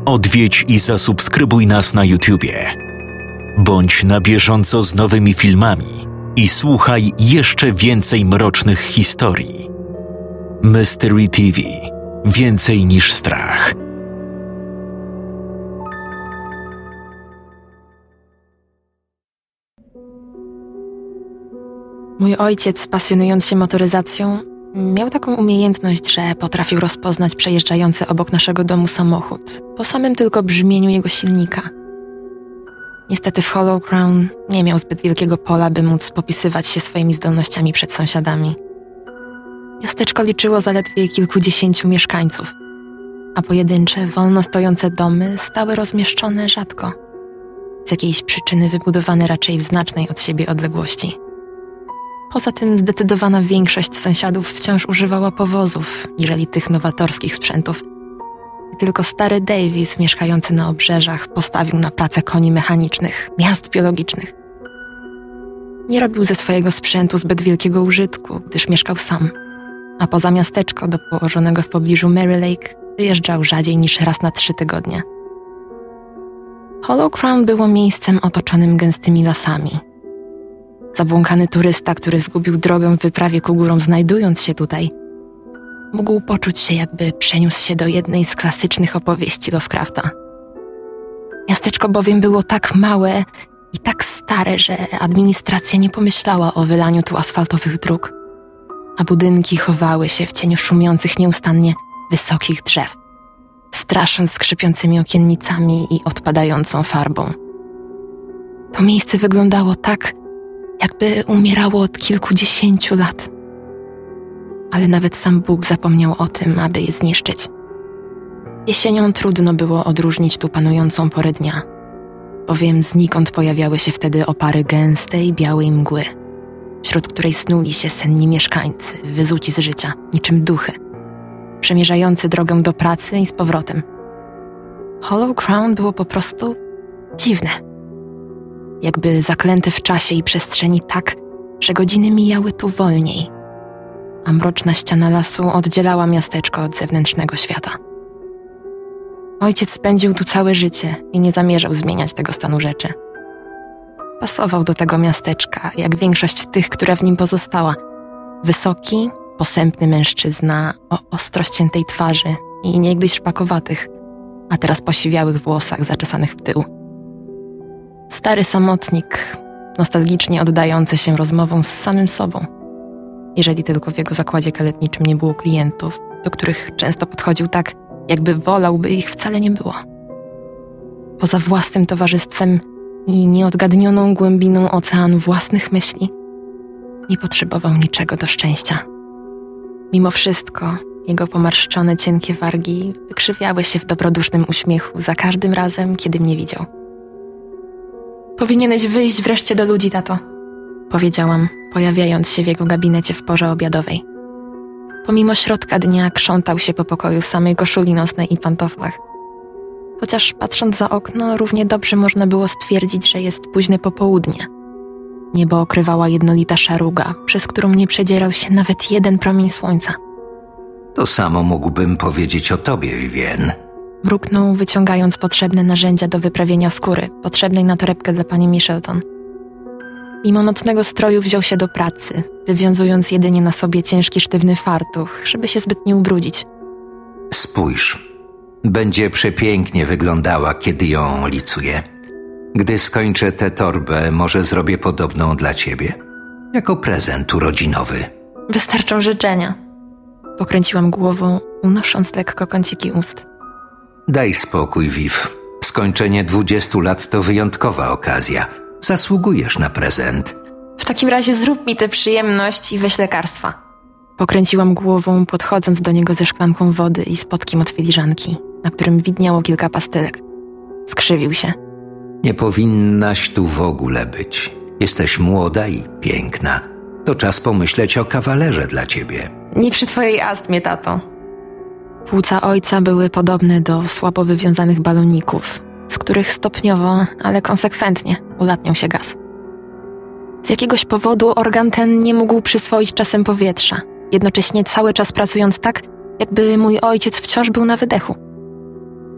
Odwiedź i zasubskrybuj nas na YouTubie. Bądź na bieżąco z nowymi filmami i słuchaj jeszcze więcej mrocznych historii. Mystery TV. Więcej niż strach. Mój ojciec, pasjonując się motoryzacją, miał taką umiejętność, że potrafił rozpoznać przejeżdżający obok naszego domu samochód po samym tylko brzmieniu jego silnika. Niestety w Hollow Crown nie miał zbyt wielkiego pola, by móc popisywać się swoimi zdolnościami przed sąsiadami. Miasteczko liczyło zaledwie kilkudziesięciu mieszkańców, a pojedyncze, wolno stojące domy stały rozmieszczone rzadko, z jakiejś przyczyny wybudowane raczej w znacznej od siebie odległości. Poza tym zdecydowana większość sąsiadów wciąż używała powozów, niżeli tych nowatorskich sprzętów. I tylko stary Davis, mieszkający na obrzeżach, postawił na pracę koni mechanicznych, miast biologicznych. Nie robił ze swojego sprzętu zbyt wielkiego użytku, gdyż mieszkał sam, a poza miasteczko do położonego w pobliżu Mary Lake wyjeżdżał rzadziej niż raz na 3 tygodnie. Hollow Crown było miejscem otoczonym gęstymi lasami. Zabłąkany turysta, który zgubił drogę w wyprawie ku górom, znajdując się tutaj, mógł poczuć się, jakby przeniósł się do jednej z klasycznych opowieści Lovecrafta. Miasteczko bowiem było tak małe i tak stare, że administracja nie pomyślała o wylaniu tu asfaltowych dróg, a budynki chowały się w cieniu szumiących nieustannie wysokich drzew, strasząc skrzypiącymi okiennicami i odpadającą farbą. To miejsce wyglądało tak, jakby umierało od kilkudziesięciu lat. Ale nawet sam Bóg zapomniał o tym, aby je zniszczyć. Jesienią trudno było odróżnić tu panującą porę dnia, bowiem znikąd pojawiały się wtedy opary gęstej, białej mgły, wśród której snuli się senni mieszkańcy, wyzuci z życia, niczym duchy, przemierzający drogę do pracy i z powrotem. Hollow Crown było po prostu dziwne. Jakby zaklęte w czasie i przestrzeni tak, że godziny mijały tu wolniej, a mroczna ściana lasu oddzielała miasteczko od zewnętrznego świata. Ojciec spędził tu całe życie i nie zamierzał zmieniać tego stanu rzeczy. Pasował do tego miasteczka, jak większość tych, która w nim pozostała. Wysoki, posępny mężczyzna o ostro ściętej twarzy i niegdyś szpakowatych, a teraz posiwiałych włosach zaczesanych w tył. Stary samotnik, nostalgicznie oddający się rozmową z samym sobą, jeżeli tylko w jego zakładzie kaletniczym nie było klientów, do których często podchodził tak, jakby wolał, by ich wcale nie było. Poza własnym towarzystwem i nieodgadnioną głębiną oceanu własnych myśli, nie potrzebował niczego do szczęścia. Mimo wszystko, jego pomarszczone, cienkie wargi wykrzywiały się w dobrodusznym uśmiechu za każdym razem, kiedy mnie widział. Powinieneś wyjść wreszcie do ludzi, tato, powiedziałam, pojawiając się w jego gabinecie w porze obiadowej. Pomimo środka dnia krzątał się po pokoju w samej koszuli nocnej i pantoflach. Chociaż patrząc za okno, równie dobrze można było stwierdzić, że jest późne popołudnie. Niebo okrywała jednolita szaruga, przez którą nie przedzierał się nawet jeden promień słońca. To samo mógłbym powiedzieć o tobie, Vivien. Mruknął, wyciągając potrzebne narzędzia do wyprawienia skóry, potrzebnej na torebkę dla pani Michelton. Mimo nocnego stroju wziął się do pracy, wywiązując jedynie na sobie ciężki, sztywny fartuch, żeby się zbyt nie ubrudzić. Spójrz, będzie przepięknie wyglądała, kiedy ją licuję. Gdy skończę tę torbę, może zrobię podobną dla ciebie, jako prezent urodzinowy. Wystarczą życzenia. Pokręciłam głową, unosząc lekko kąciki ust. Daj spokój, Viv. Skończenie 20 lat to wyjątkowa okazja. Zasługujesz na prezent. W takim razie zrób mi tę przyjemność i weź lekarstwa. Pokręciłam głową, podchodząc do niego ze szklanką wody i spotkiem od filiżanki, na którym widniało kilka pastylek. Skrzywił się. Nie powinnaś tu w ogóle być. Jesteś młoda i piękna. To czas pomyśleć o kawalerze dla ciebie. Nie przy twojej astmie, tato. Płuca ojca były podobne do słabo wywiązanych baloników, z których stopniowo, ale konsekwentnie ulatniał się gaz. Z jakiegoś powodu organ ten nie mógł przyswoić czasem powietrza, jednocześnie cały czas pracując tak, jakby mój ojciec wciąż był na wydechu.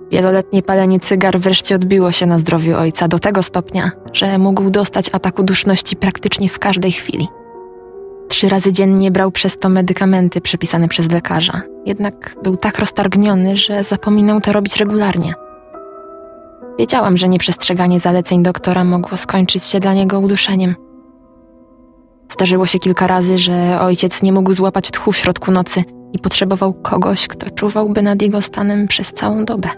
Wieloletnie palenie cygar wreszcie odbiło się na zdrowiu ojca do tego stopnia, że mógł dostać ataku duszności praktycznie w każdej chwili. 3 razy dziennie brał przez to medykamenty przepisane przez lekarza, jednak był tak roztargniony, że zapominał to robić regularnie. Wiedziałam, że nieprzestrzeganie zaleceń doktora mogło skończyć się dla niego uduszeniem. Zdarzyło się kilka razy, że ojciec nie mógł złapać tchu w środku nocy i potrzebował kogoś, kto czuwałby nad jego stanem przez całą dobę.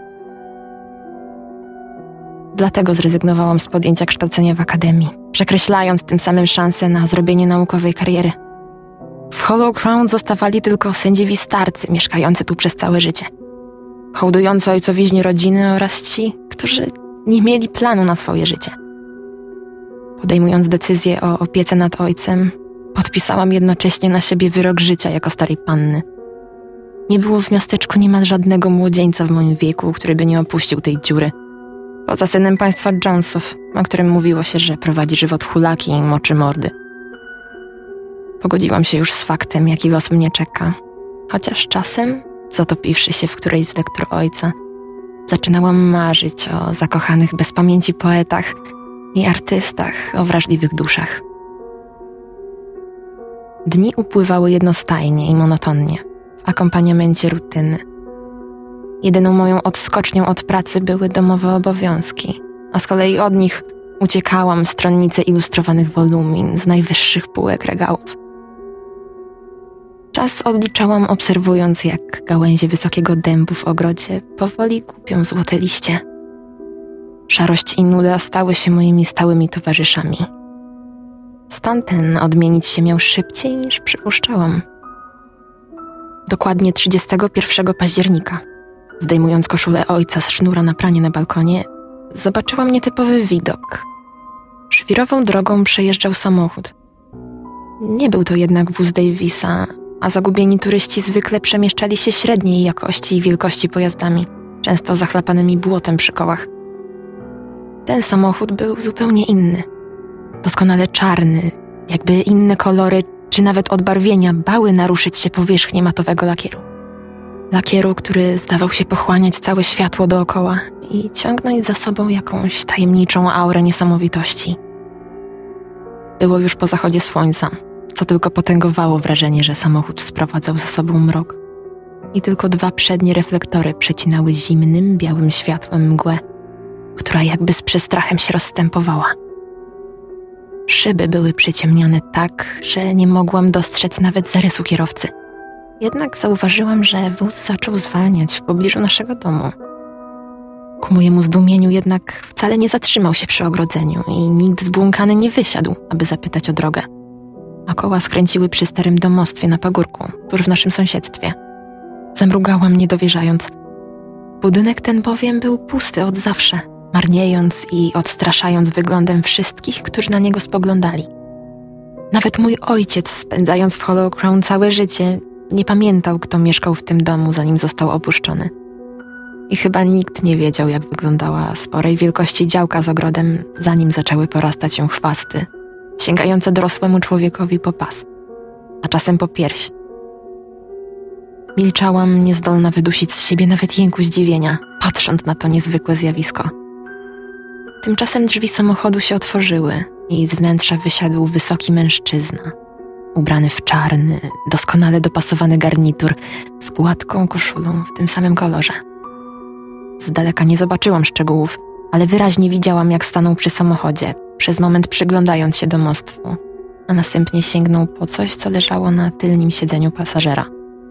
Dlatego zrezygnowałam z podjęcia kształcenia w akademii, przekreślając tym samym szansę na zrobienie naukowej kariery. W Hollow Crown zostawali tylko sędziwi starcy mieszkający tu przez całe życie. Hołdujący ojcowiźnie rodziny oraz ci, którzy nie mieli planu na swoje życie. Podejmując decyzję o opiece nad ojcem, podpisałam jednocześnie na siebie wyrok życia jako starej panny. Nie było w miasteczku niemal żadnego młodzieńca w moim wieku, który by nie opuścił tej dziury. Poza synem państwa Jonesów, o którym mówiło się, że prowadzi żywot hulaki i moczy mordy. Pogodziłam się już z faktem, jaki los mnie czeka. Chociaż czasem, zatopiwszy się w którejś z lektur ojca, zaczynałam marzyć o zakochanych bez pamięci poetach i artystach o wrażliwych duszach. Dni upływały jednostajnie i monotonnie, w akompaniamencie rutyny. Jedyną moją odskocznią od pracy były domowe obowiązki, a z kolei od nich uciekałam w stronnice ilustrowanych wolumin z najwyższych półek regałów. Czas odliczałam, obserwując, jak gałęzie wysokiego dębu w ogrodzie powoli kupią złote liście. Szarość i nuda stały się moimi stałymi towarzyszami. Stan ten odmienić się miał szybciej niż przypuszczałam. Dokładnie 31 października, zdejmując koszulę ojca z sznura na pranie na balkonie, zobaczyłam nietypowy widok. Żwirową drogą przejeżdżał samochód. Nie był to jednak wóz Davisa, a zagubieni turyści zwykle przemieszczali się średniej jakości i wielkości pojazdami, często zachlapanymi błotem przy kołach. Ten samochód był zupełnie inny. Doskonale czarny, jakby inne kolory czy nawet odbarwienia bały naruszyć się powierzchnię matowego lakieru. Lakieru, który zdawał się pochłaniać całe światło dookoła i ciągnąć za sobą jakąś tajemniczą aurę niesamowitości. Było już po zachodzie słońca, co tylko potęgowało wrażenie, że samochód sprowadzał za sobą mrok. I tylko 2 przednie reflektory przecinały zimnym, białym światłem mgłę, która jakby z przestrachem się rozstępowała. Szyby były przyciemniane tak, że nie mogłam dostrzec nawet zarysu kierowcy. Jednak zauważyłam, że wóz zaczął zwalniać w pobliżu naszego domu. Ku mojemu zdumieniu jednak wcale nie zatrzymał się przy ogrodzeniu i nikt zbłąkany nie wysiadł, aby zapytać o drogę. A koła skręciły przy starym domostwie na pagórku, tuż w naszym sąsiedztwie. Zamrugałam, nie dowierzając. Budynek ten bowiem był pusty od zawsze, marniejąc i odstraszając wyglądem wszystkich, którzy na niego spoglądali. Nawet mój ojciec, spędzając w Hollow Crown całe życie, nie pamiętał, kto mieszkał w tym domu, zanim został opuszczony. I chyba nikt nie wiedział, jak wyglądała sporej wielkości działka z ogrodem, zanim zaczęły porastać się chwasty, sięgające dorosłemu człowiekowi po pas, a czasem po pierś. Milczałam, niezdolna wydusić z siebie nawet jęku zdziwienia, patrząc na to niezwykłe zjawisko. Tymczasem drzwi samochodu się otworzyły i z wnętrza wysiadł wysoki mężczyzna, ubrany w czarny, doskonale dopasowany garnitur z gładką koszulą w tym samym kolorze. Z daleka nie zobaczyłam szczegółów, ale wyraźnie widziałam, jak stanął przy samochodzie, przez moment przyglądając się domostwu, a następnie sięgnął po coś, co leżało na tylnym siedzeniu pasażera.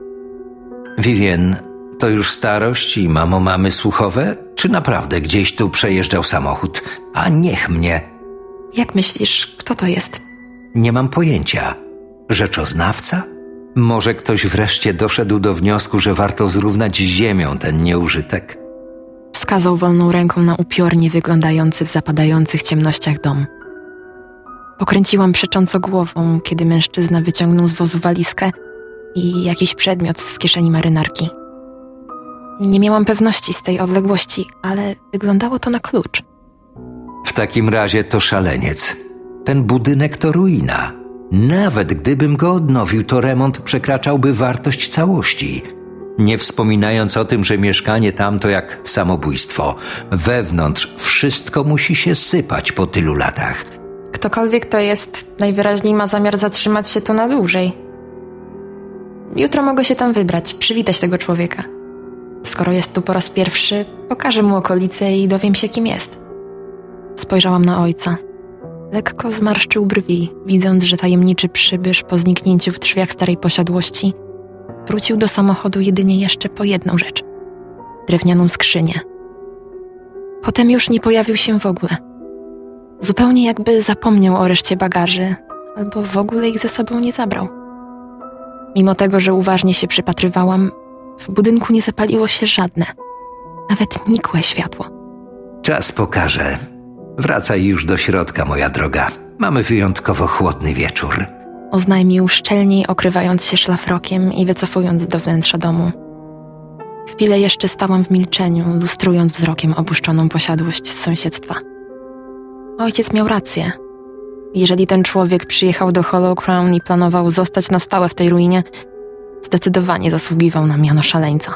Vivien, to już starość i mamy słuchowe? Czy naprawdę gdzieś tu przejeżdżał samochód? A niech mnie... Jak myślisz, kto to jest? Nie mam pojęcia. Rzeczoznawca? Może ktoś wreszcie doszedł do wniosku, że warto zrównać z ziemią ten nieużytek? Wskazał wolną ręką na upiornie wyglądający w zapadających ciemnościach dom. Pokręciłam przecząco głową, kiedy mężczyzna wyciągnął z wozu walizkę i jakiś przedmiot z kieszeni marynarki. Nie miałam pewności z tej odległości, ale wyglądało to na klucz. W takim razie to szaleniec. Ten budynek to ruina. Nawet gdybym go odnowił, to remont przekraczałby wartość całości. Nie wspominając o tym, że mieszkanie tam to jak samobójstwo. Wewnątrz wszystko musi się sypać po tylu latach. Ktokolwiek to jest, najwyraźniej ma zamiar zatrzymać się tu na dłużej. Jutro mogę się tam wybrać, przywitać tego człowieka. Skoro jest tu po raz pierwszy, pokażę mu okolice i dowiem się, kim jest. Spojrzałam na ojca. Lekko zmarszczył brwi, widząc, że tajemniczy przybysz po zniknięciu w drzwiach starej posiadłości wrócił do samochodu jedynie jeszcze po jedną rzecz – drewnianą skrzynię. Potem już nie pojawił się w ogóle. Zupełnie jakby zapomniał o reszcie bagaży, albo w ogóle ich ze sobą nie zabrał. Mimo tego, że uważnie się przypatrywałam, w budynku nie zapaliło się żadne, nawet nikłe światło. Czas pokaże. Wracaj już do środka, moja droga. Mamy wyjątkowo chłodny wieczór. Oznajmił szczelniej, okrywając się szlafrokiem i wycofując do wnętrza domu. Chwilę jeszcze stałam w milczeniu, lustrując wzrokiem opuszczoną posiadłość z sąsiedztwa. Ojciec miał rację. Jeżeli ten człowiek przyjechał do Hollow Crown i planował zostać na stałe w tej ruinie, zdecydowanie zasługiwał na miano szaleńca.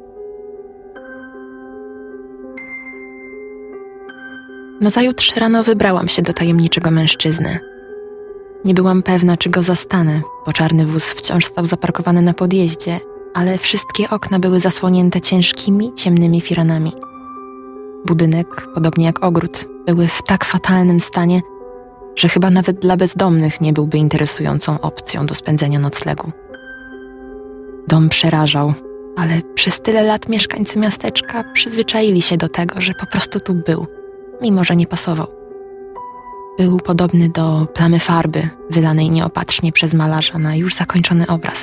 Nazajutrz rano wybrałam się do tajemniczego mężczyzny. Nie byłam pewna, czy go zastanę, bo czarny wóz wciąż stał zaparkowany na podjeździe, ale wszystkie okna były zasłonięte ciężkimi, ciemnymi firanami. Budynek, podobnie jak ogród, były w tak fatalnym stanie, że chyba nawet dla bezdomnych nie byłby interesującą opcją do spędzenia noclegu. Dom przerażał, ale przez tyle lat mieszkańcy miasteczka przyzwyczaili się do tego, że po prostu tu był, mimo że nie pasował. Był podobny do plamy farby, wylanej nieopatrznie przez malarza na już zakończony obraz.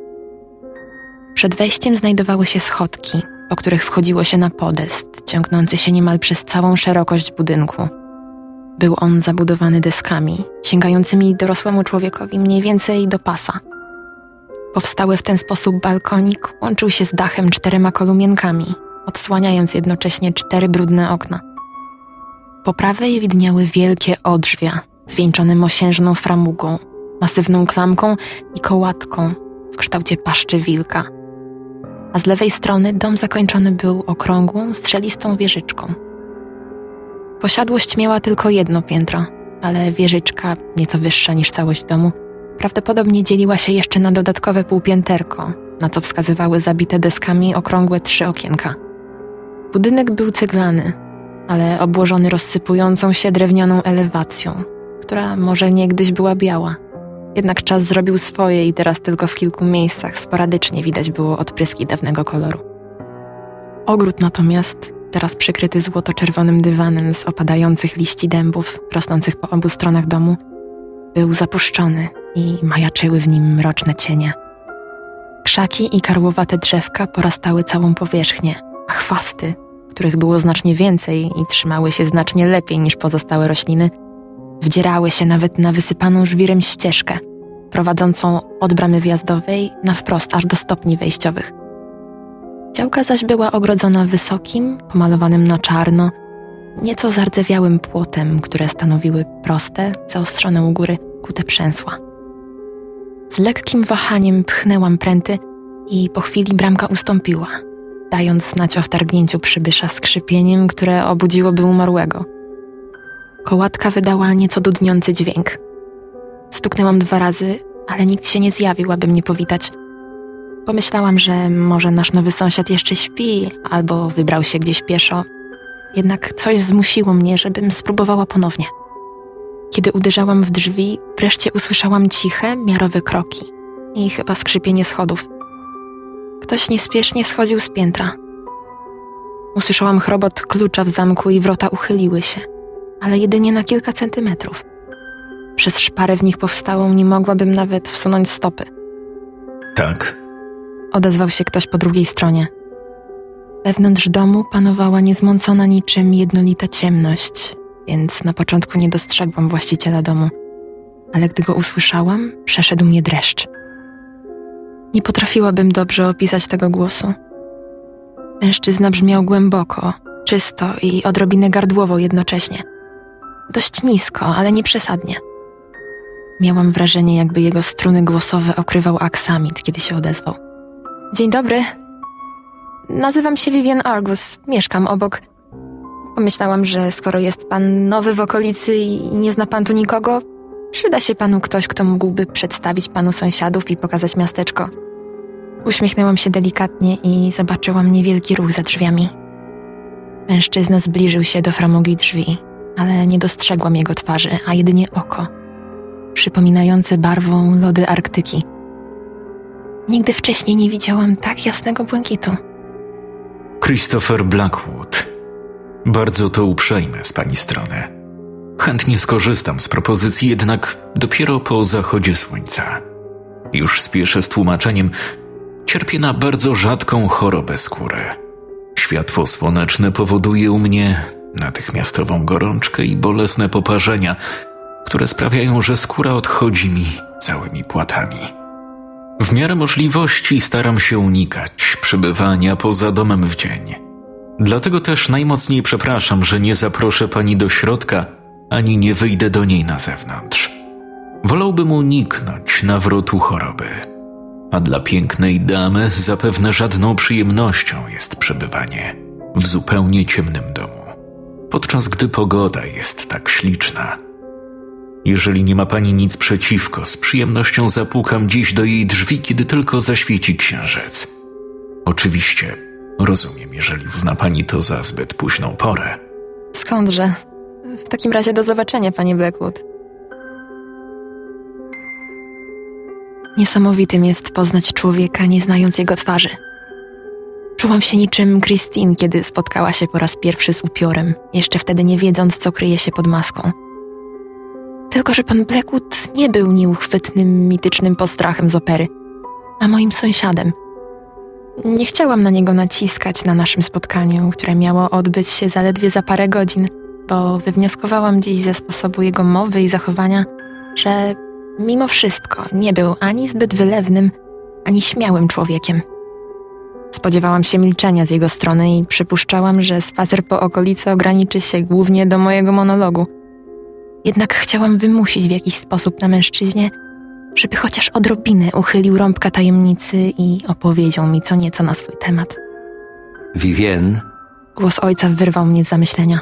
Przed wejściem znajdowały się schodki, po których wchodziło się na podest, ciągnący się niemal przez całą szerokość budynku. Był on zabudowany deskami, sięgającymi dorosłemu człowiekowi mniej więcej do pasa. Powstały w ten sposób balkonik łączył się z dachem 4 kolumienkami, odsłaniając jednocześnie 4 brudne okna. Po prawej widniały wielkie odrzwia, zwieńczone mosiężną framugą, masywną klamką i kołatką w kształcie paszczy wilka. A z lewej strony dom zakończony był okrągłą, strzelistą wieżyczką. Posiadłość miała tylko 1 piętro, ale wieżyczka, nieco wyższa niż całość domu, prawdopodobnie dzieliła się jeszcze na dodatkowe półpięterko, na co wskazywały zabite deskami okrągłe 3 okienka. Budynek był ceglany, ale obłożony rozsypującą się drewnianą elewacją, która może niegdyś była biała. Jednak czas zrobił swoje i teraz tylko w kilku miejscach sporadycznie widać było odpryski dawnego koloru. Ogród natomiast, teraz przykryty złoto-czerwonym dywanem z opadających liści dębów rosnących po obu stronach domu, był zapuszczony i majaczyły w nim mroczne cienie. Krzaki i karłowate drzewka porastały całą powierzchnię, a chwasty, których było znacznie więcej i trzymały się znacznie lepiej niż pozostałe rośliny, wdzierały się nawet na wysypaną żwirem ścieżkę, prowadzącą od bramy wjazdowej na wprost aż do stopni wejściowych. Działka zaś była ogrodzona wysokim, pomalowanym na czarno, nieco zardzewiałym płotem, które stanowiły proste, zaostrzone u góry kute przęsła. Z lekkim wahaniem pchnęłam pręty i po chwili bramka ustąpiła, dając znać o wtargnięciu przybysza skrzypieniem, które obudziłoby umarłego. Kołatka wydała nieco dudniący dźwięk. Stuknęłam 2 razy, ale nikt się nie zjawił, aby mnie powitać. Pomyślałam, że może nasz nowy sąsiad jeszcze śpi, albo wybrał się gdzieś pieszo. Jednak coś zmusiło mnie, żebym spróbowała ponownie. Kiedy uderzałam w drzwi, wreszcie usłyszałam ciche, miarowe kroki i chyba skrzypienie schodów. Ktoś niespiesznie schodził z piętra. Usłyszałam chrobot klucza w zamku i wrota uchyliły się, ale jedynie na kilka centymetrów. Przez szparę w nich powstałą nie mogłabym nawet wsunąć stopy. Tak. Odezwał się ktoś po drugiej stronie. Wewnątrz domu panowała niezmącona niczym jednolita ciemność, więc na początku nie dostrzegłam właściciela domu. Ale gdy go usłyszałam, przeszedł mnie dreszcz. Nie potrafiłabym dobrze opisać tego głosu. Mężczyzna brzmiał głęboko, czysto i odrobinę gardłowo jednocześnie. Dość nisko, ale nie przesadnie. Miałam wrażenie, jakby jego struny głosowe okrywał aksamit, kiedy się odezwał. Dzień dobry. Nazywam się Vivian Argus, mieszkam obok. Pomyślałam, że skoro jest pan nowy w okolicy i nie zna pan tu nikogo, przyda się panu ktoś, kto mógłby przedstawić panu sąsiadów i pokazać miasteczko. Uśmiechnęłam się delikatnie i zobaczyłam niewielki ruch za drzwiami. Mężczyzna zbliżył się do framugi drzwi, ale nie dostrzegłam jego twarzy, a jedynie oko, przypominające barwą lody Arktyki. Nigdy wcześniej nie widziałam tak jasnego błękitu. Christopher Blackwood. Bardzo to uprzejme z pani strony. Chętnie skorzystam z propozycji, jednak dopiero po zachodzie słońca. Już spieszę z tłumaczeniem. Cierpię na bardzo rzadką chorobę skóry. Światło słoneczne powoduje u mnie natychmiastową gorączkę i bolesne poparzenia, które sprawiają, że skóra odchodzi mi całymi płatami. W miarę możliwości staram się unikać przebywania poza domem w dzień. Dlatego też najmocniej przepraszam, że nie zaproszę pani do środka, ani nie wyjdę do niej na zewnątrz. Wolałbym uniknąć nawrotu choroby. A dla pięknej damy zapewne żadną przyjemnością jest przebywanie w zupełnie ciemnym domu, podczas gdy pogoda jest tak śliczna. Jeżeli nie ma pani nic przeciwko, z przyjemnością zapukam dziś do jej drzwi, kiedy tylko zaświeci księżyc. Oczywiście rozumiem, jeżeli uzna pani to za zbyt późną porę. Skądże? W takim razie do zobaczenia, panie Blackwood. Niesamowitym jest poznać człowieka, nie znając jego twarzy. Czułam się niczym Christine, kiedy spotkała się po raz pierwszy z upiorem, jeszcze wtedy nie wiedząc, co kryje się pod maską. Tylko że pan Blackwood nie był nieuchwytnym, mitycznym postrachem z opery, a moim sąsiadem. Nie chciałam na niego naciskać na naszym spotkaniu, które miało odbyć się zaledwie za parę godzin, bo wywnioskowałam dziś ze sposobu jego mowy i zachowania, że mimo wszystko nie był ani zbyt wylewnym, ani śmiałym człowiekiem. Spodziewałam się milczenia z jego strony i przypuszczałam, że spacer po okolicy ograniczy się głównie do mojego monologu. Jednak chciałam wymusić w jakiś sposób na mężczyźnie, żeby chociaż odrobinę uchylił rąbka tajemnicy i opowiedział mi co nieco na swój temat. Vivien? Głos ojca wyrwał mnie z zamyślenia.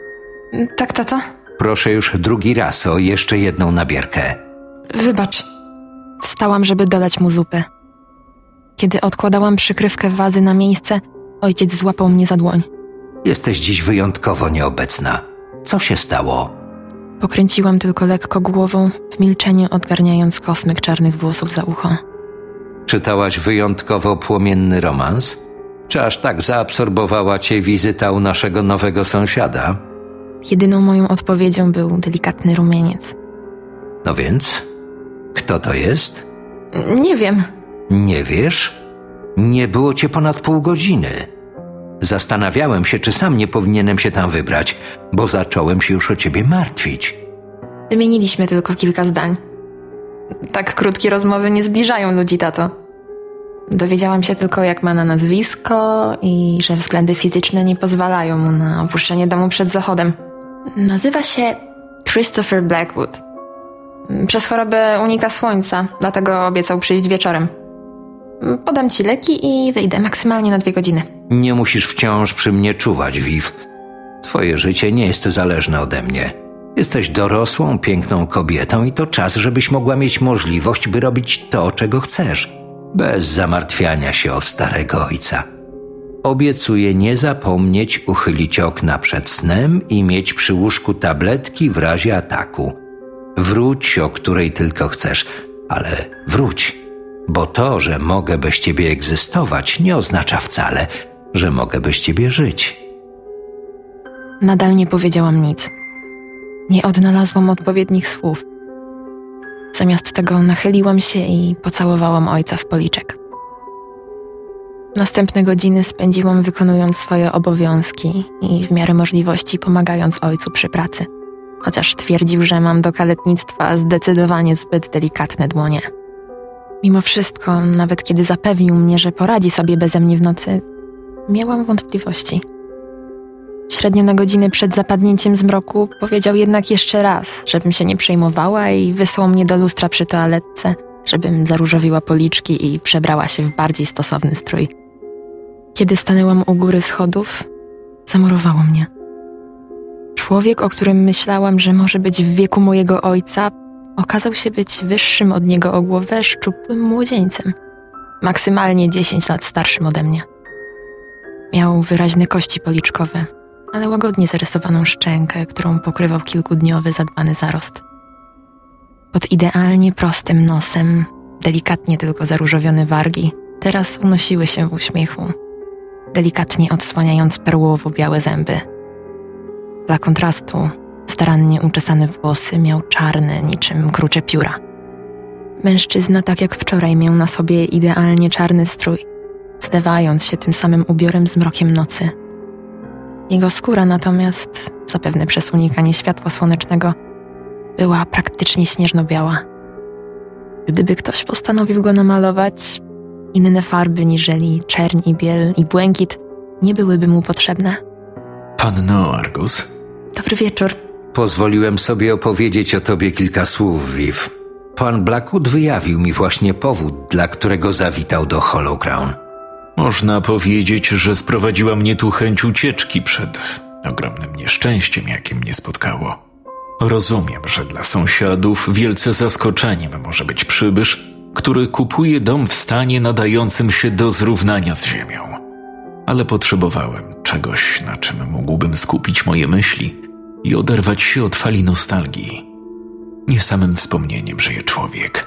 Tak, tato? Proszę już drugi raz o jeszcze jedną nabierkę. Wybacz. Wstałam, żeby dodać mu zupy. Kiedy odkładałam przykrywkę wazy na miejsce, ojciec złapał mnie za dłoń. Jesteś dziś wyjątkowo nieobecna. Co się stało? Pokręciłam tylko lekko głową, w milczeniu odgarniając kosmyk czarnych włosów za ucho. Czytałaś wyjątkowo płomienny romans? Czy aż tak zaabsorbowała cię wizyta u naszego nowego sąsiada? Jedyną moją odpowiedzią był delikatny rumieniec. No więc? Kto to jest? Nie wiem. Nie wiesz? Nie było cię ponad pół godziny. Zastanawiałem się, czy sam nie powinienem się tam wybrać, bo zacząłem się już o ciebie martwić. Wymieniliśmy tylko kilka zdań. Tak krótkie rozmowy nie zbliżają ludzi, tato. Dowiedziałam się tylko, jak ma na nazwisko i że względy fizyczne nie pozwalają mu na opuszczenie domu przed zachodem. Nazywa się Christopher Blackwood. Przez chorobę unika słońca, dlatego obiecał przyjść wieczorem. Podam ci leki i wyjdę maksymalnie na 2 godziny. Nie musisz wciąż przy mnie czuwać, Viv. Twoje życie nie jest zależne ode mnie. Jesteś dorosłą, piękną kobietą i to czas, żebyś mogła mieć możliwość, by robić to, czego chcesz, bez zamartwiania się o starego ojca. Obiecuję nie zapomnieć uchylić okna przed snem i mieć przy łóżku tabletki w razie ataku. Wróć, o której tylko chcesz, ale wróć, bo to, że mogę bez ciebie egzystować, nie oznacza wcale, że mogę bez ciebie żyć. Nadal nie powiedziałam nic. Nie odnalazłam odpowiednich słów. Zamiast tego nachyliłam się i pocałowałam ojca w policzek. Następne godziny spędziłam wykonując swoje obowiązki i w miarę możliwości pomagając ojcu przy pracy. Chociaż twierdził, że mam do kaletnictwa zdecydowanie zbyt delikatne dłonie. Mimo wszystko, nawet kiedy zapewnił mnie, że poradzi sobie beze mnie w nocy, miałam wątpliwości. Średnio na godzinę przed zapadnięciem zmroku powiedział jednak jeszcze raz, żebym się nie przejmowała i wysłał mnie do lustra przy toaletce, żebym zaróżowiła policzki i przebrała się w bardziej stosowny strój. Kiedy stanęłam u góry schodów, zamurowało mnie. Człowiek, o którym myślałam, że może być w wieku mojego ojca, okazał się być wyższym od niego o głowę, szczupłym młodzieńcem, maksymalnie 10 lat starszym ode mnie. Miał wyraźne kości policzkowe, ale łagodnie zarysowaną szczękę, którą pokrywał kilkudniowy zadbany zarost. Pod idealnie prostym nosem, delikatnie tylko zaróżowione wargi, teraz unosiły się w uśmiechu, delikatnie odsłaniając perłowo-białe zęby. Dla kontrastu starannie uczesane włosy miał czarne, niczym krucze pióra. Mężczyzna, tak jak wczoraj, miał na sobie idealnie czarny strój, zlewając się tym samym ubiorem z mrokiem nocy. Jego skóra natomiast, zapewne przez unikanie światła słonecznego, była praktycznie śnieżno-biała. Gdyby ktoś postanowił go namalować, inne farby niżeli czerń i biel i błękit nie byłyby mu potrzebne. Panno Argus. Dobry wieczór. Pozwoliłem sobie opowiedzieć o tobie kilka słów, Viv. Pan Blackwood wyjawił mi właśnie powód, dla którego zawitał do Hollow Crown. Można powiedzieć, że sprowadziła mnie tu chęć ucieczki przed ogromnym nieszczęściem, jakie mnie spotkało. Rozumiem, że dla sąsiadów wielce zaskoczeniem może być przybysz, który kupuje dom w stanie nadającym się do zrównania z ziemią. Ale potrzebowałem czegoś, na czym mógłbym skupić moje myśli i oderwać się od fali nostalgii. Nie samym wspomnieniem żyje człowiek.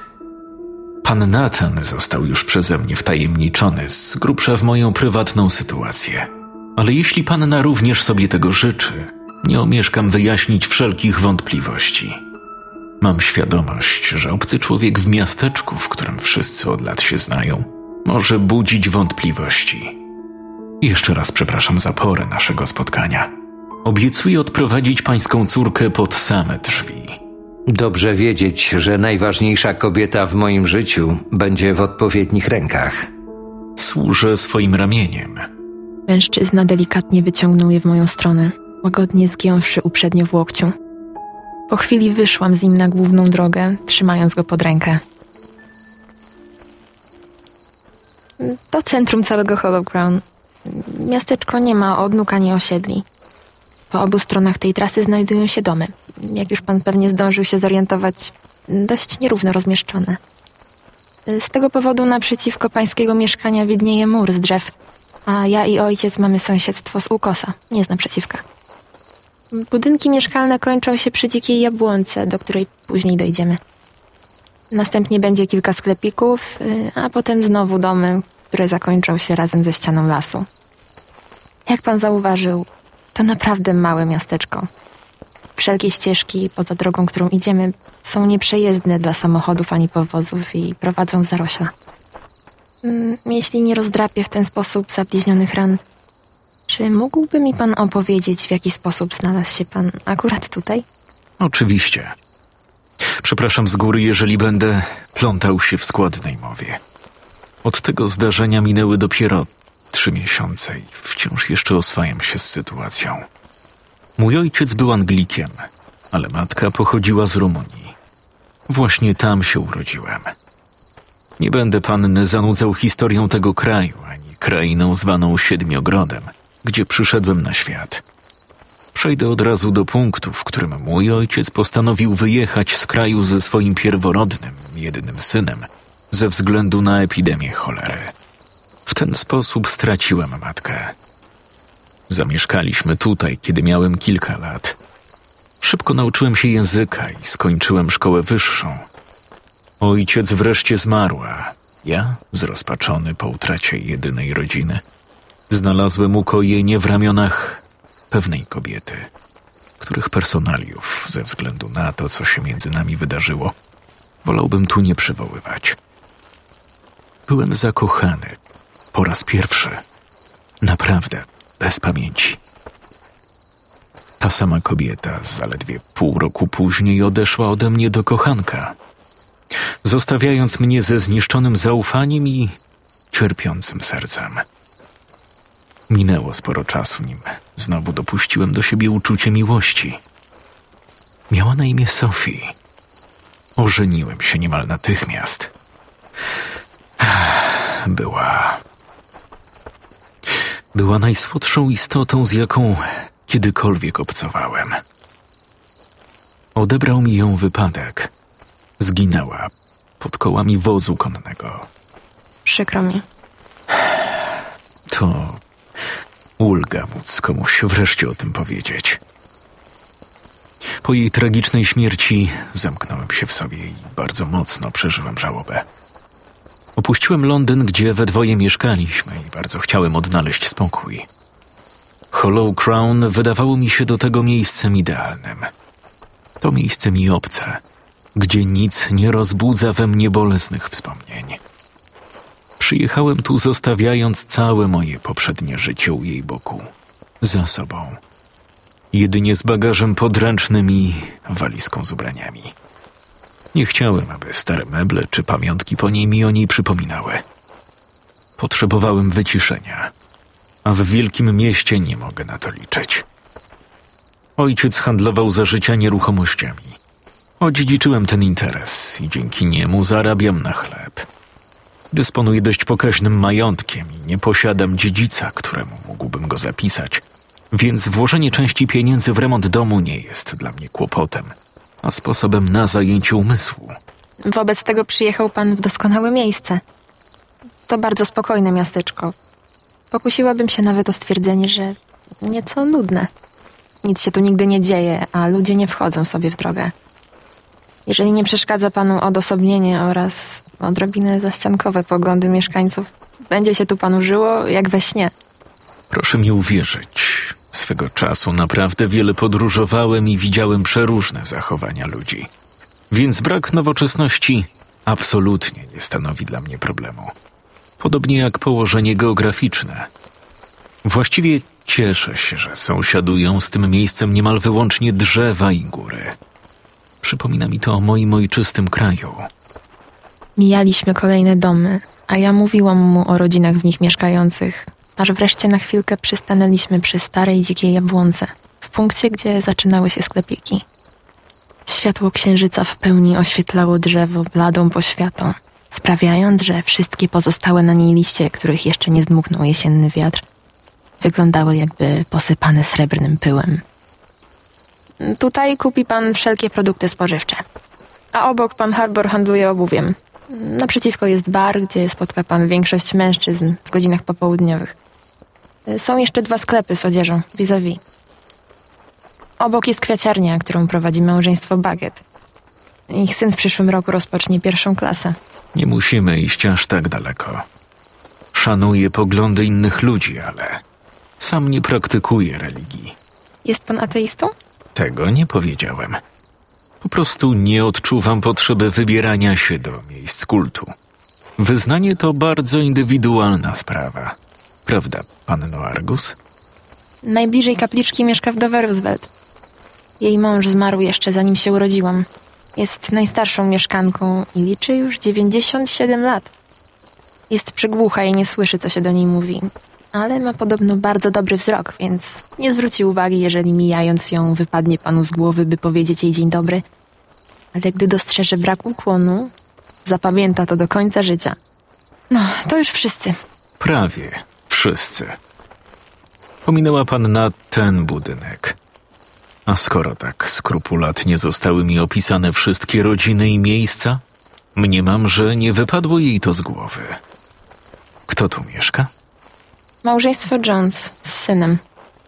Pan Nathan został już przeze mnie wtajemniczony z grubsza w moją prywatną sytuację. Ale jeśli panna również sobie tego życzy, nie omieszkam wyjaśnić wszelkich wątpliwości. Mam świadomość, że obcy człowiek w miasteczku, w którym wszyscy od lat się znają, może budzić wątpliwości. Jeszcze raz przepraszam za porę naszego spotkania. Obiecuję odprowadzić pańską córkę pod same drzwi. Dobrze wiedzieć, że najważniejsza kobieta w moim życiu będzie w odpowiednich rękach. Służę swoim ramieniem. Mężczyzna delikatnie wyciągnął je w moją stronę, łagodnie zgiąwszy uprzednio w łokciu. Po chwili wyszłam z nim na główną drogę, trzymając go pod rękę. To centrum całego Hollow Crown. Miasteczko nie ma odnóg ani osiedli. Po obu stronach tej trasy znajdują się domy. Jak już pan pewnie zdążył się zorientować, dość nierówno rozmieszczone. Z tego powodu naprzeciwko pańskiego mieszkania widnieje mur z drzew, a ja i ojciec mamy sąsiedztwo z ukosa, nie z naprzeciwka. Budynki mieszkalne kończą się przy dzikiej jabłonce, do której później dojdziemy. Następnie będzie kilka sklepików, a potem znowu domy, które zakończą się razem ze ścianą lasu. Jak pan zauważył, to naprawdę małe miasteczko. Wszelkie ścieżki poza drogą, którą idziemy, są nieprzejezdne dla samochodów ani powozów i prowadzą w zarośla. Jeśli nie rozdrapię w ten sposób zabliźnionych ran, czy mógłby mi pan opowiedzieć, w jaki sposób znalazł się pan akurat tutaj? Oczywiście. Przepraszam z góry, jeżeli będę plątał się w składnej mowie. Od tego zdarzenia minęły dopiero 3 miesiące i wciąż jeszcze oswajam się z sytuacją. Mój ojciec był Anglikiem, ale matka pochodziła z Rumunii. Właśnie tam się urodziłem. Nie będę panny zanudzał historią tego kraju, ani krainą zwaną Siedmiogrodem, gdzie przyszedłem na świat. Przejdę od razu do punktu, w którym mój ojciec postanowił wyjechać z kraju ze swoim pierworodnym, jedynym synem, ze względu na epidemię cholery. W ten sposób straciłem matkę. Zamieszkaliśmy tutaj, kiedy miałem kilka lat. Szybko nauczyłem się języka i skończyłem szkołę wyższą. Ojciec wreszcie zmarł, a ja, zrozpaczony po utracie jedynej rodziny, znalazłem ukojenie w ramionach pewnej kobiety, których personaliów, ze względu na to, co się między nami wydarzyło, wolałbym tu nie przywoływać. Byłem zakochany po raz pierwszy. Naprawdę, bez pamięci. Ta sama kobieta zaledwie pół roku później odeszła ode mnie do kochanka, zostawiając mnie ze zniszczonym zaufaniem i cierpiącym sercem. Minęło sporo czasu, nim znowu dopuściłem do siebie uczucie miłości. Miała na imię Sophie. Ożeniłem się niemal natychmiast. Była Była najsłodszą istotą, z jaką kiedykolwiek obcowałem. Odebrał mi ją wypadek. Zginęła pod kołami wozu konnego. Przykro mi. To ulga móc komuś wreszcie o tym powiedzieć. Po jej tragicznej śmierci zamknąłem się w sobie i bardzo mocno przeżyłem żałobę. Opuściłem Londyn, gdzie we dwoje mieszkaliśmy i bardzo chciałem odnaleźć spokój. Hollow Crown wydawało mi się do tego miejscem idealnym. To miejsce mi obce, gdzie nic nie rozbudza we mnie bolesnych wspomnień. Przyjechałem tu, zostawiając całe moje poprzednie życie u jej boku, za sobą. Jedynie z bagażem podręcznym i walizką z ubraniami. Nie chciałem, aby stare meble czy pamiątki po niej mi o niej przypominały. Potrzebowałem wyciszenia, a w wielkim mieście nie mogę na to liczyć. Ojciec handlował za życia nieruchomościami. Odziedziczyłem ten interes i dzięki niemu zarabiam na chleb. Dysponuję dość pokaźnym majątkiem i nie posiadam dziedzica, któremu mógłbym go zapisać, więc włożenie części pieniędzy w remont domu nie jest dla mnie kłopotem, a sposobem na zajęcie umysłu. Wobec tego przyjechał pan w doskonałe miejsce. To bardzo spokojne miasteczko. Pokusiłabym się nawet o stwierdzenie, że nieco nudne. Nic się tu nigdy nie dzieje, a ludzie nie wchodzą sobie w drogę. Jeżeli nie przeszkadza panu odosobnienie oraz odrobinę zaściankowe poglądy mieszkańców, będzie się tu panu żyło jak we śnie. Proszę mi uwierzyć, swego czasu naprawdę wiele podróżowałem i widziałem przeróżne zachowania ludzi. Więc brak nowoczesności absolutnie nie stanowi dla mnie problemu. Podobnie jak położenie geograficzne. Właściwie cieszę się, że sąsiadują z tym miejscem niemal wyłącznie drzewa i góry. Przypomina mi to o moim ojczystym kraju. Mijaliśmy kolejne domy, a ja mówiłam mu o rodzinach w nich mieszkających, aż wreszcie na chwilkę przystanęliśmy przy starej, dzikiej jabłonce, w punkcie, gdzie zaczynały się sklepiki. Światło księżyca w pełni oświetlało drzewo bladą poświatą, sprawiając, że wszystkie pozostałe na niej liście, których jeszcze nie zdmuchnął jesienny wiatr, wyglądały jakby posypane srebrnym pyłem. Tutaj kupi pan wszelkie produkty spożywcze, a obok pan Harbor handluje obuwiem. Naprzeciwko jest bar, gdzie spotka pan większość mężczyzn w godzinach popołudniowych. Są jeszcze 2 sklepy z odzieżą, vis-a-vis. Obok jest kwiaciarnia, którą prowadzi małżeństwo Baget. Ich syn w przyszłym roku rozpocznie 1. klasę. Nie musimy iść aż tak daleko. Szanuję poglądy innych ludzi, ale sam nie praktykuję religii. Jest pan ateistą? Tego nie powiedziałem. Po prostu nie odczuwam potrzeby wybierania się do miejsc kultu. Wyznanie to bardzo indywidualna sprawa. Prawda, panno Argus? Najbliżej kapliczki mieszka wdowa Roosevelt. Jej mąż zmarł jeszcze zanim się urodziłam. Jest najstarszą mieszkanką i liczy już 97 lat. Jest przygłucha i nie słyszy, co się do niej mówi. Ale ma podobno bardzo dobry wzrok, więc nie zwróci uwagi, jeżeli mijając ją wypadnie panu z głowy, by powiedzieć jej dzień dobry. Ale gdy dostrzeże brak ukłonu, zapamięta to do końca życia. No, to już wszyscy. Prawie wszyscy. Pominęła panna ten budynek. A skoro tak skrupulatnie zostały mi opisane wszystkie rodziny i miejsca, mniemam, że nie wypadło jej to z głowy. Kto tu mieszka? Małżeństwo Jones z synem.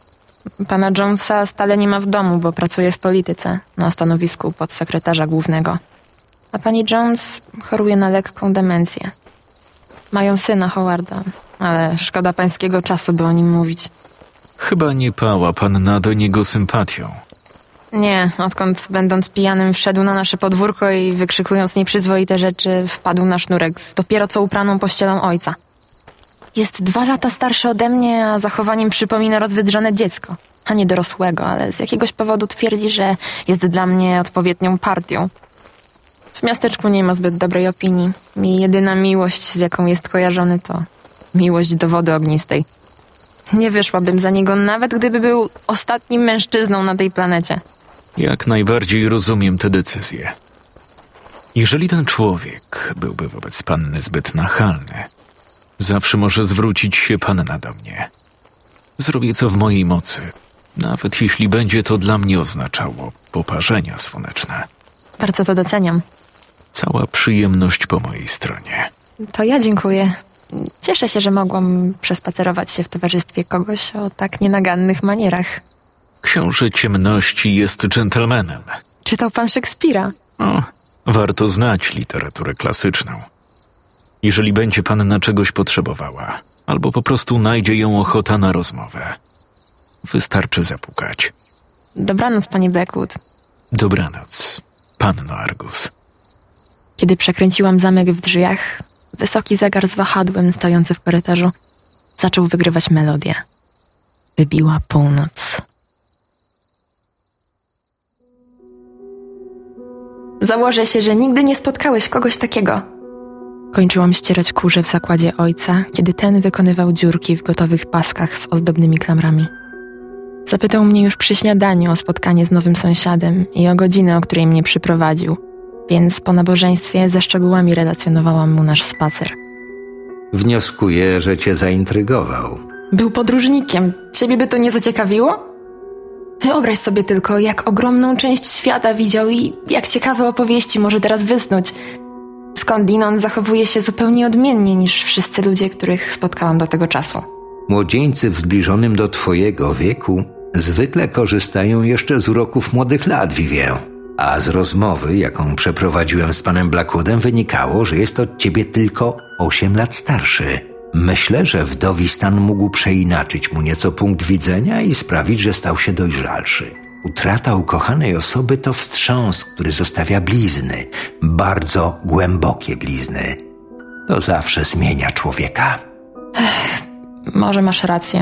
Pana Jonesa stale nie ma w domu, bo pracuje w polityce na stanowisku podsekretarza głównego. A pani Jones choruje na lekką demencję. Mają syna Howarda, ale szkoda pańskiego czasu, by o nim mówić. Chyba nie pała panna do niego sympatią. Nie, odkąd będąc pijanym wszedł na nasze podwórko i wykrzykując nieprzyzwoite rzeczy wpadł na sznurek z dopiero co upraną pościelą ojca. Jest 2 lata starszy ode mnie, a zachowaniem przypomina rozwydrzone dziecko, a nie dorosłego, ale z jakiegoś powodu twierdzi, że jest dla mnie odpowiednią partią. W miasteczku nie ma zbyt dobrej opinii. I jedyna miłość, z jaką jest kojarzony, to miłość do wody ognistej. Nie wyszłabym za niego, nawet gdyby był ostatnim mężczyzną na tej planecie. Jak najbardziej rozumiem tę decyzję. Jeżeli ten człowiek byłby wobec panny zbyt nachalny, zawsze może zwrócić się panna do mnie. Zrobię co w mojej mocy, nawet jeśli będzie to dla mnie oznaczało poparzenia słoneczne. Bardzo to doceniam. Cała przyjemność po mojej stronie. To ja dziękuję. Cieszę się, że mogłam przespacerować się w towarzystwie kogoś o tak nienagannych manierach. Książę Ciemności jest dżentelmenem. Czytał pan Szekspira? O, warto znać literaturę klasyczną. Jeżeli będzie panna czegoś potrzebowała, albo po prostu najdzie ją ochota na rozmowę, wystarczy zapukać. Dobranoc, panie Blackwood. Dobranoc, panno Argus. Kiedy przekręciłam zamek w drzwiach, wysoki zegar z wahadłem stojący w korytarzu zaczął wygrywać melodię. Wybiła północ. Założę się, że nigdy nie spotkałeś kogoś takiego. Kończyłam ścierać kurze w zakładzie ojca, kiedy ten wykonywał dziurki w gotowych paskach z ozdobnymi klamrami. Zapytał mnie już przy śniadaniu o spotkanie z nowym sąsiadem i o godzinę, o której mnie przyprowadził, więc po nabożeństwie ze szczegółami relacjonowałam mu nasz spacer. Wnioskuję, że cię zaintrygował. Był podróżnikiem. Ciebie by to nie zaciekawiło? Wyobraź sobie tylko, jak ogromną część świata widział i jak ciekawe opowieści może teraz wysnuć. Skądinąd zachowuje się zupełnie odmiennie niż wszyscy ludzie, których spotkałam do tego czasu. Młodzieńcy w zbliżonym do twojego wieku zwykle korzystają jeszcze z uroków młodych lat, Vivien. A z rozmowy, jaką przeprowadziłem z panem Blackwoodem, wynikało, że jest od ciebie tylko 8 lat starszy. Myślę, że wdowi stan mógł przeinaczyć mu nieco punkt widzenia i sprawić, że stał się dojrzalszy. Utrata ukochanej osoby to wstrząs, który zostawia blizny, bardzo głębokie blizny. To zawsze zmienia człowieka. Może masz rację.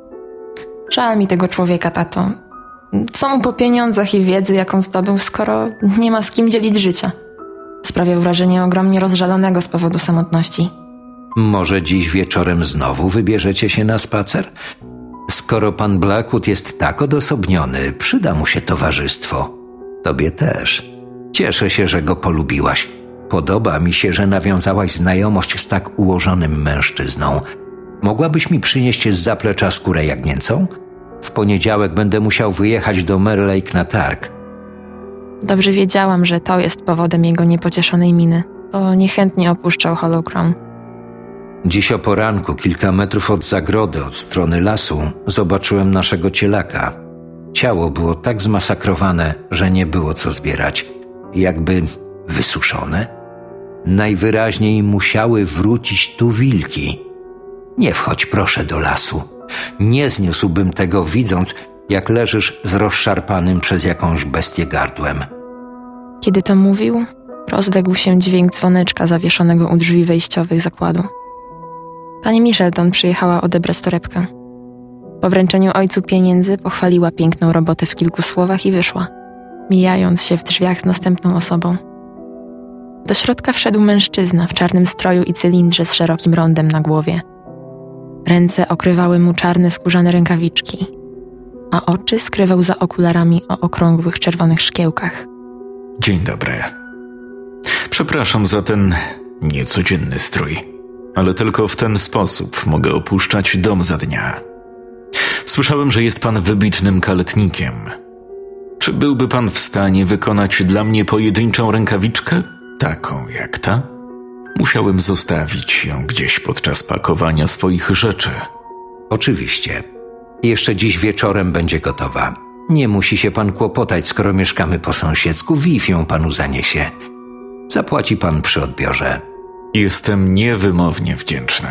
Żal mi tego człowieka, tato. Co mu po pieniądzach i wiedzy, jaką zdobył, skoro nie ma z kim dzielić życia? Sprawiał wrażenie ogromnie rozżalonego z powodu samotności. Może dziś wieczorem znowu wybierzecie się na spacer? Skoro pan Blackwood jest tak odosobniony, przyda mu się towarzystwo. Tobie też. Cieszę się, że go polubiłaś. Podoba mi się, że nawiązałaś znajomość z tak ułożonym mężczyzną. Mogłabyś mi przynieść z zaplecza skórę jagnięcą? W poniedziałek będę musiał wyjechać do Mare Lake na targ. Dobrze wiedziałam, że to jest powodem jego niepocieszonej miny, bo niechętnie opuszczał Hollow Crown. Dziś o poranku, kilka metrów od zagrody, od strony lasu, zobaczyłem naszego cielaka. Ciało było tak zmasakrowane, że nie było co zbierać. Jakby wysuszone. Najwyraźniej musiały wrócić tu wilki. Nie wchodź proszę do lasu. Nie zniósłbym tego, widząc, jak leżysz z rozszarpanym przez jakąś bestię gardłem. Kiedy to mówił, rozległ się dźwięk dzwoneczka zawieszonego u drzwi wejściowych zakładu. Pani Michelton przyjechała odebrać torebkę. Po wręczeniu ojcu pieniędzy pochwaliła piękną robotę w kilku słowach i wyszła, mijając się w drzwiach z następną osobą. Do środka wszedł mężczyzna w czarnym stroju i cylindrze z szerokim rondem na głowie. Ręce okrywały mu czarne skórzane rękawiczki, a oczy skrywał za okularami o okrągłych czerwonych szkiełkach. Dzień dobry. Przepraszam za ten niecodzienny strój, ale tylko w ten sposób mogę opuszczać dom za dnia. Słyszałem, że jest pan wybitnym kaletnikiem. Czy byłby pan w stanie wykonać dla mnie pojedynczą rękawiczkę, taką jak ta? Musiałem zostawić ją gdzieś podczas pakowania swoich rzeczy. Oczywiście. Jeszcze dziś wieczorem będzie gotowa. Nie musi się pan kłopotać, skoro mieszkamy po sąsiedzku. Viv ją panu zaniesie. Zapłaci pan przy odbiorze. Jestem niewymownie wdzięczny.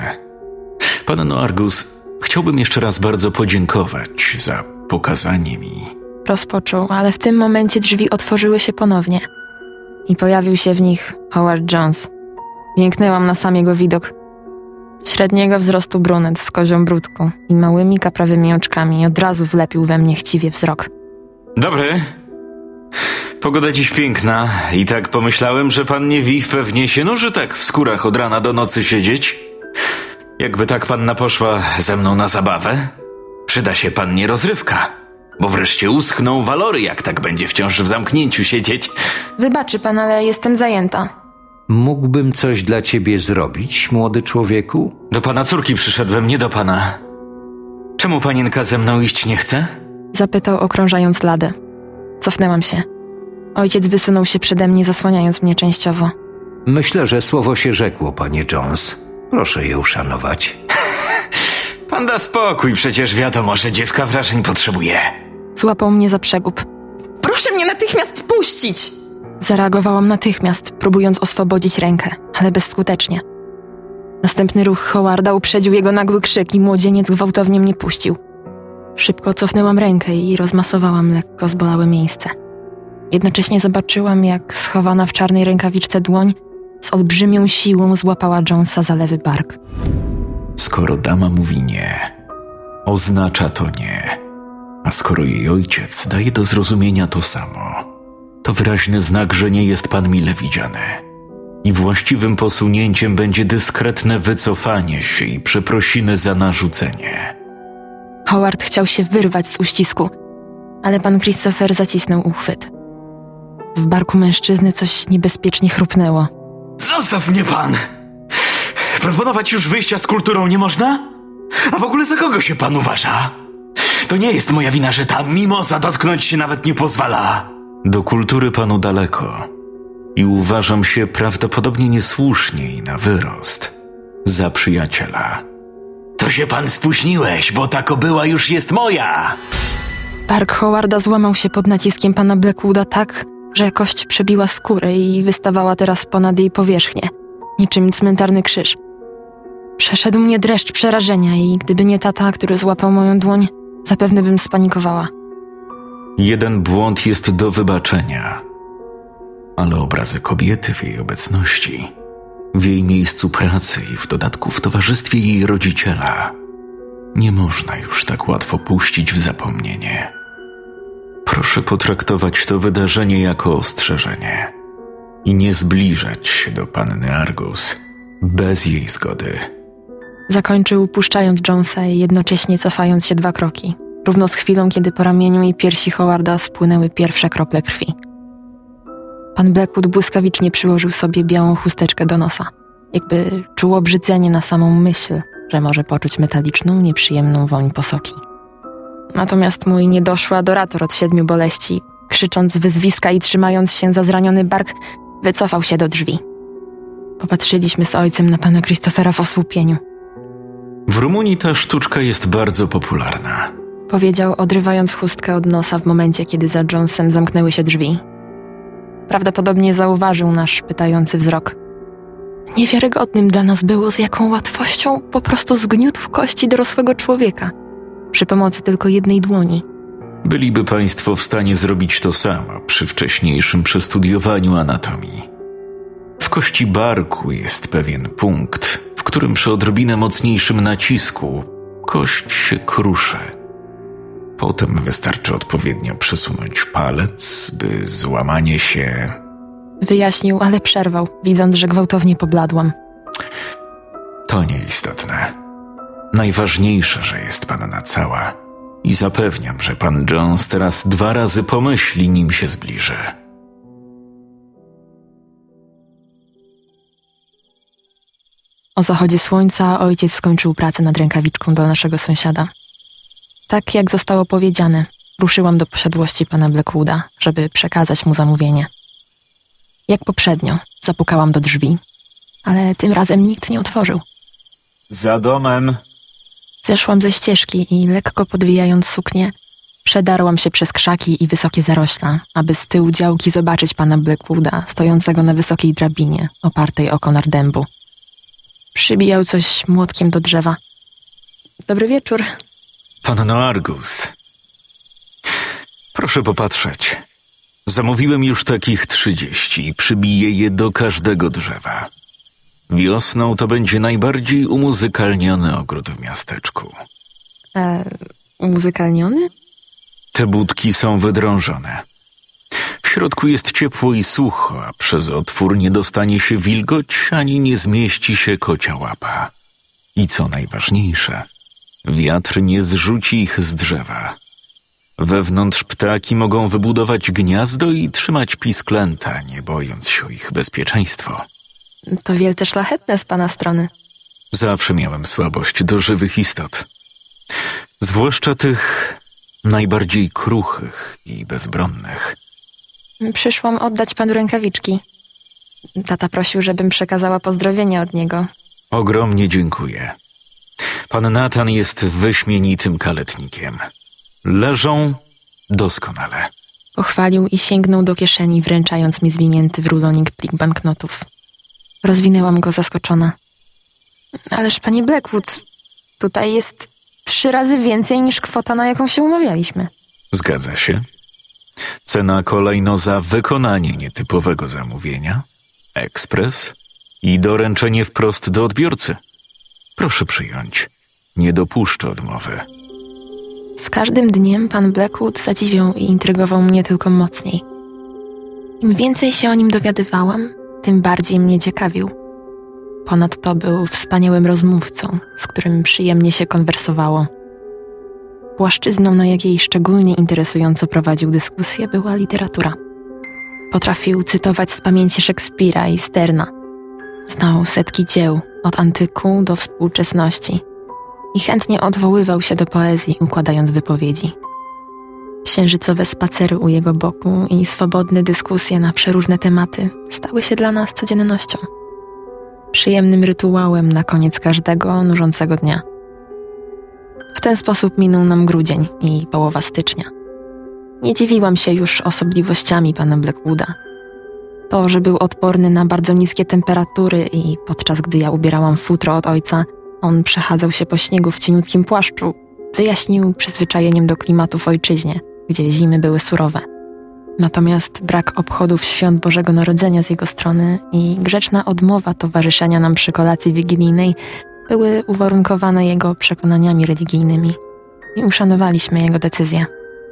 Panno Argus, chciałbym jeszcze raz bardzo podziękować za pokazanie mi. Rozpoczął, ale w tym momencie drzwi otworzyły się ponownie i pojawił się w nich Howard Jones. Jęknęłam na sam jego widok. Średniego wzrostu brunet z kozią brudką i małymi kaprawymi oczkami od razu wlepił we mnie chciwie wzrok. Dobry. Pogoda dziś piękna i tak pomyślałem, że pannie Viv pewnie się nuży tak w skórach od rana do nocy siedzieć. Jakby tak panna poszła ze mną na zabawę, przyda się pannie rozrywka, bo wreszcie uschną walory, jak tak będzie wciąż w zamknięciu siedzieć. Wybaczy pan, ale jestem zajęta. Mógłbym coś dla ciebie zrobić, młody człowieku? Do pana córki przyszedłem, nie do pana. Czemu panienka ze mną iść nie chce? Zapytał, okrążając ladę. Cofnęłam się. Ojciec wysunął się przede mnie, zasłaniając mnie częściowo. Myślę, że słowo się rzekło, panie Jones. Proszę je uszanować. Pan da spokój, przecież wiadomo, że dziewka wrażeń potrzebuje. Złapał mnie za przegub. Proszę mnie natychmiast puścić! Zareagowałam natychmiast, próbując oswobodzić rękę, ale bezskutecznie. Następny ruch Howarda uprzedził jego nagły krzyk i młodzieniec gwałtownie mnie puścił. Szybko cofnęłam rękę i rozmasowałam lekko zbolałe miejsce. Jednocześnie zobaczyłam, jak schowana w czarnej rękawiczce dłoń z olbrzymią siłą złapała Jonesa za lewy bark. Skoro dama mówi nie, oznacza to nie. A skoro jej ojciec daje do zrozumienia to samo, to wyraźny znak, że nie jest pan mile widziany. I właściwym posunięciem będzie dyskretne wycofanie się i przeprosiny za narzucenie. Howard chciał się wyrwać z uścisku, ale pan Christopher zacisnął uchwyt. W barku mężczyzny coś niebezpiecznie chrupnęło. Zostaw mnie pan! Proponować już wyjścia z kulturą nie można? A w ogóle za kogo się pan uważa? To nie jest moja wina, że ta mimoza dotknąć się nawet nie pozwala. Do kultury panu daleko. I uważam się prawdopodobnie niesłusznie i na wyrost. Za przyjaciela. To się pan spóźniłeś, bo ta kobyła już jest moja! Bark Howarda złamał się pod naciskiem pana Blackwooda tak, że kość przebiła skórę i wystawała teraz ponad jej powierzchnię, niczym cmentarny krzyż. Przeszedł mnie dreszcz przerażenia i gdyby nie tata, który złapał moją dłoń, zapewne bym spanikowała. Jeden błąd jest do wybaczenia, ale obrazy kobiety w jej obecności, w jej miejscu pracy i w dodatku w towarzystwie jej rodziciela, nie można już tak łatwo puścić w zapomnienie. Proszę potraktować to wydarzenie jako ostrzeżenie i nie zbliżać się do panny Argus bez jej zgody. Zakończył, puszczając Jonesa i jednocześnie cofając się 2 kroki, równo z chwilą, kiedy po ramieniu i piersi Howarda spłynęły pierwsze krople krwi. Pan Blackwood błyskawicznie przyłożył sobie białą chusteczkę do nosa, jakby czuł obrzydzenie na samą myśl, że może poczuć metaliczną, nieprzyjemną woń posoki. Natomiast mój niedoszły adorator od 7 boleści, krzycząc wyzwiska i trzymając się za zraniony bark, wycofał się do drzwi. Popatrzyliśmy z ojcem na pana Christophera w osłupieniu. W Rumunii ta sztuczka jest bardzo popularna. Powiedział, odrywając chustkę od nosa w momencie, kiedy za Jonesem zamknęły się drzwi. Prawdopodobnie zauważył nasz pytający wzrok. Niewiarygodnym dla nas było, z jaką łatwością po prostu zgniótł kości dorosłego człowieka, przy pomocy tylko jednej dłoni. Byliby państwo w stanie zrobić to samo przy wcześniejszym przestudiowaniu anatomii. W kości barku jest pewien punkt, w którym przy odrobinę mocniejszym nacisku kość się kruszy. Potem wystarczy odpowiednio przesunąć palec, by złamanie się... Wyjaśnił, ale przerwał, widząc, że gwałtownie pobladłam. To nieistotne. Najważniejsze, że jest panna cała i zapewniam, że pan Jones teraz 2 razy pomyśli, nim się zbliży. O zachodzie słońca ojciec skończył pracę nad rękawiczką dla naszego sąsiada. Tak jak zostało powiedziane, ruszyłam do posiadłości pana Blackwooda, żeby przekazać mu zamówienie. Jak poprzednio, zapukałam do drzwi, ale tym razem nikt nie otworzył. Za domem. Zeszłam ze ścieżki i lekko podwijając suknię, przedarłam się przez krzaki i wysokie zarośla, aby z tyłu działki zobaczyć pana Blackwooda stojącego na wysokiej drabinie, opartej o konar dębu. Przybijał coś młotkiem do drzewa. Dobry wieczór. Panno Argus. Proszę popatrzeć. Zamówiłem już takich 30 i przybiję je do każdego drzewa. Wiosną to będzie najbardziej umuzykalniony ogród w miasteczku. Umuzykalniony? Te budki są wydrążone. W środku jest ciepło i sucho, a przez otwór nie dostanie się wilgoć, ani nie zmieści się kocia łapa. I co najważniejsze, wiatr nie zrzuci ich z drzewa. Wewnątrz ptaki mogą wybudować gniazdo i trzymać pisklęta, nie bojąc się o ich bezpieczeństwo. To wielce szlachetne z pana strony. Zawsze miałem słabość do żywych istot. Zwłaszcza tych najbardziej kruchych i bezbronnych. Przyszłam oddać panu rękawiczki. Tata prosił, żebym przekazała pozdrowienia od niego. Ogromnie dziękuję. Pan Nathan jest wyśmienitym kaletnikiem. Leżą doskonale. Pochwalił i sięgnął do kieszeni, wręczając mi zwinięty w rulonik plik banknotów. Rozwinęłam go zaskoczona. Ależ pani Blackwood, tutaj jest 3 razy więcej niż kwota, na jaką się umawialiśmy. Zgadza się. Cena kolejno za wykonanie nietypowego zamówienia, ekspres i doręczenie wprost do odbiorcy. Proszę przyjąć. Nie dopuszczę odmowy. Z każdym dniem pan Blackwood zadziwiał i intrygował mnie tylko mocniej. Im więcej się o nim dowiadywałam, tym bardziej mnie ciekawił. Ponadto był wspaniałym rozmówcą, z którym przyjemnie się konwersowało. Płaszczyzną, na jakiej szczególnie interesująco prowadził dyskusję, była literatura. Potrafił cytować z pamięci Szekspira i Sterna. Znał setki dzieł, od antyku do współczesności i chętnie odwoływał się do poezji, układając wypowiedzi. Księżycowe spacery u jego boku i swobodne dyskusje na przeróżne tematy stały się dla nas codziennością. Przyjemnym rytuałem na koniec każdego nużącego dnia. W ten sposób minął nam grudzień i połowa stycznia. Nie dziwiłam się już osobliwościami pana Blackwooda. To, że był odporny na bardzo niskie temperatury i podczas gdy ja ubierałam futro od ojca, on przechadzał się po śniegu w cieniutkim płaszczu, wyjaśnił przyzwyczajeniem do klimatu w ojczyźnie, gdzie zimy były surowe. Natomiast brak obchodów świąt Bożego Narodzenia z jego strony i grzeczna odmowa towarzyszenia nam przy kolacji wigilijnej były uwarunkowane jego przekonaniami religijnymi i uszanowaliśmy jego decyzję.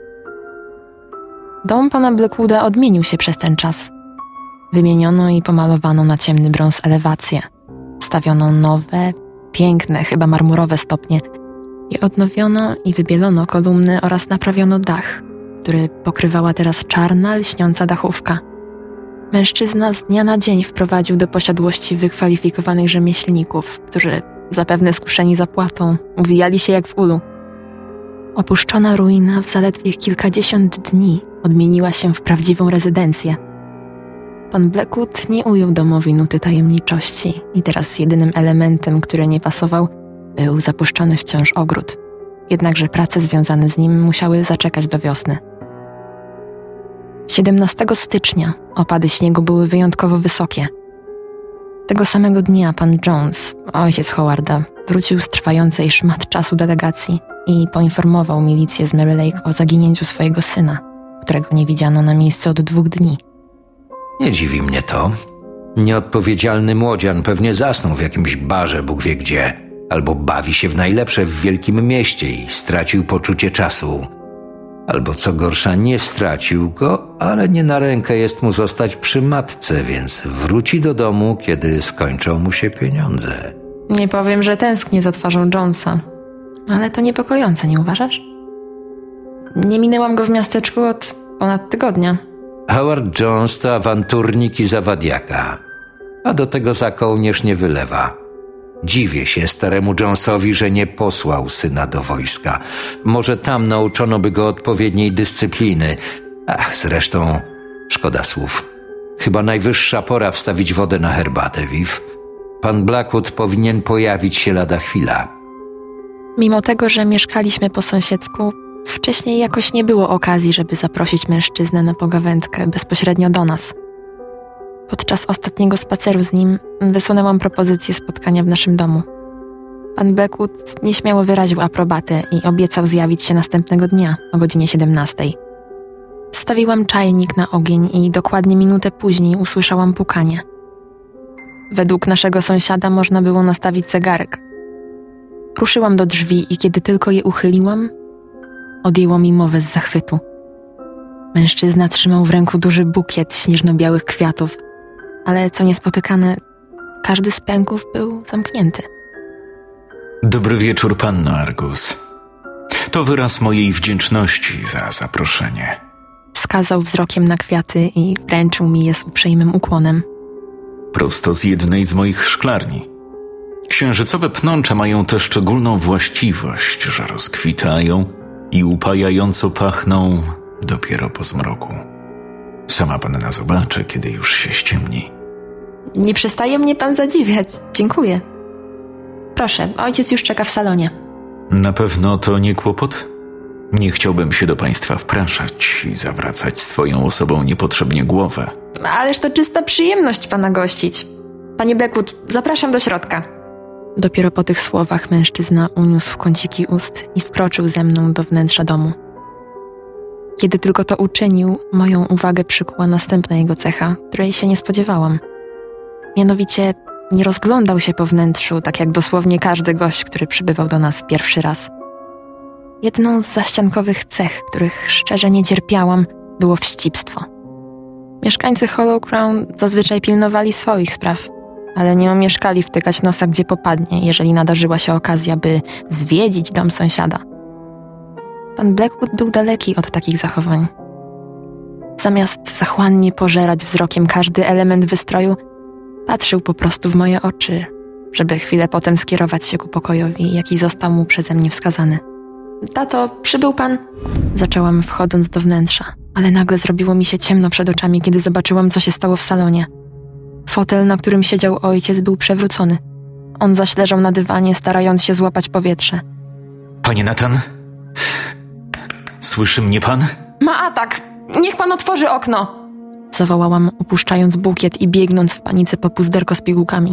Dom pana Blackwooda odmienił się przez ten czas. Wymieniono i pomalowano na ciemny brąz elewacje. Stawiono nowe, piękne, chyba marmurowe stopnie i odnowiono i wybielono kolumny oraz naprawiono dach, który pokrywała teraz czarna, lśniąca dachówka. Mężczyzna z dnia na dzień wprowadził do posiadłości wykwalifikowanych rzemieślników, którzy, zapewne skuszeni zapłatą, uwijali się jak w ulu. Opuszczona ruina w zaledwie kilkadziesiąt dni odmieniła się w prawdziwą rezydencję. Pan Blackwood nie ujął domowi nuty tajemniczości i teraz jedynym elementem, który nie pasował, był zapuszczony wciąż ogród. Jednakże prace związane z nim musiały zaczekać do wiosny. 17 stycznia opady śniegu były wyjątkowo wysokie. Tego samego dnia pan Jones, ojciec Howarda, wrócił z trwającej szmat czasu delegacji i poinformował milicję z Mary Lake o zaginięciu swojego syna, którego nie widziano na miejscu od 2 dni. Nie dziwi mnie to. Nieodpowiedzialny młodzian pewnie zasnął w jakimś barze Bóg wie gdzie, albo bawi się w najlepsze w wielkim mieście i stracił poczucie czasu. Albo co gorsza, nie stracił go, ale nie na rękę jest mu zostać przy matce, więc wróci do domu, kiedy skończą mu się pieniądze. Nie powiem, że tęsknię za twarzą Jonesa, ale to niepokojące, nie uważasz? Nie minęłam go w miasteczku od ponad tygodnia. Howard Jones to awanturnik i zawadiaka, a do tego za kołnierz nie wylewa. Dziwię się staremu Jonesowi, że nie posłał syna do wojska. Może tam nauczono by go odpowiedniej dyscypliny. Zresztą szkoda słów. Chyba najwyższa pora wstawić wodę na herbatę, Viv. Pan Blackwood powinien pojawić się lada chwila. Mimo tego, że mieszkaliśmy po sąsiedzku, wcześniej jakoś nie było okazji, żeby zaprosić mężczyznę na pogawędkę bezpośrednio do nas. Podczas ostatniego spaceru z nim wysunęłam propozycję spotkania w naszym domu. Pan Blackwood nieśmiało wyraził aprobatę i obiecał zjawić się następnego dnia o godzinie 17. Wstawiłam czajnik na ogień i dokładnie minutę później usłyszałam pukanie. Według naszego sąsiada można było nastawić zegarek. Ruszyłam do drzwi i kiedy tylko je uchyliłam, odjęło mi mowę z zachwytu. Mężczyzna trzymał w ręku duży bukiet śnieżno-białych kwiatów, ale co niespotykane, każdy z pęków był zamknięty. Dobry wieczór, panno Argus. To wyraz mojej wdzięczności za zaproszenie. Wskazał wzrokiem na kwiaty i wręczył mi je z uprzejmym ukłonem. Prosto z jednej z moich szklarni. Księżycowe pnącza mają tę szczególną właściwość, że rozkwitają i upajająco pachną dopiero po zmroku. Sama panna zobaczy, kiedy już się ściemni. Nie przestaje mnie pan zadziwiać. Dziękuję. Proszę, ojciec już czeka w salonie. Na pewno to nie kłopot? Nie chciałbym się do państwa wpraszać i zawracać swoją osobą niepotrzebnie głowę. Ależ to czysta przyjemność pana gościć. Panie Blackwood, zapraszam do środka. Dopiero po tych słowach mężczyzna uniósł kąciki ust i wkroczył ze mną do wnętrza domu. Kiedy tylko to uczynił, moją uwagę przykuła następna jego cecha, której się nie spodziewałam. Mianowicie nie rozglądał się po wnętrzu, tak jak dosłownie każdy gość, który przybywał do nas pierwszy raz. Jedną z zaściankowych cech, których szczerze nie cierpiałam, było wścibstwo. Mieszkańcy Hollow Crown zazwyczaj pilnowali swoich spraw, ale nie omieszkali wtykać nosa gdzie popadnie, jeżeli nadarzyła się okazja, by zwiedzić dom sąsiada. Pan Blackwood był daleki od takich zachowań. Zamiast zachłannie pożerać wzrokiem każdy element wystroju, patrzył po prostu w moje oczy, żeby chwilę potem skierować się ku pokojowi, jaki został mu przeze mnie wskazany. Tato, przybył pan? Zaczęłam, wchodząc do wnętrza, ale nagle zrobiło mi się ciemno przed oczami, kiedy zobaczyłam, co się stało w salonie. Fotel, na którym siedział ojciec, był przewrócony. On zaś leżał na dywanie, starając się złapać powietrze. Panie Nathan? Słyszy mnie pan? Ma atak! Niech pan otworzy okno! Zawołałam, opuszczając bukiet i biegnąc w panice po puzderko z pigułkami.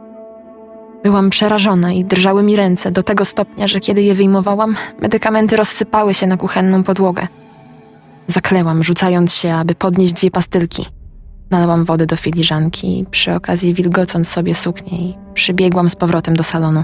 Byłam przerażona i drżały mi ręce do tego stopnia, że kiedy je wyjmowałam, medykamenty rozsypały się na kuchenną podłogę. Zaklełam, rzucając się, aby podnieść 2 pastylki. Nalałam wody do filiżanki, przy okazji wilgocąc sobie suknię i przybiegłam z powrotem do salonu.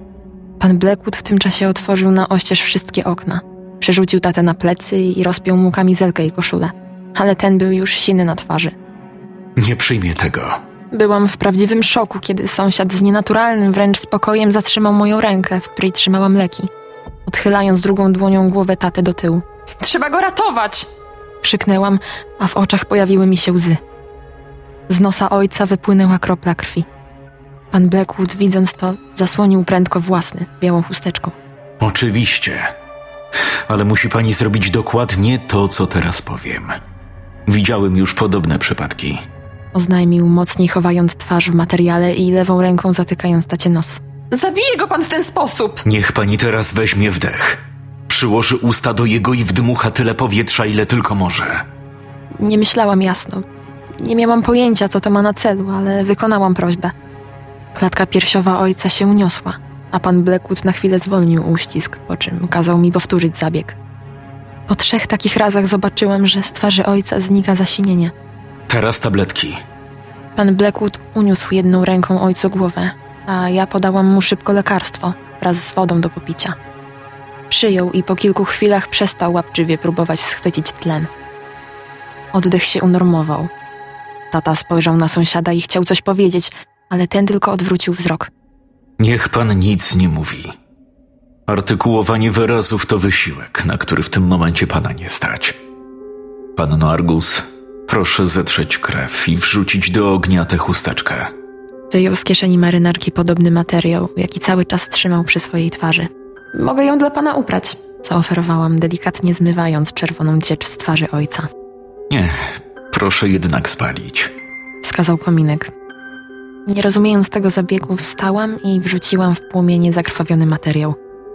Pan Blackwood w tym czasie otworzył na oścież wszystkie okna. Przerzucił tatę na plecy i rozpiął mu kamizelkę i koszulę. Ale ten był już siny na twarzy. Nie przyjmie tego. Byłam w prawdziwym szoku, kiedy sąsiad z nienaturalnym wręcz spokojem zatrzymał moją rękę, w której trzymałam leki, odchylając drugą dłonią głowę taty do tyłu. Trzeba go ratować! Krzyknęłam, a w oczach pojawiły mi się łzy. Z nosa ojca wypłynęła kropla krwi. Pan Blackwood, widząc to, zasłonił prędko własny, białą chusteczką. Oczywiście. Ale musi pani zrobić dokładnie to, co teraz powiem. Widziałem już podobne przypadki. Oznajmił, mocniej chowając twarz w materiale i lewą ręką zatykając tacie nos. Zabije go pan w ten sposób! Niech pani teraz weźmie wdech. Przyłoży usta do jego i wdmucha tyle powietrza, ile tylko może. Nie myślałam jasno. Nie miałam pojęcia, co to ma na celu, ale wykonałam prośbę. Klatka piersiowa ojca się uniosła, a pan Blackwood na chwilę zwolnił uścisk, po czym kazał mi powtórzyć zabieg. Po 3 takich razach zobaczyłam, że z twarzy ojca znika zasinienie. Teraz tabletki. Pan Blackwood uniósł jedną ręką ojcu głowę, a ja podałam mu szybko lekarstwo wraz z wodą do popicia. Przyjął i po kilku chwilach przestał łapczywie próbować schwycić tlen. Oddech się unormował. Tata spojrzał na sąsiada i chciał coś powiedzieć, ale ten tylko odwrócił wzrok. Niech pan nic nie mówi. Artykułowanie wyrazów to wysiłek, na który w tym momencie pana nie stać. Panno Argus, proszę zetrzeć krew i wrzucić do ognia tę chusteczkę. Wyjął z kieszeni marynarki podobny materiał, jaki cały czas trzymał przy swojej twarzy. Mogę ją dla pana uprać, zaoferowałam, delikatnie zmywając czerwoną dziecz z twarzy ojca. Nie, proszę jednak spalić. Wskazał kominek. Nie rozumiejąc tego zabiegu, wstałam i wrzuciłam w płomienie zakrwawiony materiał.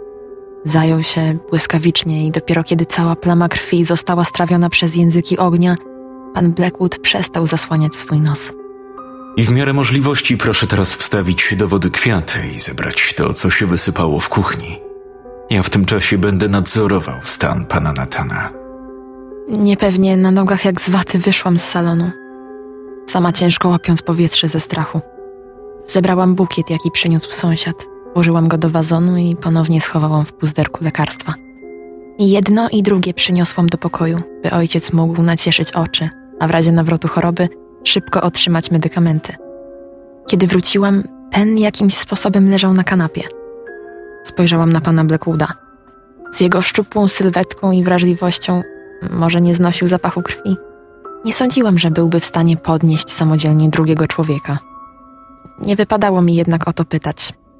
Zajął się błyskawicznie i dopiero kiedy cała plama krwi została strawiona przez języki ognia, pan Blackwood przestał zasłaniać swój nos. I w miarę możliwości proszę teraz wstawić do wody kwiaty i zebrać to, co się wysypało w kuchni. Ja w tym czasie będę nadzorował stan pana Nathana. Niepewnie na nogach jak z waty wyszłam z salonu, sama ciężko łapiąc powietrze ze strachu. Zebrałam bukiet, jaki przyniósł sąsiad, włożyłam go do wazonu i ponownie schowałam w puzderku lekarstwa. I jedno i drugie przyniosłam do pokoju, by ojciec mógł nacieszyć oczy, a w razie nawrotu choroby szybko otrzymać medykamenty. Kiedy wróciłam, ten jakimś sposobem leżał na kanapie. Spojrzałam na pana Blackwooda. Z jego szczupłą sylwetką i wrażliwością może nie znosił zapachu krwi. Nie sądziłam, że byłby w stanie podnieść samodzielnie drugiego człowieka. Nie wypadało mi jednak o to pytać.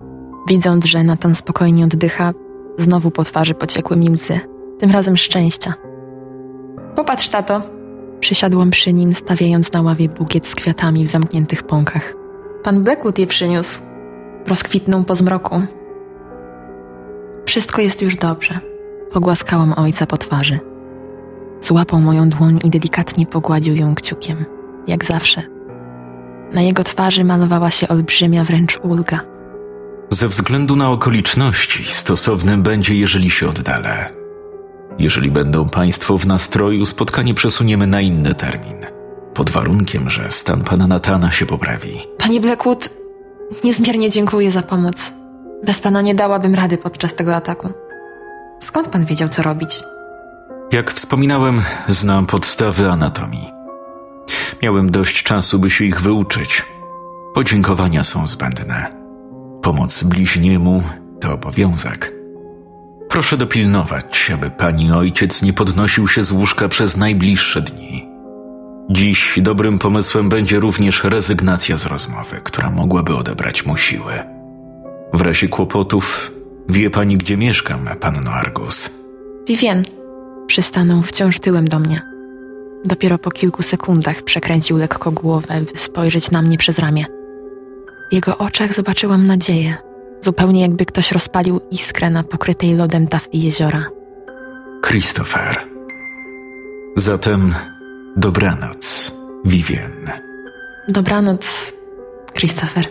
Widząc, że Nathan spokojnie oddycha, znowu po twarzy pociekły mi łzy, tym razem szczęścia. Popatrz, tato. Przysiadłam przy nim, stawiając na ławie bukiet z kwiatami w zamkniętych pąkach. Pan Blackwood je przyniósł. Rozkwitnął po zmroku. Wszystko jest już dobrze. Pogłaskałam ojca po twarzy. Złapał moją dłoń i delikatnie pogładził ją kciukiem, jak zawsze. Na jego twarzy malowała się olbrzymia wręcz ulga. Ze względu na okoliczności stosownym będzie, jeżeli się oddalę. Jeżeli będą państwo w nastroju, spotkanie przesuniemy na inny termin. Pod warunkiem, że stan pana Nathana się poprawi. Panie Blackwood, niezmiernie dziękuję za pomoc. Bez pana nie dałabym rady podczas tego ataku. Skąd pan wiedział, co robić? Jak wspominałem, znam podstawy anatomii. Miałem dość czasu, by się ich wyuczyć. Podziękowania są zbędne. Pomoc bliźniemu to obowiązek. Proszę dopilnować, aby pani ojciec nie podnosił się z łóżka przez najbliższe dni. Dziś dobrym pomysłem będzie również rezygnacja z rozmowy, która mogłaby odebrać mu siły. W razie kłopotów wie pani, gdzie mieszkam, panno Argus. Vivien. Przystanął wciąż tyłem do mnie. Dopiero po kilku sekundach przekręcił lekko głowę, by spojrzeć na mnie przez ramię. W jego oczach zobaczyłam nadzieję, zupełnie jakby ktoś rozpalił iskrę na pokrytej lodem tafli jeziora. Christopher. Zatem dobranoc, Vivien. Dobranoc, Christopher.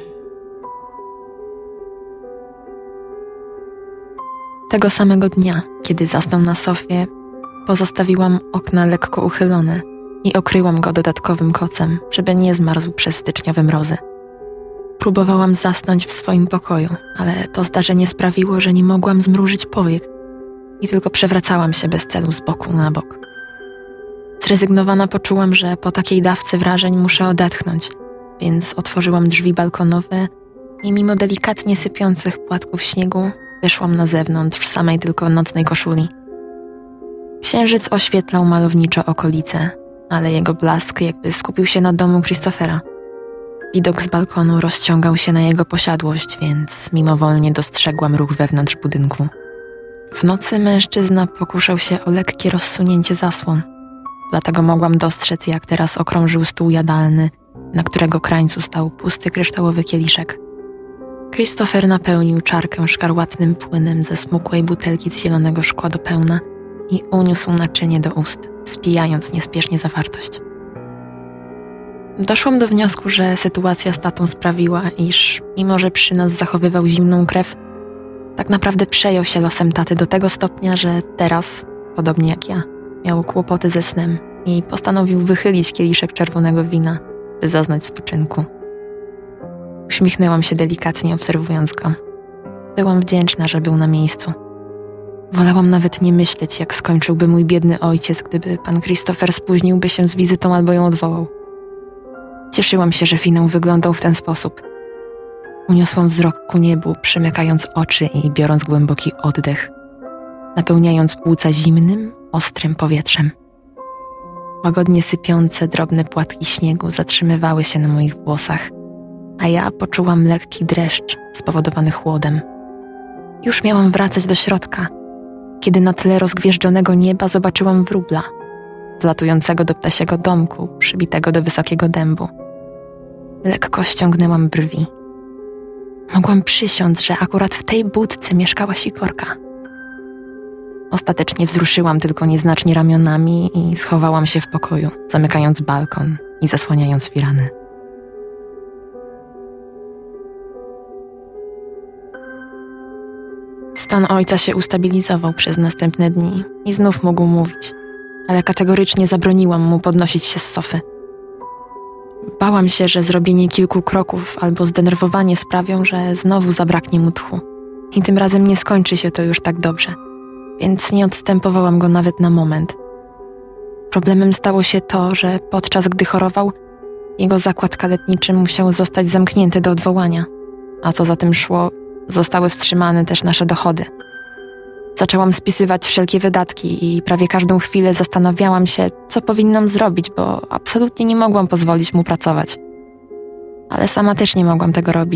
Tego samego dnia, kiedy zasnął na sofie, pozostawiłam okna lekko uchylone i okryłam go dodatkowym kocem, żeby nie zmarzł przez styczniowe mrozy. Próbowałam zasnąć w swoim pokoju, ale to zdarzenie sprawiło, że nie mogłam zmrużyć powiek i tylko przewracałam się bez celu z boku na bok. Zrezygnowana poczułam, że po takiej dawce wrażeń muszę odetchnąć, więc otworzyłam drzwi balkonowe i mimo delikatnie sypiących płatków śniegu wyszłam na zewnątrz w samej tylko nocnej koszuli. Księżyc oświetlał malowniczo okolice, ale jego blask jakby skupił się na domu Christophera. Widok z balkonu rozciągał się na jego posiadłość, więc mimowolnie dostrzegłam ruch wewnątrz budynku. W nocy mężczyzna pokuszał się o lekkie rozsunięcie zasłon, dlatego mogłam dostrzec, jak teraz okrążył stół jadalny, na którego krańcu stał pusty kryształowy kieliszek. Christopher napełnił czarkę szkarłatnym płynem ze smukłej butelki z zielonego szkła do pełna i uniósł naczynie do ust, spijając niespiesznie zawartość. Doszłam do wniosku, że sytuacja z tatą sprawiła, iż mimo że przy nas zachowywał zimną krew, tak naprawdę przejął się losem taty do tego stopnia, że teraz, podobnie jak ja, miał kłopoty ze snem i postanowił wychylić kieliszek czerwonego wina, by zaznać spoczynku. Uśmiechnęłam się delikatnie, obserwując go. Byłam wdzięczna, że był na miejscu. Wolałam nawet nie myśleć, jak skończyłby mój biedny ojciec, gdyby pan Christopher spóźniłby się z wizytą albo ją odwołał. Cieszyłam się, że finał wyglądał w ten sposób. Uniosłam wzrok ku niebu, przymykając oczy i biorąc głęboki oddech, napełniając płuca zimnym, ostrym powietrzem. Łagodnie sypiące, drobne płatki śniegu zatrzymywały się na moich włosach, a ja poczułam lekki dreszcz spowodowany chłodem. Już miałam wracać do środka, kiedy na tle rozgwieżdżonego nieba zobaczyłam wróbla, wlatującego do ptasiego domku, przybitego do wysokiego dębu. Lekko ściągnęłam brwi. Mogłam przysiąc, że akurat w tej budce mieszkała sikorka. Ostatecznie wzruszyłam tylko nieznacznie ramionami i schowałam się w pokoju, zamykając balkon i zasłaniając firany. Stan ojca się ustabilizował przez następne dni i znów mógł mówić, ale kategorycznie zabroniłam mu podnosić się z sofy. Bałam się, że zrobienie kilku kroków albo zdenerwowanie sprawią, że znowu zabraknie mu tchu i tym razem nie skończy się to już tak dobrze, więc nie odstępowałam go nawet na moment. Problemem stało się to, że podczas gdy chorował, jego zakład kaletniczy musiał zostać zamknięty do odwołania, a co za tym szło, zostały wstrzymane też nasze dochody. Zaczęłam spisywać wszelkie wydatki i prawie każdą chwilę zastanawiałam się, co powinnam zrobić, bo absolutnie nie mogłam pozwolić mu pracować. Ale sama też nie mogłam tego robić,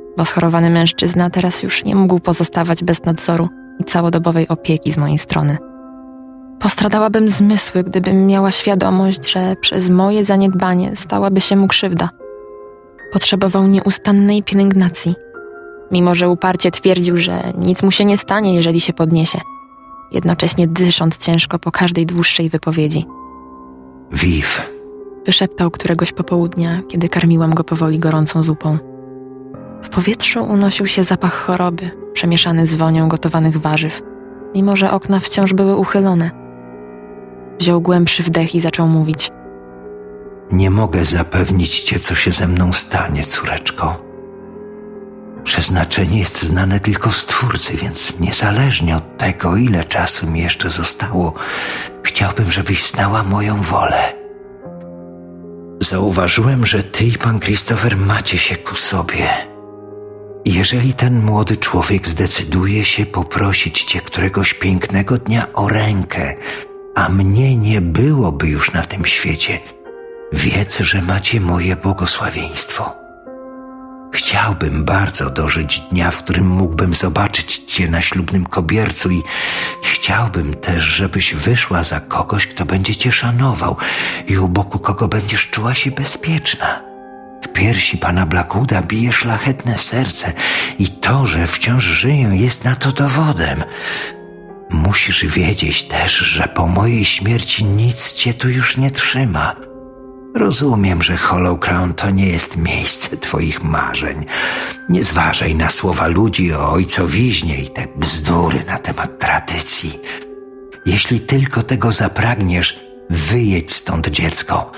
bo schorowany mężczyzna teraz już nie mógł pozostawać bez nadzoru i całodobowej opieki z mojej strony. Postradałabym zmysły, gdybym miała świadomość, że przez moje zaniedbanie stałaby się mu krzywda. Potrzebował nieustannej pielęgnacji, mimo że uparcie twierdził, że nic mu się nie stanie, jeżeli się podniesie, jednocześnie dysząc ciężko po każdej dłuższej wypowiedzi. Viv, wyszeptał któregoś popołudnia, kiedy karmiłam go powoli gorącą zupą. W powietrzu unosił się zapach choroby, przemieszany z wonią gotowanych warzyw, mimo że okna wciąż były uchylone. Wziął głębszy wdech i zaczął mówić. Nie mogę zapewnić cię, co się ze mną stanie, córeczko. Przeznaczenie jest znane tylko Stwórcy, więc niezależnie od tego, ile czasu mi jeszcze zostało, chciałbym, żebyś znała moją wolę. Zauważyłem, że ty i pan Christopher macie się ku sobie. Jeżeli ten młody człowiek zdecyduje się poprosić cię któregoś pięknego dnia o rękę, a mnie nie byłoby już na tym świecie, wiedz, że macie moje błogosławieństwo. Chciałbym bardzo dożyć dnia, w którym mógłbym zobaczyć cię na ślubnym kobiercu i chciałbym też, żebyś wyszła za kogoś, kto będzie cię szanował i u boku kogo będziesz czuła się bezpieczna. W piersi pana Blackwooda bije szlachetne serce i to, że wciąż żyję, jest na to dowodem. Musisz wiedzieć też, że po mojej śmierci nic cię tu już nie trzyma. Rozumiem, że Hollow Crown to nie jest miejsce twoich marzeń. Nie zważaj na słowa ludzi o ojcowiźnie i te bzdury na temat tradycji. Jeśli tylko tego zapragniesz, wyjedź stąd, dziecko.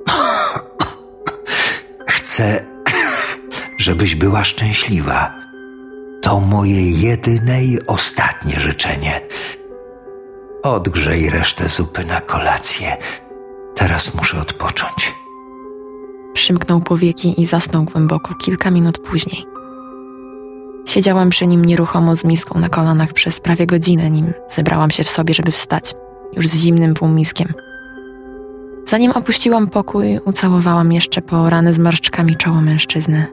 Chcę, żebyś była szczęśliwa. To moje jedyne i ostatnie życzenie. Odgrzej resztę zupy na kolację. Teraz muszę odpocząć. Przymknął powieki i zasnął głęboko kilka minut później. Siedziałam przy nim nieruchomo z miską na kolanach przez prawie godzinę, nim zebrałam się w sobie, żeby wstać, już z zimnym półmiskiem. Zanim opuściłam pokój, ucałowałam jeszcze poorane zmarszczkami czoło mężczyzny.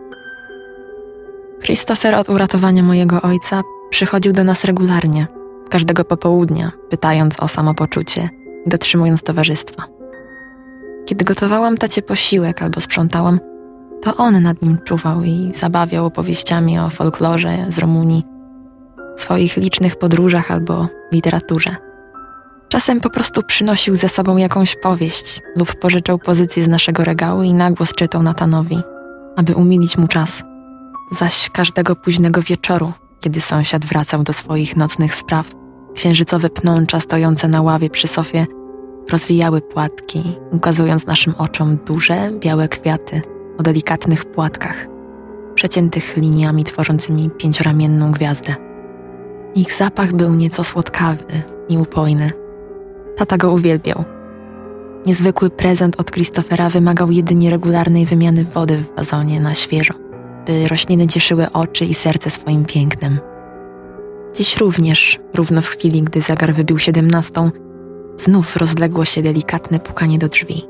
Christopher od uratowania mojego ojca przychodził do nas regularnie, każdego popołudnia, pytając o samopoczucie i dotrzymując towarzystwa. Kiedy gotowałam tacie posiłek albo sprzątałam, to on nad nim czuwał i zabawiał opowieściami o folklorze z Rumunii, swoich licznych podróżach albo literaturze. Czasem po prostu przynosił ze sobą jakąś powieść lub pożyczał pozycję z naszego regału i na głos czytał Nathanowi, aby umilić mu czas. Zaś każdego późnego wieczoru, kiedy sąsiad wracał do swoich nocnych spraw, księżycowe pnącza stojące na ławie przy sofie rozwijały płatki, ukazując naszym oczom duże, białe kwiaty o delikatnych płatkach, przeciętych liniami tworzącymi pięcioramienną gwiazdę. Ich zapach był nieco słodkawy i upojny. Tata go uwielbiał. Niezwykły prezent od Christophera wymagał jedynie regularnej wymiany wody w wazonie na świeżo, by rośliny cieszyły oczy i serce swoim pięknem. Dziś również, równo w chwili, gdy zegar wybił 17, znów rozległo się delikatne pukanie do drzwi.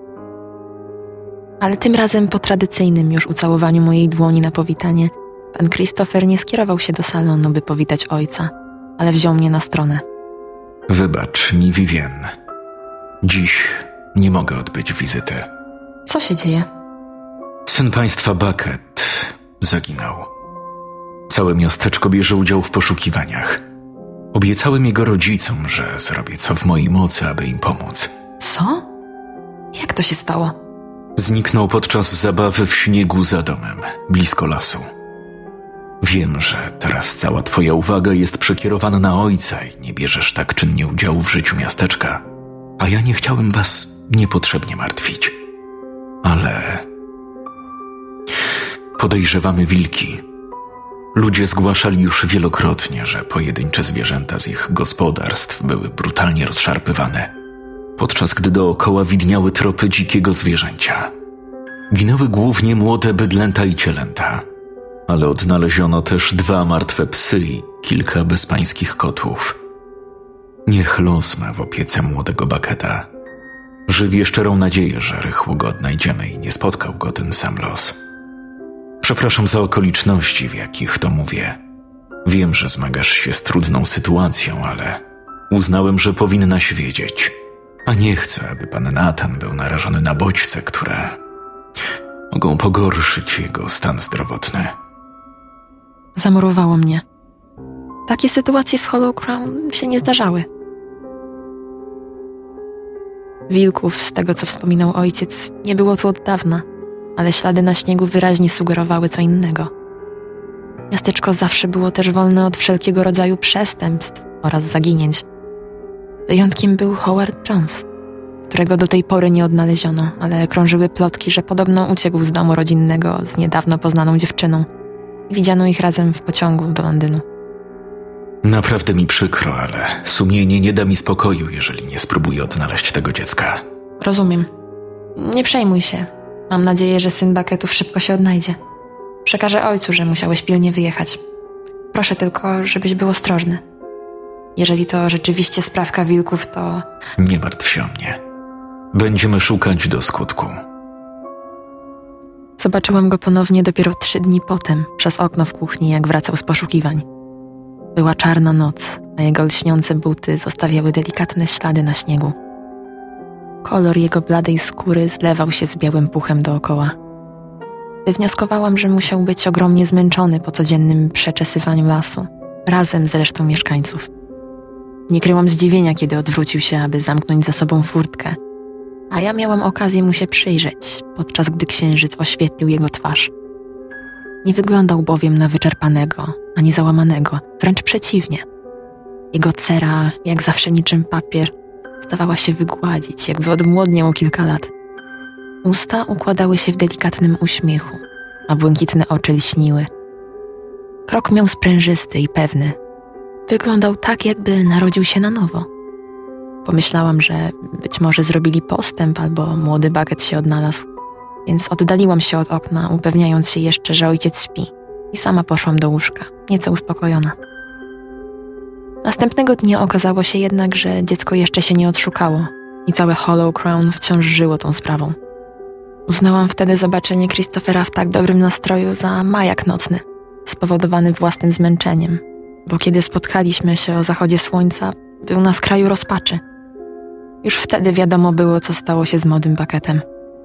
Ale tym razem po tradycyjnym już ucałowaniu mojej dłoni na powitanie, pan Christopher nie skierował się do salonu, by powitać ojca, ale wziął mnie na stronę. Wybacz mi, Vivien. Dziś nie mogę odbyć wizyty. Co się dzieje? Syn państwa Bucket zaginął. Całe miasteczko bierze udział w poszukiwaniach. Obiecałem jego rodzicom, że zrobię co w mojej mocy, aby im pomóc. Co? Jak to się stało? Zniknął podczas zabawy w śniegu za domem, blisko lasu. Wiem, że teraz cała twoja uwaga jest przekierowana na ojca i nie bierzesz tak czynnie udziału w życiu miasteczka, a ja nie chciałem was niepotrzebnie martwić. Ale podejrzewamy wilki. Ludzie zgłaszali już wielokrotnie, że pojedyncze zwierzęta z ich gospodarstw były brutalnie rozszarpywane, podczas gdy dookoła widniały tropy dzikiego zwierzęcia. Ginęły głównie młode bydlęta i cielęta, ale odnaleziono też 2 martwe psy i kilka bezpańskich kotłów. Niech los ma w opiece młodego Bucketa. Żywię szczerą nadzieję, że rychło go odnajdziemy i nie spotkał go ten sam los. Przepraszam za okoliczności, w jakich to mówię. Wiem, że zmagasz się z trudną sytuacją, ale uznałem, że powinnaś wiedzieć. A nie chcę, aby pan Nathan był narażony na bodźce, które mogą pogorszyć jego stan zdrowotny. Zamurowało mnie. Takie sytuacje w Hollow Crown się nie zdarzały. Wilków, z tego co wspominał ojciec, nie było tu od dawna, ale ślady na śniegu wyraźnie sugerowały co innego. Miasteczko zawsze było też wolne od wszelkiego rodzaju przestępstw oraz zaginięć. Wyjątkiem był Howard Jones, którego do tej pory nie odnaleziono, ale krążyły plotki, że podobno uciekł z domu rodzinnego z niedawno poznaną dziewczyną i widziano ich razem w pociągu do Londynu. Naprawdę mi przykro, ale sumienie nie da mi spokoju, jeżeli nie spróbuję odnaleźć tego dziecka. Rozumiem. Nie przejmuj się. Mam nadzieję, że syn Bucketów szybko się odnajdzie. Przekażę ojcu, że musiałeś pilnie wyjechać. Proszę tylko, żebyś był ostrożny. Jeżeli to rzeczywiście sprawka wilków, to... Nie martw się o mnie. Będziemy szukać do skutku. Zobaczyłam go ponownie dopiero 3 dni potem, przez okno w kuchni, jak wracał z poszukiwań. Była czarna noc, a jego lśniące buty zostawiały delikatne ślady na śniegu. Kolor jego bladej skóry zlewał się z białym puchem dookoła. Wywnioskowałam, że musiał być ogromnie zmęczony po codziennym przeczesywaniu lasu, razem z resztą mieszkańców. Nie kryłam zdziwienia, kiedy odwrócił się, aby zamknąć za sobą furtkę, a ja miałam okazję mu się przyjrzeć, podczas gdy księżyc oświetlił jego twarz. Nie wyglądał bowiem na wyczerpanego, ani załamanego, wręcz przeciwnie. Jego cera, jak zawsze niczym papier, zdawała się wygładzić, jakby odmłodniał o kilka lat. Usta układały się w delikatnym uśmiechu, a błękitne oczy lśniły. Krok miał sprężysty i pewny. Wyglądał tak, jakby narodził się na nowo. Pomyślałam, że być może zrobili postęp albo młody Bucket się odnalazł, więc oddaliłam się od okna, upewniając się jeszcze, że ojciec śpi, i sama poszłam do łóżka, nieco uspokojona. Następnego dnia okazało się jednak, że dziecko jeszcze się nie odszukało i całe Hollow Crown wciąż żyło tą sprawą. Uznałam wtedy zobaczenie Christophera w tak dobrym nastroju za majak nocny, spowodowany własnym zmęczeniem, bo kiedy spotkaliśmy się o zachodzie słońca, był na skraju rozpaczy. Już wtedy wiadomo było, co stało się z młodym Bucketem.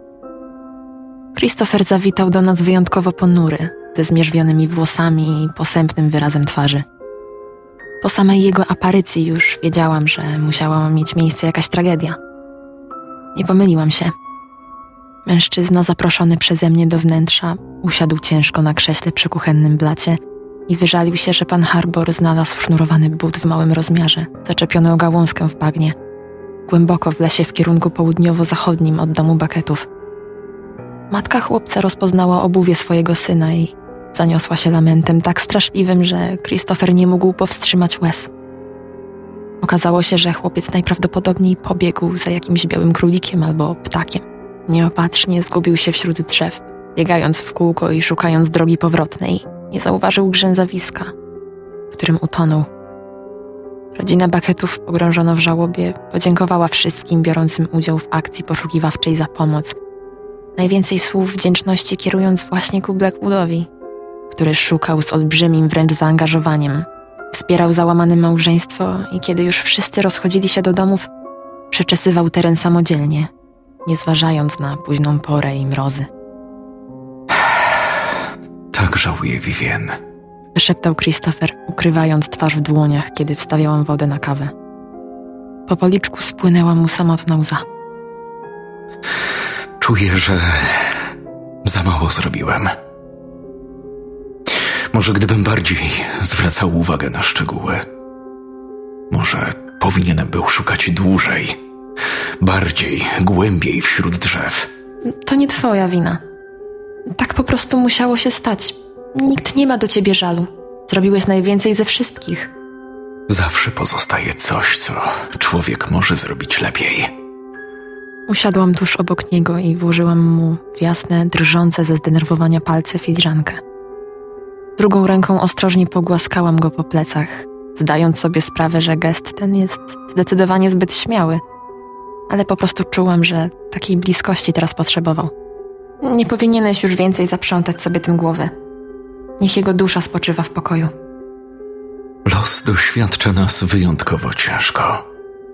Christopher zawitał do nas wyjątkowo ponury, ze zmierzwionymi włosami i posępnym wyrazem twarzy. Po samej jego aparycji już wiedziałam, że musiała mieć miejsce jakaś tragedia. Nie pomyliłam się. Mężczyzna zaproszony przeze mnie do wnętrza usiadł ciężko na krześle przy kuchennym blacie i wyżalił się, że pan Harbour znalazł sznurowany but w małym rozmiarze, zaczepiony o gałązkę w bagnie, głęboko w lesie w kierunku południowo-zachodnim od domu Bucketów. Matka chłopca rozpoznała obuwie swojego syna i zaniosła się lamentem tak straszliwym, że Christopher nie mógł powstrzymać łez. Okazało się, że chłopiec najprawdopodobniej pobiegł za jakimś białym królikiem albo ptakiem. Nieopatrznie zgubił się wśród drzew, biegając w kółko i szukając drogi powrotnej. Nie zauważył grzęzawiska, w którym utonął. Rodzina Bucketów, pogrążona w żałobie, podziękowała wszystkim biorącym udział w akcji poszukiwawczej za pomoc. Najwięcej słów wdzięczności kierując właśnie ku Blackwoodowi, który szukał z olbrzymim wręcz zaangażowaniem. Wspierał załamane małżeństwo i kiedy już wszyscy rozchodzili się do domów, przeczesywał teren samodzielnie, nie zważając na późną porę i mrozy. Tak żałuję, Vivien. Wyszeptał Christopher, ukrywając twarz w dłoniach, kiedy wstawiałam wodę na kawę. Po policzku spłynęła mu samotna łza. Czuję, że za mało zrobiłem. Może gdybym bardziej zwracał uwagę na szczegóły. Może powinienem był szukać dłużej, bardziej, głębiej wśród drzew. To nie twoja wina. Tak po prostu musiało się stać. Nikt nie ma do ciebie żalu. Zrobiłeś najwięcej ze wszystkich. Zawsze pozostaje coś, co człowiek może zrobić lepiej. Usiadłam tuż obok niego i włożyłam mu w jasne, drżące ze zdenerwowania palce filiżankę. Drugą ręką ostrożnie pogłaskałam go po plecach, zdając sobie sprawę, że gest ten jest zdecydowanie zbyt śmiały, ale po prostu czułam, że takiej bliskości teraz potrzebował. Nie powinieneś już więcej zaprzątać sobie tym głowy. Niech jego dusza spoczywa w pokoju. Los doświadcza nas wyjątkowo ciężko.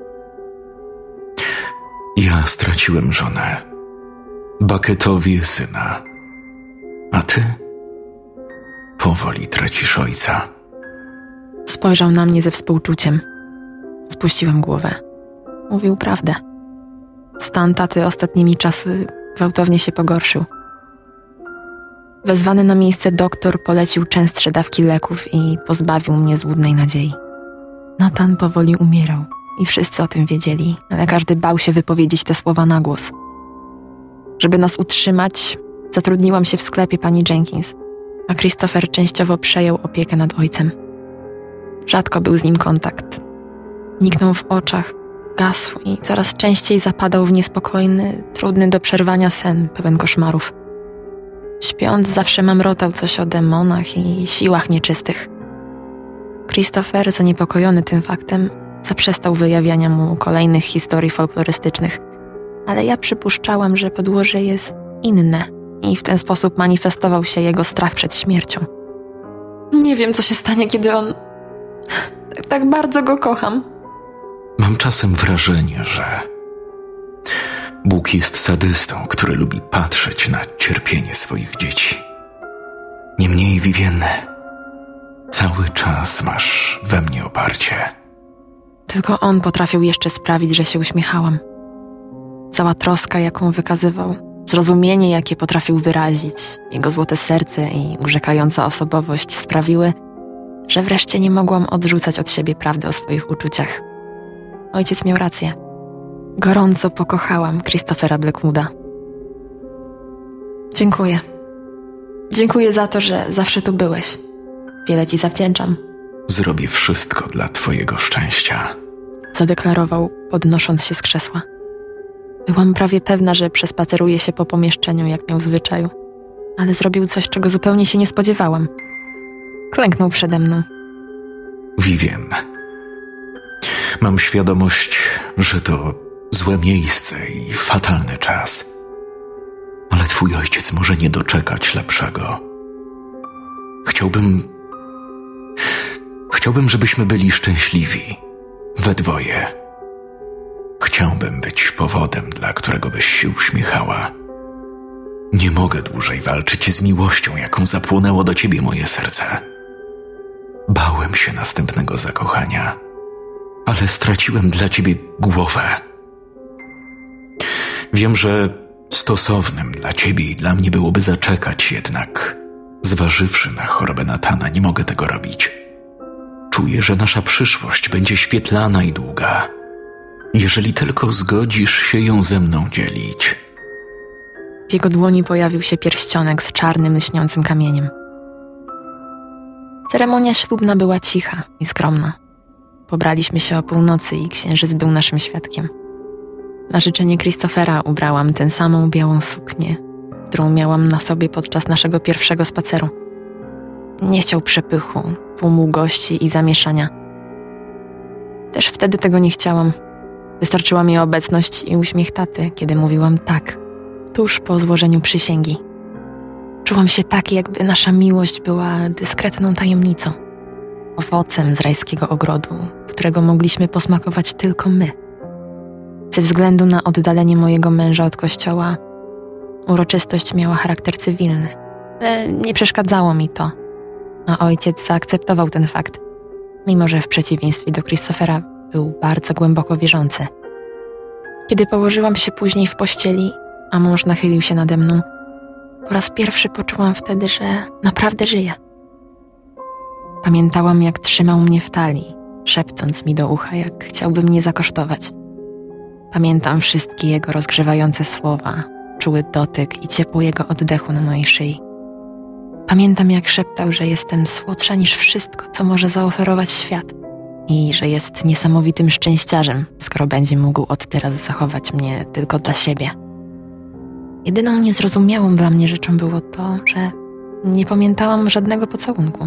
Ja straciłem żonę, Bucketowi syna, a ty powoli tracisz ojca. Spojrzał na mnie ze współczuciem. Spuściłem głowę. Mówił prawdę. Stan taty ostatnimi czasy gwałtownie się pogorszył. Wezwany na miejsce doktor polecił częstsze dawki leków i pozbawił mnie złudnej nadziei. Nathan powoli umierał i wszyscy o tym wiedzieli, ale każdy bał się wypowiedzieć te słowa na głos. Żeby nas utrzymać, zatrudniłam się w sklepie pani Jenkins, a Christopher częściowo przejął opiekę nad ojcem. Rzadko był z nim kontakt. Niknął w oczach, gasł i coraz częściej zapadał w niespokojny, trudny do przerwania sen, pełen koszmarów. Śpiąc zawsze mamrotał coś o demonach i siłach nieczystych. Christopher, zaniepokojony tym faktem, zaprzestał wyjawiania mu kolejnych historii folklorystycznych, ale ja przypuszczałam, że podłoże jest inne i w ten sposób manifestował się jego strach przed śmiercią. Nie wiem, co się stanie, kiedy on... Tak bardzo go kocham. Mam czasem wrażenie, że Bóg jest sadystą, który lubi patrzeć na cierpienie swoich dzieci. Niemniej, Vivienne, cały czas masz we mnie oparcie. Tylko on potrafił jeszcze sprawić, że się uśmiechałam. Cała troska, jaką wykazywał, zrozumienie, jakie potrafił wyrazić, jego złote serce i urzekająca osobowość sprawiły, że wreszcie nie mogłam odrzucać od siebie prawdy o swoich uczuciach. Ojciec miał rację. Gorąco pokochałam Christophera Blackwooda. Dziękuję. Dziękuję za to, że zawsze tu byłeś. Wiele ci zawdzięczam. Zrobię wszystko dla twojego szczęścia. Zadeklarował, podnosząc się z krzesła. Byłam prawie pewna, że przespaceruje się po pomieszczeniu, jak miał w zwyczaju. Ale zrobił coś, czego zupełnie się nie spodziewałam. Klęknął przede mną. Vivienne, mam świadomość, że to złe miejsce i fatalny czas. Ale twój ojciec może nie doczekać lepszego. Chciałbym, żebyśmy byli szczęśliwi. We dwoje. Chciałbym być powodem, dla którego byś się uśmiechała. Nie mogę dłużej walczyć z miłością, jaką zapłonęło do ciebie moje serce. Bałem się następnego zakochania, ale straciłem dla ciebie głowę. Wiem, że stosownym dla ciebie i dla mnie byłoby zaczekać, jednak zważywszy na chorobę Nathana, nie mogę tego robić. Czuję, że nasza przyszłość będzie świetlana i długa, jeżeli tylko zgodzisz się ją ze mną dzielić. W jego dłoni pojawił się pierścionek z czarnym, lśniącym kamieniem. Ceremonia ślubna była cicha i skromna. Pobraliśmy się o północy i księżyc był naszym świadkiem. Na życzenie Christophera ubrałam tę samą białą suknię, którą miałam na sobie podczas naszego pierwszego spaceru. Nie chciał przepychu, tłumu gości i zamieszania. Też wtedy tego nie chciałam. Wystarczyła mi obecność i uśmiech taty, kiedy mówiłam tak, tuż po złożeniu przysięgi. Czułam się tak, jakby nasza miłość była dyskretną tajemnicą, owocem z rajskiego ogrodu, którego mogliśmy posmakować tylko my. Ze względu na oddalenie mojego męża od kościoła, uroczystość miała charakter cywilny, ale nie przeszkadzało mi to, a ojciec zaakceptował ten fakt, mimo że w przeciwieństwie do Christophera był bardzo głęboko wierzący. Kiedy położyłam się później w pościeli, a mąż nachylił się nade mną, po raz pierwszy poczułam wtedy, że naprawdę żyje. Pamiętałam, jak trzymał mnie w talii, szepcąc mi do ucha, jak chciałby mnie zakosztować. Pamiętam wszystkie jego rozgrzewające słowa, czuły dotyk i ciepło jego oddechu na mojej szyi. Pamiętam, jak szeptał, że jestem słodsza niż wszystko, co może zaoferować świat i że jest niesamowitym szczęściarzem, skoro będzie mógł od teraz zachować mnie tylko dla siebie. Jedyną niezrozumiałą dla mnie rzeczą było to, że nie pamiętałam żadnego pocałunku.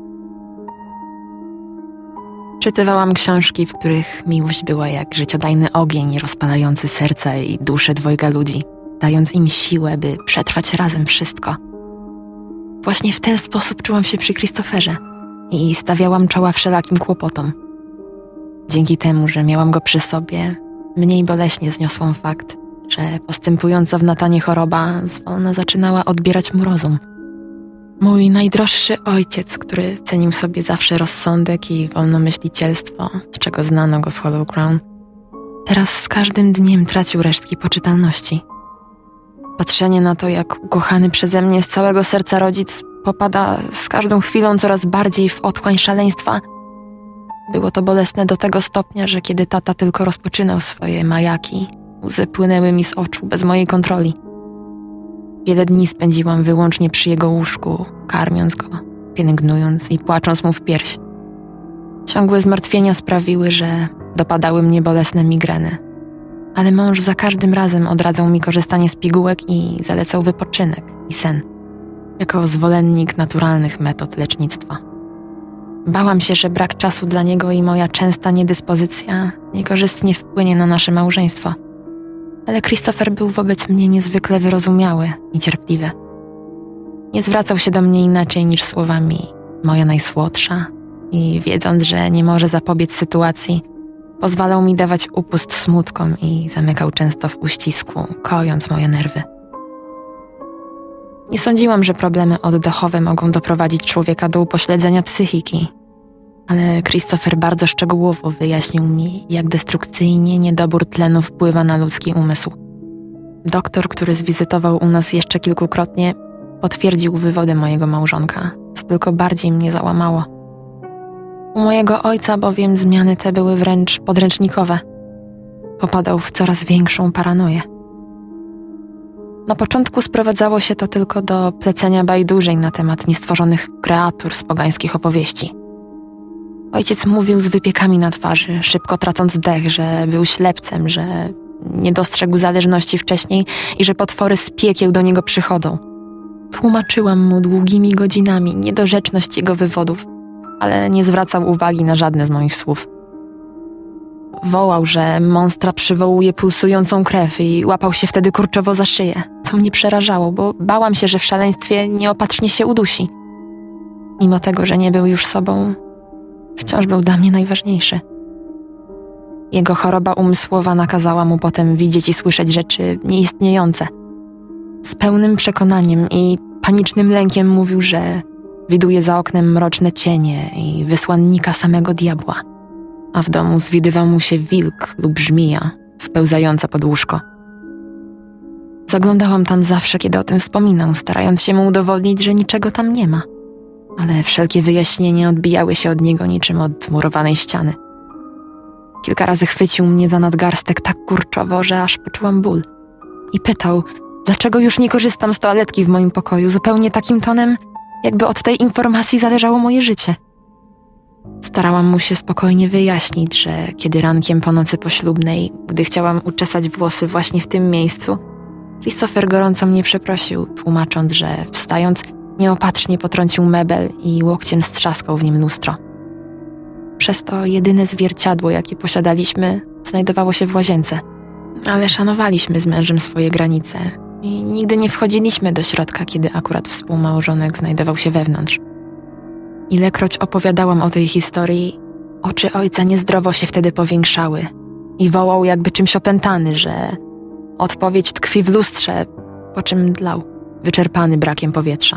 Czytywałam książki, w których miłość była jak życiodajny ogień rozpalający serca i dusze dwojga ludzi, dając im siłę, by przetrwać razem wszystko. Właśnie w ten sposób czułam się przy Christopherze i stawiałam czoła wszelakim kłopotom. Dzięki temu, że miałam go przy sobie, mniej boleśnie zniosłam fakt, że postępująca w Natanie choroba zwolna zaczynała odbierać mu rozum. Mój najdroższy ojciec, który cenił sobie zawsze rozsądek i wolnomyślicielstwo, z czego znano go w Hollow Crown, teraz z każdym dniem tracił resztki poczytalności. Patrzenie na to, jak ukochany przeze mnie z całego serca rodzic popada z każdą chwilą coraz bardziej w otchłań szaleństwa, było to bolesne do tego stopnia, że kiedy tata tylko rozpoczynał swoje majaki, łzy płynęły mi z oczu bez mojej kontroli. Wiele dni spędziłam wyłącznie przy jego łóżku, karmiąc go, pielęgnując i płacząc mu w pierś. Ciągłe zmartwienia sprawiły, że dopadały mnie bolesne migreny. Ale mąż za każdym razem odradzał mi korzystanie z pigułek i zalecał wypoczynek i sen, jako zwolennik naturalnych metod lecznictwa. Bałam się, że brak czasu dla niego i moja częsta niedyspozycja niekorzystnie wpłynie na nasze małżeństwo. Ale Christopher był wobec mnie niezwykle wyrozumiały i cierpliwy. Nie zwracał się do mnie inaczej niż słowami „moja najsłodsza” i wiedząc, że nie może zapobiec sytuacji, pozwalał mi dawać upust smutkom i zamykał często w uścisku, kojąc moje nerwy. Nie sądziłam, że problemy oddechowe mogą doprowadzić człowieka do upośledzenia psychiki, ale Christopher bardzo szczegółowo wyjaśnił mi, jak destrukcyjnie niedobór tlenu wpływa na ludzki umysł. Doktor, który zwizytował u nas jeszcze kilkukrotnie, potwierdził wywody mojego małżonka, co tylko bardziej mnie załamało. U mojego ojca bowiem zmiany te były wręcz podręcznikowe. Popadał w coraz większą paranoję. Na początku sprowadzało się to tylko do plecenia bajdurzeń na temat niestworzonych kreatur z pogańskich opowieści. Ojciec mówił z wypiekami na twarzy, szybko tracąc dech, że był ślepcem, że nie dostrzegł zależności wcześniej i że potwory z piekieł do niego przychodzą. Tłumaczyłam mu długimi godzinami niedorzeczność jego wywodów, ale nie zwracał uwagi na żadne z moich słów. Wołał, że monstra przywołuje pulsującą krew i łapał się wtedy kurczowo za szyję, co mnie przerażało, bo bałam się, że w szaleństwie nieopatrznie się udusi. Mimo tego, że nie był już sobą, wciąż był dla mnie najważniejszy. Jego choroba umysłowa nakazała mu potem widzieć i słyszeć rzeczy nieistniejące. Z pełnym przekonaniem i panicznym lękiem mówił, że widuje za oknem mroczne cienie i wysłannika samego diabła, a w domu zwidywał mu się wilk lub żmija wpełzająca pod łóżko. Zaglądałam tam zawsze, kiedy o tym wspominał, starając się mu udowodnić, że niczego tam nie ma. Ale wszelkie wyjaśnienia odbijały się od niego niczym od murowanej ściany. Kilka razy chwycił mnie za nadgarstek tak kurczowo, że aż poczułam ból. I pytał, dlaczego już nie korzystam z toaletki w moim pokoju, zupełnie takim tonem, jakby od tej informacji zależało moje życie. Starałam mu się spokojnie wyjaśnić, że kiedy rankiem po nocy poślubnej, gdy chciałam uczesać włosy właśnie w tym miejscu, Christopher gorąco mnie przeprosił, tłumacząc, że wstając nieopatrznie potrącił mebel i łokciem strzaskał w nim lustro. Przez to jedyne zwierciadło, jakie posiadaliśmy, znajdowało się w łazience. Ale szanowaliśmy z mężem swoje granice i nigdy nie wchodziliśmy do środka, kiedy akurat współmałżonek znajdował się wewnątrz. Ilekroć opowiadałam o tej historii, oczy ojca niezdrowo się wtedy powiększały i wołał jakby czymś opętany, że odpowiedź tkwi w lustrze, po czym dlał, wyczerpany brakiem powietrza.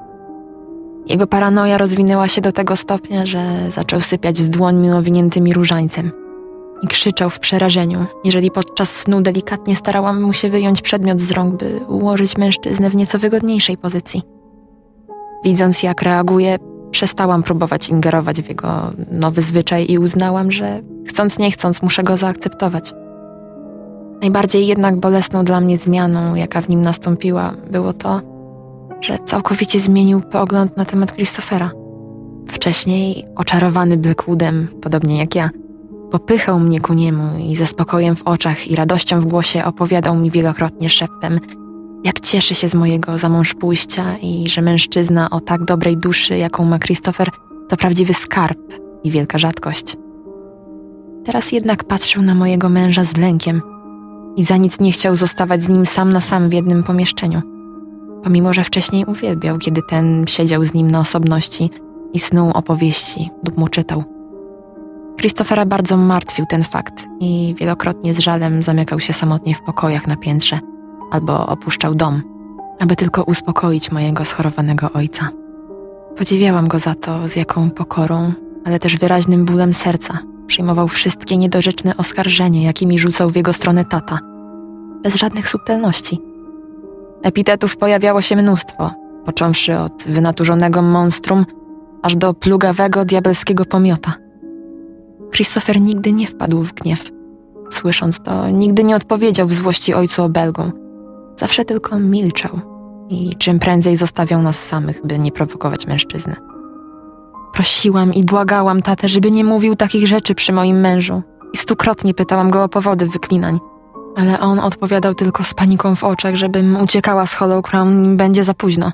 Jego paranoja rozwinęła się do tego stopnia, że zaczął sypiać z dłońmi owiniętymi różańcem i krzyczał w przerażeniu, jeżeli podczas snu delikatnie starałam mu się wyjąć przedmiot z rąk, by ułożyć mężczyznę w nieco wygodniejszej pozycji. Widząc, jak reaguje, przestałam próbować ingerować w jego nowy zwyczaj i uznałam, że chcąc nie chcąc muszę go zaakceptować. Najbardziej jednak bolesną dla mnie zmianą, jaka w nim nastąpiła, było to, że całkowicie zmienił pogląd na temat Christophera. Wcześniej, oczarowany Blackwoodem, podobnie jak ja, popychał mnie ku niemu i ze spokojem w oczach i radością w głosie opowiadał mi wielokrotnie szeptem, jak cieszy się z mojego za mąż pójścia i że mężczyzna o tak dobrej duszy, jaką ma Christopher, to prawdziwy skarb i wielka rzadkość. Teraz jednak patrzył na mojego męża z lękiem, i za nic nie chciał zostawać z nim sam na sam w jednym pomieszczeniu, pomimo że wcześniej uwielbiał, kiedy ten siedział z nim na osobności i snuł opowieści lub mu czytał. Christophera bardzo martwił ten fakt i wielokrotnie z żalem zamykał się samotnie w pokojach na piętrze albo opuszczał dom, aby tylko uspokoić mojego schorowanego ojca. Podziwiałam go za to, z jaką pokorą, ale też wyraźnym bólem serca przyjmował wszystkie niedorzeczne oskarżenia, jakimi rzucał w jego stronę tata, bez żadnych subtelności. Epitetów pojawiało się mnóstwo, począwszy od wynaturzonego monstrum, aż do plugawego, diabelskiego pomiota. Christopher nigdy nie wpadł w gniew. Słysząc to, nigdy nie odpowiedział w złości ojcu obelgą. Zawsze tylko milczał i czym prędzej zostawiał nas samych, by nie prowokować mężczyzny. Prosiłam i błagałam tatę, żeby nie mówił takich rzeczy przy moim mężu i 100-krotnie pytałam go o powody wyklinań, ale on odpowiadał tylko z paniką w oczach, żebym uciekała z Hollow Crown, nim będzie za późno.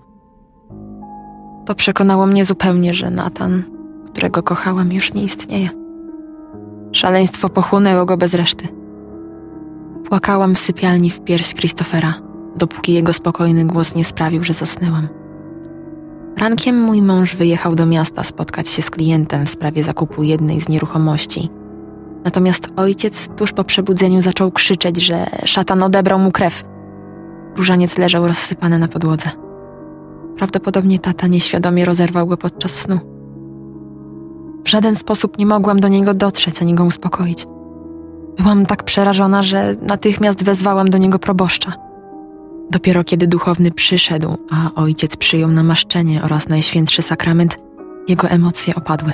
To przekonało mnie zupełnie, że Nathan, którego kochałam, już nie istnieje. Szaleństwo pochłonęło go bez reszty. Płakałam w sypialni w pierś Christophera, dopóki jego spokojny głos nie sprawił, że zasnęłam. Rankiem mój mąż wyjechał do miasta spotkać się z klientem w sprawie zakupu jednej z nieruchomości. Natomiast ojciec tuż po przebudzeniu zaczął krzyczeć, że szatan odebrał mu krew. Różaniec leżał rozsypany na podłodze. Prawdopodobnie tata nieświadomie rozerwał go podczas snu. W żaden sposób nie mogłam do niego dotrzeć ani go uspokoić. Byłam tak przerażona, że natychmiast wezwałam do niego proboszcza. Dopiero kiedy duchowny przyszedł, a ojciec przyjął namaszczenie oraz Najświętszy Sakrament, jego emocje opadły.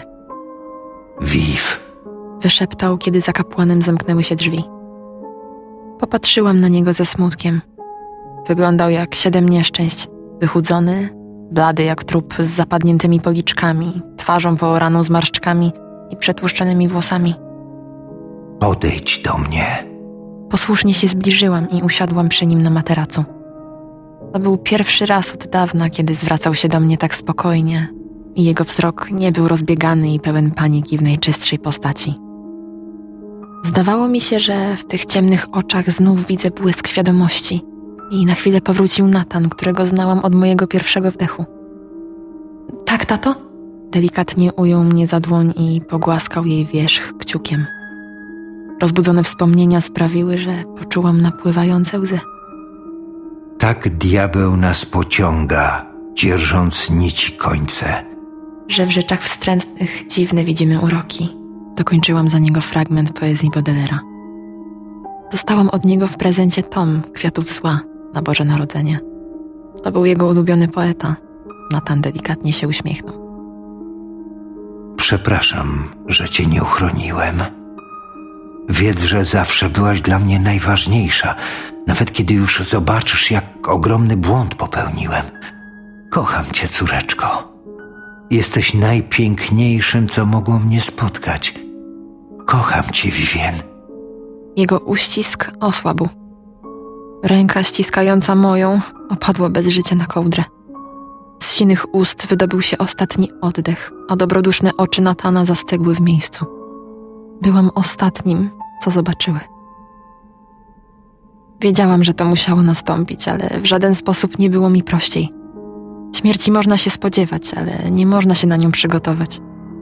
Viv, wyszeptał, kiedy za kapłanem zamknęły się drzwi. Popatrzyłam na niego ze smutkiem. Wyglądał jak 7 nieszczęść, wychudzony, blady jak trup z zapadniętymi policzkami, twarzą pooraną zmarszczkami i przetłuszczonymi włosami. Podejdź do mnie. Posłusznie się zbliżyłam i usiadłam przy nim na materacu. To był pierwszy raz od dawna, kiedy zwracał się do mnie tak spokojnie i jego wzrok nie był rozbiegany i pełen paniki w najczystszej postaci. Zdawało mi się, że w tych ciemnych oczach znów widzę błysk świadomości i na chwilę powrócił Nathan, którego znałam od mojego pierwszego wdechu. Tak, tato? Delikatnie ujął mnie za dłoń i pogłaskał jej wierzch kciukiem. Rozbudzone wspomnienia sprawiły, że poczułam napływające łzy. Tak diabeł nas pociąga, dzierżąc nici końce. Że w rzeczach wstrętnych dziwne widzimy uroki. Dokończyłam za niego fragment poezji Baudelaire'a. Dostałam od niego w prezencie tom Kwiatów Zła na Boże Narodzenie. To był jego ulubiony poeta. Nathan delikatnie się uśmiechnął. Przepraszam, że cię nie uchroniłem. Wiedz, że zawsze byłaś dla mnie najważniejsza, nawet kiedy już zobaczysz, jak ogromny błąd popełniłem. Kocham cię, córeczko. Jesteś najpiękniejszym, co mogło mnie spotkać. Kocham cię, Vivien. Jego uścisk osłabł. Ręka ściskająca moją opadła bez życia na kołdrę. Z sinych ust wydobył się ostatni oddech, a dobroduszne oczy Nathana zastygły w miejscu. Byłam ostatnim, co zobaczyły. Wiedziałam, że to musiało nastąpić, ale w żaden sposób nie było mi prościej. Śmierci można się spodziewać, ale nie można się na nią przygotować.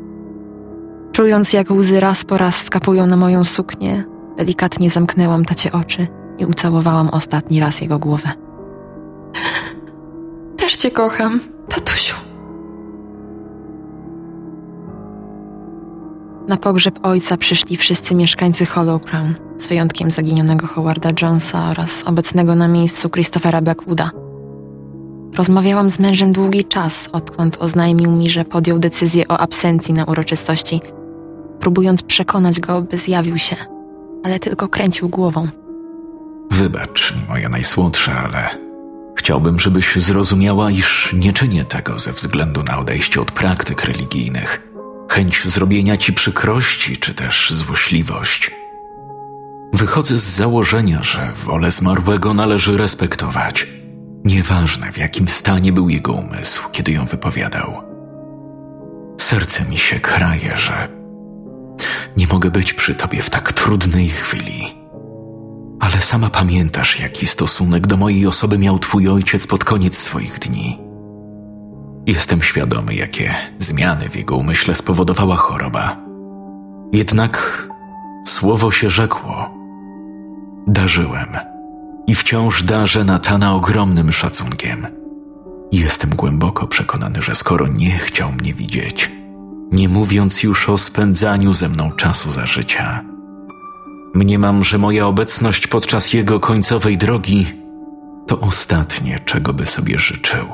Czując, jak łzy raz po raz skapują na moją suknię, delikatnie zamknęłam tacie oczy i ucałowałam ostatni raz jego głowę. Też cię kocham, tatusiu. Na pogrzeb ojca przyszli wszyscy mieszkańcy Hollow Crown, z wyjątkiem zaginionego Howarda Jonesa oraz obecnego na miejscu Christophera Blackwooda. Rozmawiałam z mężem długi czas, odkąd oznajmił mi, że podjął decyzję o absencji na uroczystości, próbując przekonać go, by zjawił się, ale tylko kręcił głową. Wybacz mi, moja najsłodsza, ale chciałbym, żebyś zrozumiała, iż nie czynię tego ze względu na odejście od praktyk religijnych, chęć zrobienia ci przykrości czy też złośliwość. Wychodzę z założenia, że wolę zmarłego należy respektować, nieważne w jakim stanie był jego umysł, kiedy ją wypowiadał. Serce mi się kraje, że nie mogę być przy tobie w tak trudnej chwili. Ale sama pamiętasz, jaki stosunek do mojej osoby miał twój ojciec pod koniec swoich dni. Jestem świadomy, jakie zmiany w jego umyśle spowodowała choroba. Jednak słowo się rzekło. Darzyłem i wciąż darzę Natana ogromnym szacunkiem. Jestem głęboko przekonany, że skoro nie chciał mnie widzieć, nie mówiąc już o spędzaniu ze mną czasu za życia, mniemam, że moja obecność podczas jego końcowej drogi to ostatnie, czego by sobie życzył.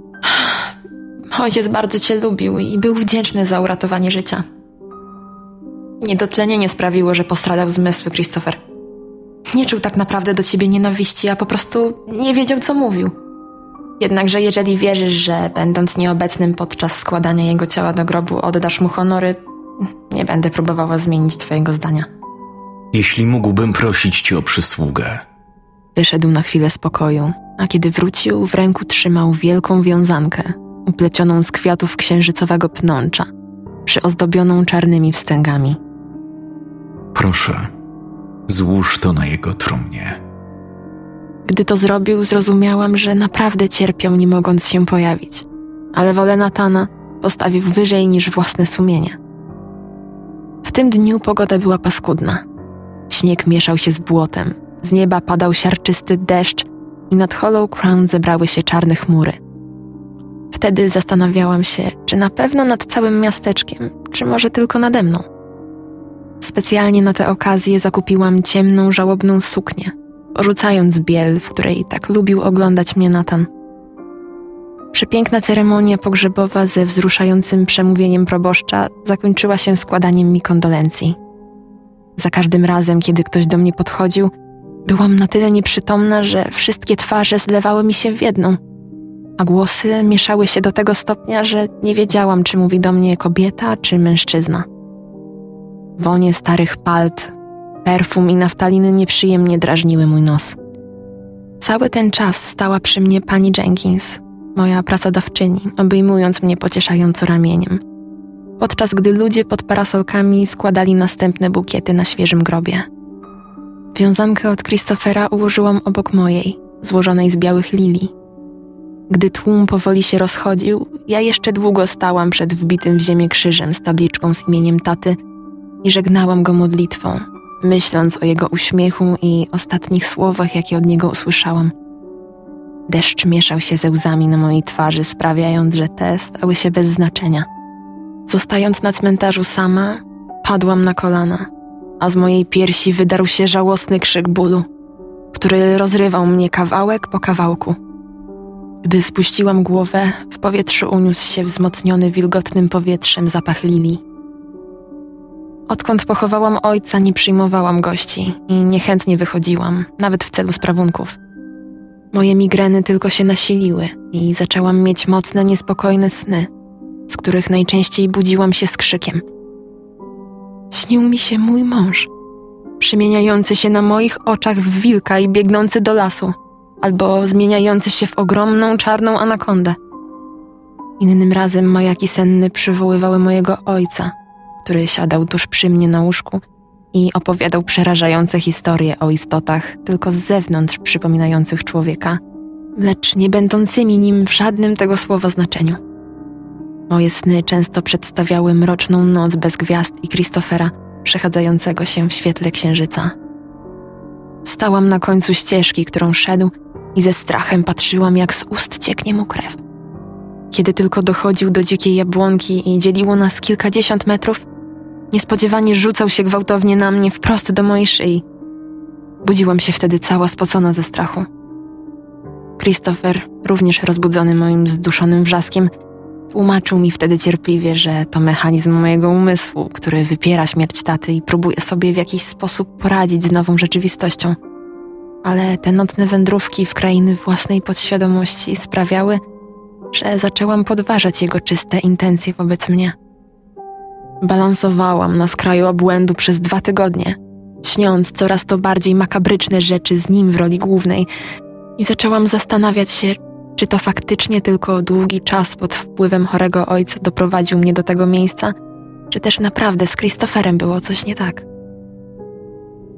Ojciec bardzo cię lubił i był wdzięczny za uratowanie życia. Niedotlenienie sprawiło, że postradał zmysły, Christopher. Nie czuł tak naprawdę do ciebie nienawiści, a po prostu nie wiedział, co mówił. Jednakże jeżeli wierzysz, że będąc nieobecnym podczas składania jego ciała do grobu oddasz mu honory, nie będę próbowała zmienić twojego zdania. Jeśli mógłbym prosić cię o przysługę. Wyszedł na chwilę z pokoju, a kiedy wrócił, w ręku trzymał wielką wiązankę, uplecioną z kwiatów księżycowego pnącza, przyozdobioną czarnymi wstęgami. Proszę, złóż to na jego trumnie. Gdy to zrobił, zrozumiałam, że naprawdę cierpiał, nie mogąc się pojawić, ale wolę Natana postawił wyżej niż własne sumienie. W tym dniu pogoda była paskudna. Śnieg mieszał się z błotem, z nieba padał siarczysty deszcz i nad Hollow Crown zebrały się czarne chmury. Wtedy zastanawiałam się, czy na pewno nad całym miasteczkiem, czy może tylko nade mną. Specjalnie na tę okazję zakupiłam ciemną, żałobną suknię, porzucając biel, w której tak lubił oglądać mnie Nathan. Przepiękna ceremonia pogrzebowa ze wzruszającym przemówieniem proboszcza zakończyła się składaniem mi kondolencji. Za każdym razem, kiedy ktoś do mnie podchodził, byłam na tyle nieprzytomna, że wszystkie twarze zlewały mi się w jedną, a głosy mieszały się do tego stopnia, że nie wiedziałam, czy mówi do mnie kobieta, czy mężczyzna. Wonie starych palt, perfum i naftaliny nieprzyjemnie drażniły mój nos. Cały ten czas stała przy mnie pani Jenkins, moja pracodawczyni, obejmując mnie pocieszająco ramieniem, podczas gdy ludzie pod parasolkami składali następne bukiety na świeżym grobie. Wiązankę od Christophera ułożyłam obok mojej, złożonej z białych lilii. Gdy tłum powoli się rozchodził, ja jeszcze długo stałam przed wbitym w ziemię krzyżem z tabliczką z imieniem taty i żegnałam go modlitwą, myśląc o jego uśmiechu i ostatnich słowach, jakie od niego usłyszałam. Deszcz mieszał się ze łzami na mojej twarzy, sprawiając, że te stały się bez znaczenia. Zostając na cmentarzu sama, padłam na kolana, a z mojej piersi wydarł się żałosny krzyk bólu, który rozrywał mnie kawałek po kawałku. Gdy spuściłam głowę, w powietrzu uniósł się wzmocniony wilgotnym powietrzem zapach lilii. Odkąd pochowałam ojca, nie przyjmowałam gości i niechętnie wychodziłam, nawet w celu sprawunków. Moje migreny tylko się nasiliły i zaczęłam mieć mocne, niespokojne sny, z których najczęściej budziłam się z krzykiem. Śnił mi się mój mąż, przemieniający się na moich oczach w wilka i biegnący do lasu, albo zmieniający się w ogromną, czarną anakondę. Innym razem majaki senne przywoływały mojego ojca, który siadał tuż przy mnie na łóżku i opowiadał przerażające historie o istotach tylko z zewnątrz przypominających człowieka, lecz nie będącymi nim w żadnym tego słowa znaczeniu. Moje sny często przedstawiały mroczną noc bez gwiazd i Christophera przechadzającego się w świetle księżyca. Stałam na końcu ścieżki, którą szedł i ze strachem patrzyłam, jak z ust cieknie mu krew. Kiedy tylko dochodził do dzikiej jabłonki i dzieliło nas kilkadziesiąt metrów, niespodziewanie rzucał się gwałtownie na mnie wprost do mojej szyi. Budziłam się wtedy cała spocona ze strachu. Christopher, również rozbudzony moim zduszonym wrzaskiem, tłumaczył mi wtedy cierpliwie, że to mechanizm mojego umysłu, który wypiera śmierć taty i próbuje sobie w jakiś sposób poradzić z nową rzeczywistością. Ale te nocne wędrówki w krainy własnej podświadomości sprawiały, że zaczęłam podważać jego czyste intencje wobec mnie. Balansowałam na skraju obłędu przez 2 tygodnie, śniąc coraz to bardziej makabryczne rzeczy z nim w roli głównej i zaczęłam zastanawiać się, czy to faktycznie tylko długi czas pod wpływem chorego ojca doprowadził mnie do tego miejsca, czy też naprawdę z Christopherem było coś nie tak.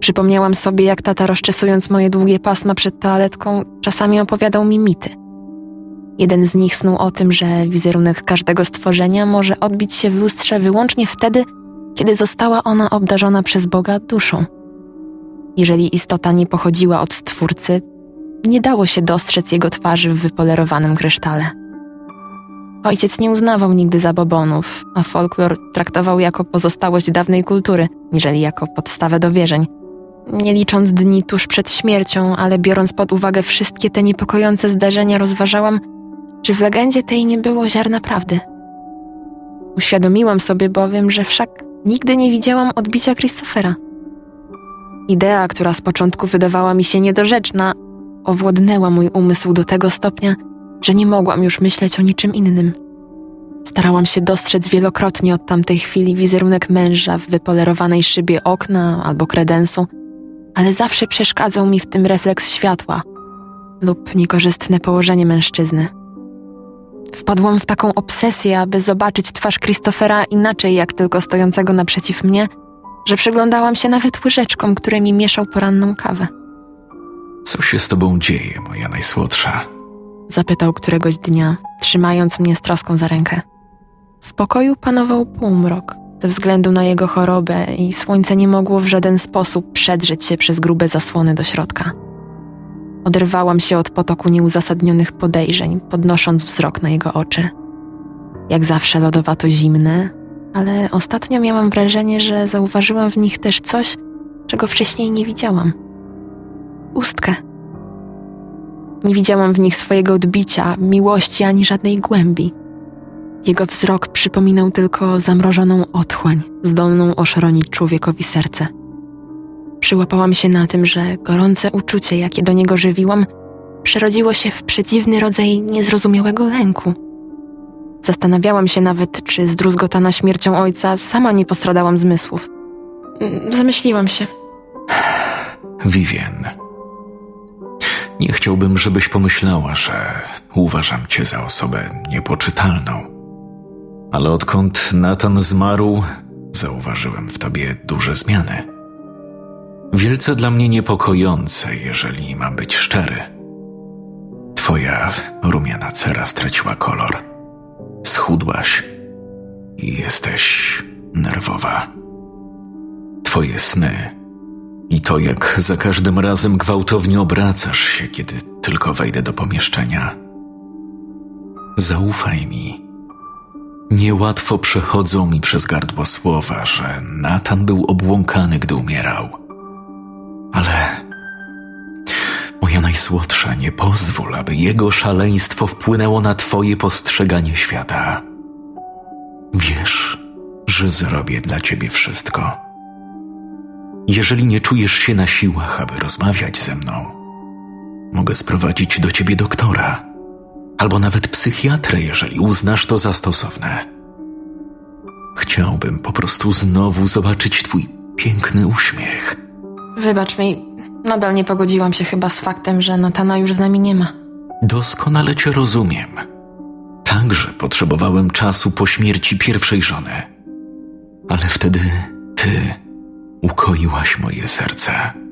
Przypomniałam sobie, jak tata, rozczesując moje długie pasma przed toaletką, czasami opowiadał mi mity. Jeden z nich snuł o tym, że wizerunek każdego stworzenia może odbić się w lustrze wyłącznie wtedy, kiedy została ona obdarzona przez Boga duszą. Jeżeli istota nie pochodziła od Stwórcy, nie dało się dostrzec jego twarzy w wypolerowanym krysztale. Ojciec nie uznawał nigdy zabobonów, a folklor traktował jako pozostałość dawnej kultury, niżeli jako podstawę do wierzeń. Nie licząc dni tuż przed śmiercią, ale biorąc pod uwagę wszystkie te niepokojące zdarzenia, rozważałam, czy w legendzie tej nie było ziarna prawdy. Uświadomiłam sobie bowiem, że wszak nigdy nie widziałam odbicia Christophera. Idea, która z początku wydawała mi się niedorzeczna, owłodnęła mój umysł do tego stopnia, że nie mogłam już myśleć o niczym innym. Starałam się dostrzec wielokrotnie od tamtej chwili wizerunek męża w wypolerowanej szybie okna albo kredensu, ale zawsze przeszkadzał mi w tym refleks światła lub niekorzystne położenie mężczyzny. Wpadłam w taką obsesję, aby zobaczyć twarz Christophera inaczej jak tylko stojącego naprzeciw mnie, że przyglądałam się nawet łyżeczkom, którymi mieszał poranną kawę. Co się z tobą dzieje, moja najsłodsza? Zapytał któregoś dnia, trzymając mnie z troską za rękę. W pokoju panował półmrok ze względu na jego chorobę i słońce nie mogło w żaden sposób przedrzeć się przez grube zasłony do środka. Oderwałam się od potoku nieuzasadnionych podejrzeń, podnosząc wzrok na jego oczy. Jak zawsze lodowato zimne, ale ostatnio miałam wrażenie, że zauważyłam w nich też coś, czego wcześniej nie widziałam. Pustkę. Nie widziałam w nich swojego odbicia, miłości ani żadnej głębi. Jego wzrok przypominał tylko zamrożoną otchłań, zdolną oszronić człowiekowi serce. Przyłapałam się na tym, że gorące uczucie, jakie do niego żywiłam, przerodziło się w przedziwny rodzaj niezrozumiałego lęku. Zastanawiałam się nawet, czy zdruzgotana śmiercią ojca sama nie postradałam zmysłów. Zamyśliłam się. Vivien, nie chciałbym, żebyś pomyślała, że uważam cię za osobę niepoczytalną. Ale odkąd Nathan zmarł, zauważyłem w tobie duże zmiany. Wielce dla mnie niepokojące, jeżeli mam być szczery. Twoja rumiana cera straciła kolor. Schudłaś i jesteś nerwowa. Twoje sny i to, jak za każdym razem gwałtownie obracasz się, kiedy tylko wejdę do pomieszczenia. Zaufaj mi. Niełatwo przechodzą mi przez gardło słowa, że Nathan był obłąkany, gdy umierał. Ale, moja najsłodsza, nie pozwól, aby jego szaleństwo wpłynęło na twoje postrzeganie świata. Wiesz, że zrobię dla ciebie wszystko. Jeżeli nie czujesz się na siłach, aby rozmawiać ze mną, mogę sprowadzić do ciebie doktora, albo nawet psychiatrę, jeżeli uznasz to za stosowne. Chciałbym po prostu znowu zobaczyć twój piękny uśmiech. Wybacz mi, nadal nie pogodziłam się chyba z faktem, że Nathana już z nami nie ma. Doskonale cię rozumiem. Także potrzebowałem czasu po śmierci pierwszej żony. Ale wtedy ty ukoiłaś moje serce.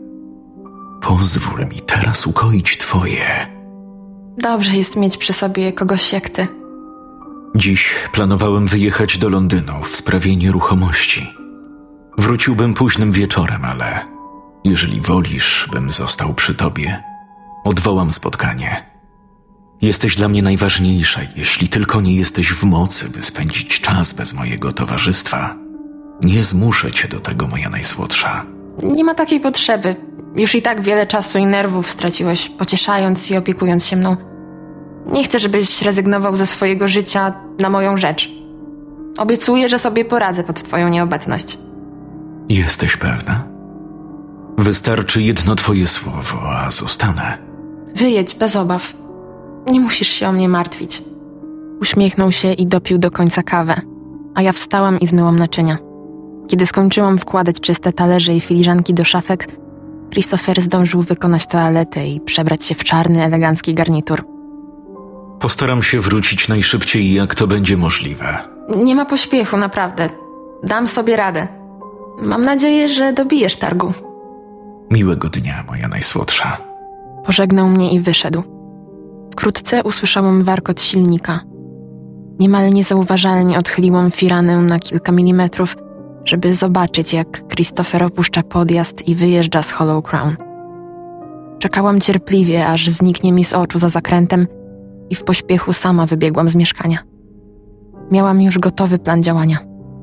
Pozwól mi teraz ukoić twoje. Dobrze jest mieć przy sobie kogoś jak ty. Dziś planowałem wyjechać do Londynu w sprawie nieruchomości. Wróciłbym późnym wieczorem, ale jeżeli wolisz, bym został przy tobie, odwołam spotkanie. Jesteś dla mnie najważniejsza, jeśli tylko nie jesteś w mocy, by spędzić czas bez mojego towarzystwa. Nie zmuszę cię do tego, moja najsłodsza. Nie ma takiej potrzeby. Już i tak wiele czasu i nerwów straciłeś, pocieszając i opiekując się mną. Nie chcę, żebyś rezygnował ze swojego życia na moją rzecz. Obiecuję, że sobie poradzę pod twoją nieobecność. Jesteś pewna? Wystarczy jedno twoje słowo, a zostanę. Wyjedź bez obaw. Nie musisz się o mnie martwić. Uśmiechnął się i dopił do końca kawę, a ja wstałam i zmyłam naczynia. Kiedy skończyłam wkładać czyste talerze i filiżanki do szafek, Christopher zdążył wykonać toaletę i przebrać się w czarny, elegancki garnitur. Postaram się wrócić najszybciej, jak to będzie możliwe. Nie ma pośpiechu, naprawdę. Dam sobie radę. Mam nadzieję, że dobijesz targu. Miłego dnia, moja najsłodsza. Pożegnał mnie i wyszedł. Wkrótce usłyszałam warkot silnika. Niemal niezauważalnie odchyliłam firanę na kilka milimetrów, żeby zobaczyć, jak Christopher opuszcza podjazd i wyjeżdża z Hollow Crown. Czekałam cierpliwie, aż zniknie mi z oczu za zakrętem i w pośpiechu sama wybiegłam z mieszkania. Miałam już gotowy plan działania.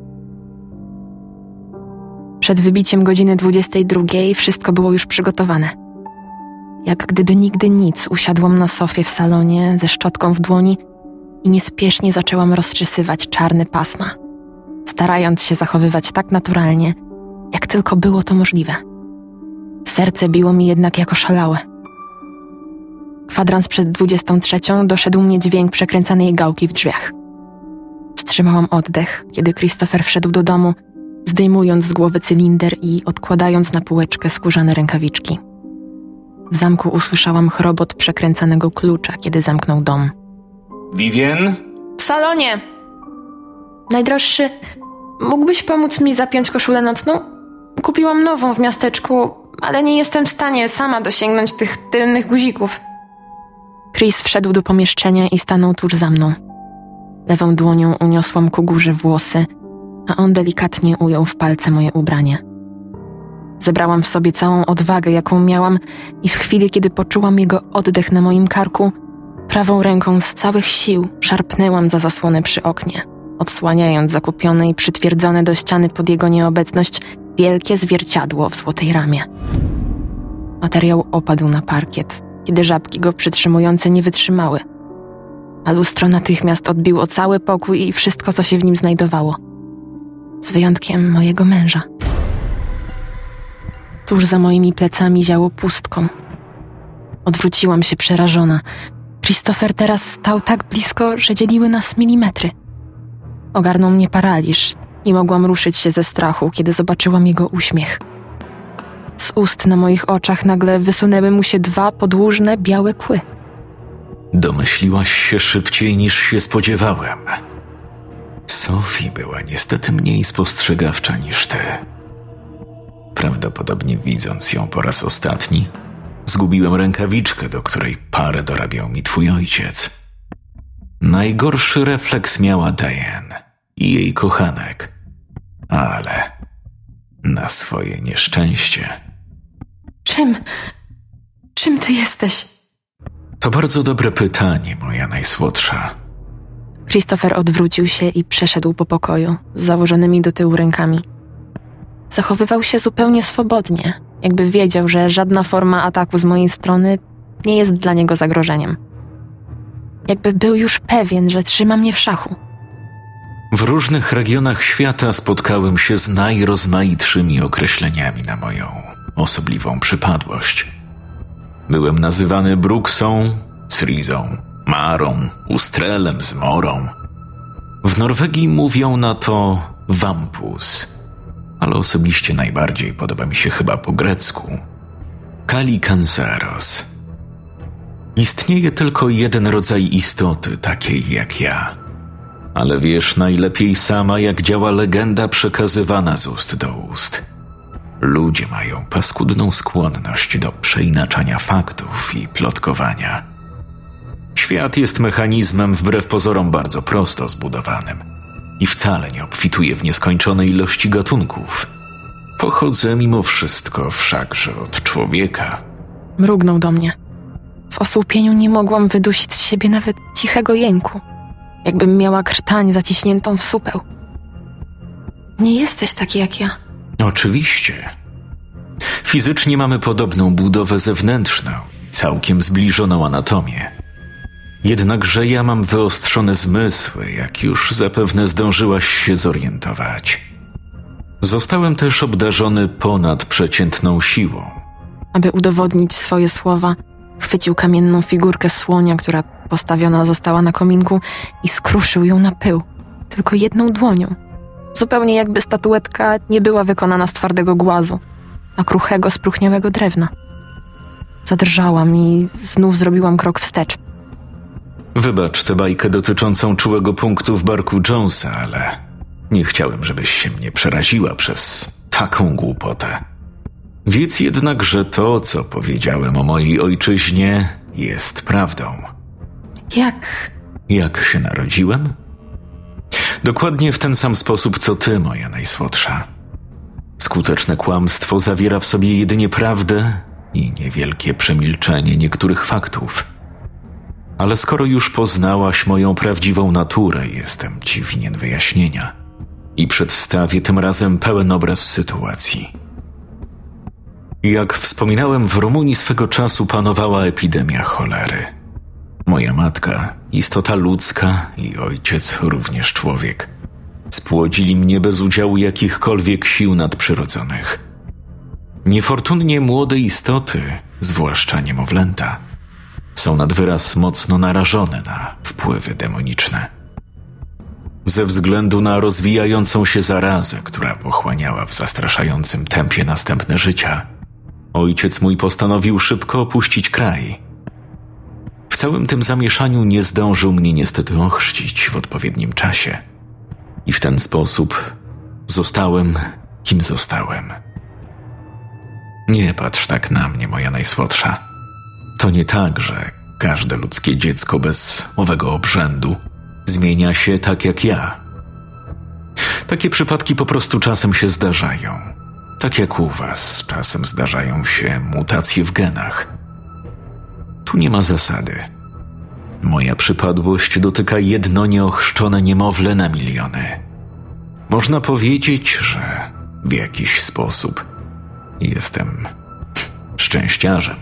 Przed wybiciem godziny 22 wszystko było już przygotowane. Jak gdyby nigdy nic, usiadłam na sofie w salonie ze szczotką w dłoni i niespiesznie zaczęłam rozczesywać czarne pasma, starając się zachowywać tak naturalnie, jak tylko było to możliwe. Serce biło mi jednak jak oszalałe. Kwadrans przed 23 doszedł mnie dźwięk przekręcanej gałki w drzwiach. Wstrzymałam oddech, kiedy Christopher wszedł do domu, zdejmując z głowy cylinder i odkładając na półeczkę skórzane rękawiczki. W zamku usłyszałam chrobot przekręcanego klucza, kiedy zamknął dom. Vivien? W salonie! Najdroższy, mógłbyś pomóc mi zapiąć koszulę nocną? Kupiłam nową w miasteczku, ale nie jestem w stanie sama dosięgnąć tych tylnych guzików. Chris wszedł do pomieszczenia i stanął tuż za mną. Lewą dłonią uniosłam ku górze włosy, a on delikatnie ujął w palce moje ubranie. Zebrałam w sobie całą odwagę, jaką miałam i w chwili, kiedy poczułam jego oddech na moim karku, prawą ręką z całych sił szarpnęłam za zasłonę przy oknie, odsłaniając zakupione i przytwierdzone do ściany pod jego nieobecność wielkie zwierciadło w złotej ramie. Materiał opadł na parkiet, kiedy żabki go przytrzymujące nie wytrzymały, a lustro natychmiast odbiło cały pokój i wszystko, co się w nim znajdowało. Z wyjątkiem mojego męża. Tuż za moimi plecami ziało pustką. Odwróciłam się przerażona. Christopher teraz stał tak blisko, że dzieliły nas milimetry. Ogarnął mnie paraliż. Nie mogłam ruszyć się ze strachu, kiedy zobaczyłam jego uśmiech. Z ust na moich oczach nagle wysunęły mu się 2 podłużne, białe kły. Domyśliłaś się szybciej niż się spodziewałem. Sophie była niestety mniej spostrzegawcza niż ty. Prawdopodobnie widząc ją po raz ostatni, zgubiłem rękawiczkę, do której parę dorabiał mi twój ojciec. Najgorszy refleks miała Diane i jej kochanek, ale na swoje nieszczęście. Czym ty jesteś? To bardzo dobre pytanie, moja najsłodsza. Christopher odwrócił się i przeszedł po pokoju, z założonymi do tyłu rękami. Zachowywał się zupełnie swobodnie, jakby wiedział, że żadna forma ataku z mojej strony nie jest dla niego zagrożeniem. Jakby był już pewien, że trzyma mnie w szachu. W różnych regionach świata spotkałem się z najrozmaitszymi określeniami na moją osobliwą przypadłość. Byłem nazywany Bruksą, Srizą, Marą, Ustrelem, Zmorą. W Norwegii mówią na to Wampus, ale osobiście najbardziej podoba mi się chyba po grecku Kalikanzaros. Istnieje tylko jeden rodzaj istoty, takiej jak ja. Ale wiesz najlepiej sama, jak działa legenda przekazywana z ust do ust. Ludzie mają paskudną skłonność do przeinaczania faktów i plotkowania. Świat jest mechanizmem wbrew pozorom bardzo prosto zbudowanym i wcale nie obfituje w nieskończone ilości gatunków. Pochodzę mimo wszystko wszakże od człowieka. Mrugnął do mnie. W osłupieniu nie mogłam wydusić z siebie nawet cichego jęku, jakbym miała krtań zaciśniętą w supeł. Nie jesteś taki jak ja. Oczywiście. Fizycznie mamy podobną budowę zewnętrzną i całkiem zbliżoną anatomię. Jednakże ja mam wyostrzone zmysły, jak już zapewne zdążyłaś się zorientować. Zostałem też obdarzony ponadprzeciętną siłą. Aby udowodnić swoje słowa, chwycił kamienną figurkę słonia, która postawiona została na kominku i skruszył ją na pył, tylko jedną dłonią. Zupełnie jakby statuetka nie była wykonana z twardego głazu, a kruchego, spróchniałego drewna. Zadrżałam i znów zrobiłam krok wstecz. Wybacz tę bajkę dotyczącą czułego punktu w barku Jonesa, ale nie chciałem, żebyś się mnie przeraziła przez taką głupotę. Wiedz jednak, że to, co powiedziałem o mojej ojczyźnie, jest prawdą. Jak się narodziłem? Dokładnie w ten sam sposób, co ty, moja najsłodsza. Skuteczne kłamstwo zawiera w sobie jedynie prawdę i niewielkie przemilczenie niektórych faktów. Ale skoro już poznałaś moją prawdziwą naturę, jestem ci winien wyjaśnienia i przedstawię tym razem pełen obraz sytuacji. Jak wspominałem, w Rumunii swego czasu panowała epidemia cholery. Moja matka, istota ludzka, i ojciec, również człowiek, spłodzili mnie bez udziału jakichkolwiek sił nadprzyrodzonych. Niefortunnie młode istoty, zwłaszcza niemowlęta, są nad wyraz mocno narażone na wpływy demoniczne. Ze względu na rozwijającą się zarazę, która pochłaniała w zastraszającym tempie następne życia, ojciec mój postanowił szybko opuścić kraj. W całym tym zamieszaniu nie zdążył mnie niestety ochrzcić w odpowiednim czasie. I w ten sposób zostałem, kim zostałem. Nie patrz tak na mnie, moja najsłodsza. To nie tak, że każde ludzkie dziecko bez owego obrzędu zmienia się tak jak ja. Takie przypadki po prostu czasem się zdarzają. Tak jak u was czasem zdarzają się mutacje w genach. Tu nie ma zasady. Moja przypadłość dotyka jedno nieochrzczone niemowlę na miliony. Można powiedzieć, że w jakiś sposób jestem szczęściarzem.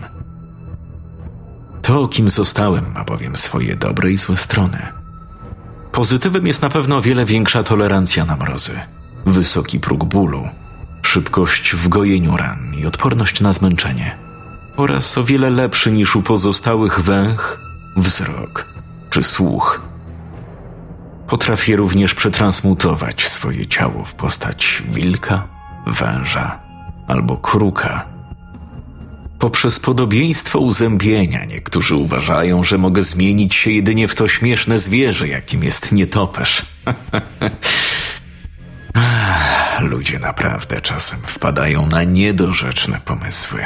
To, kim zostałem, ma bowiem swoje dobre i złe strony. Pozytywem jest na pewno o wiele większa tolerancja na mrozy, wysoki próg bólu, szybkość w gojeniu ran i odporność na zmęczenie oraz o wiele lepszy niż u pozostałych węch, wzrok czy słuch. Potrafię również przetransmutować swoje ciało w postać wilka, węża albo kruka. Poprzez podobieństwo uzębienia niektórzy uważają, że mogę zmienić się jedynie w to śmieszne zwierzę, jakim jest nietoperz. Ludzie naprawdę czasem wpadają na niedorzeczne pomysły.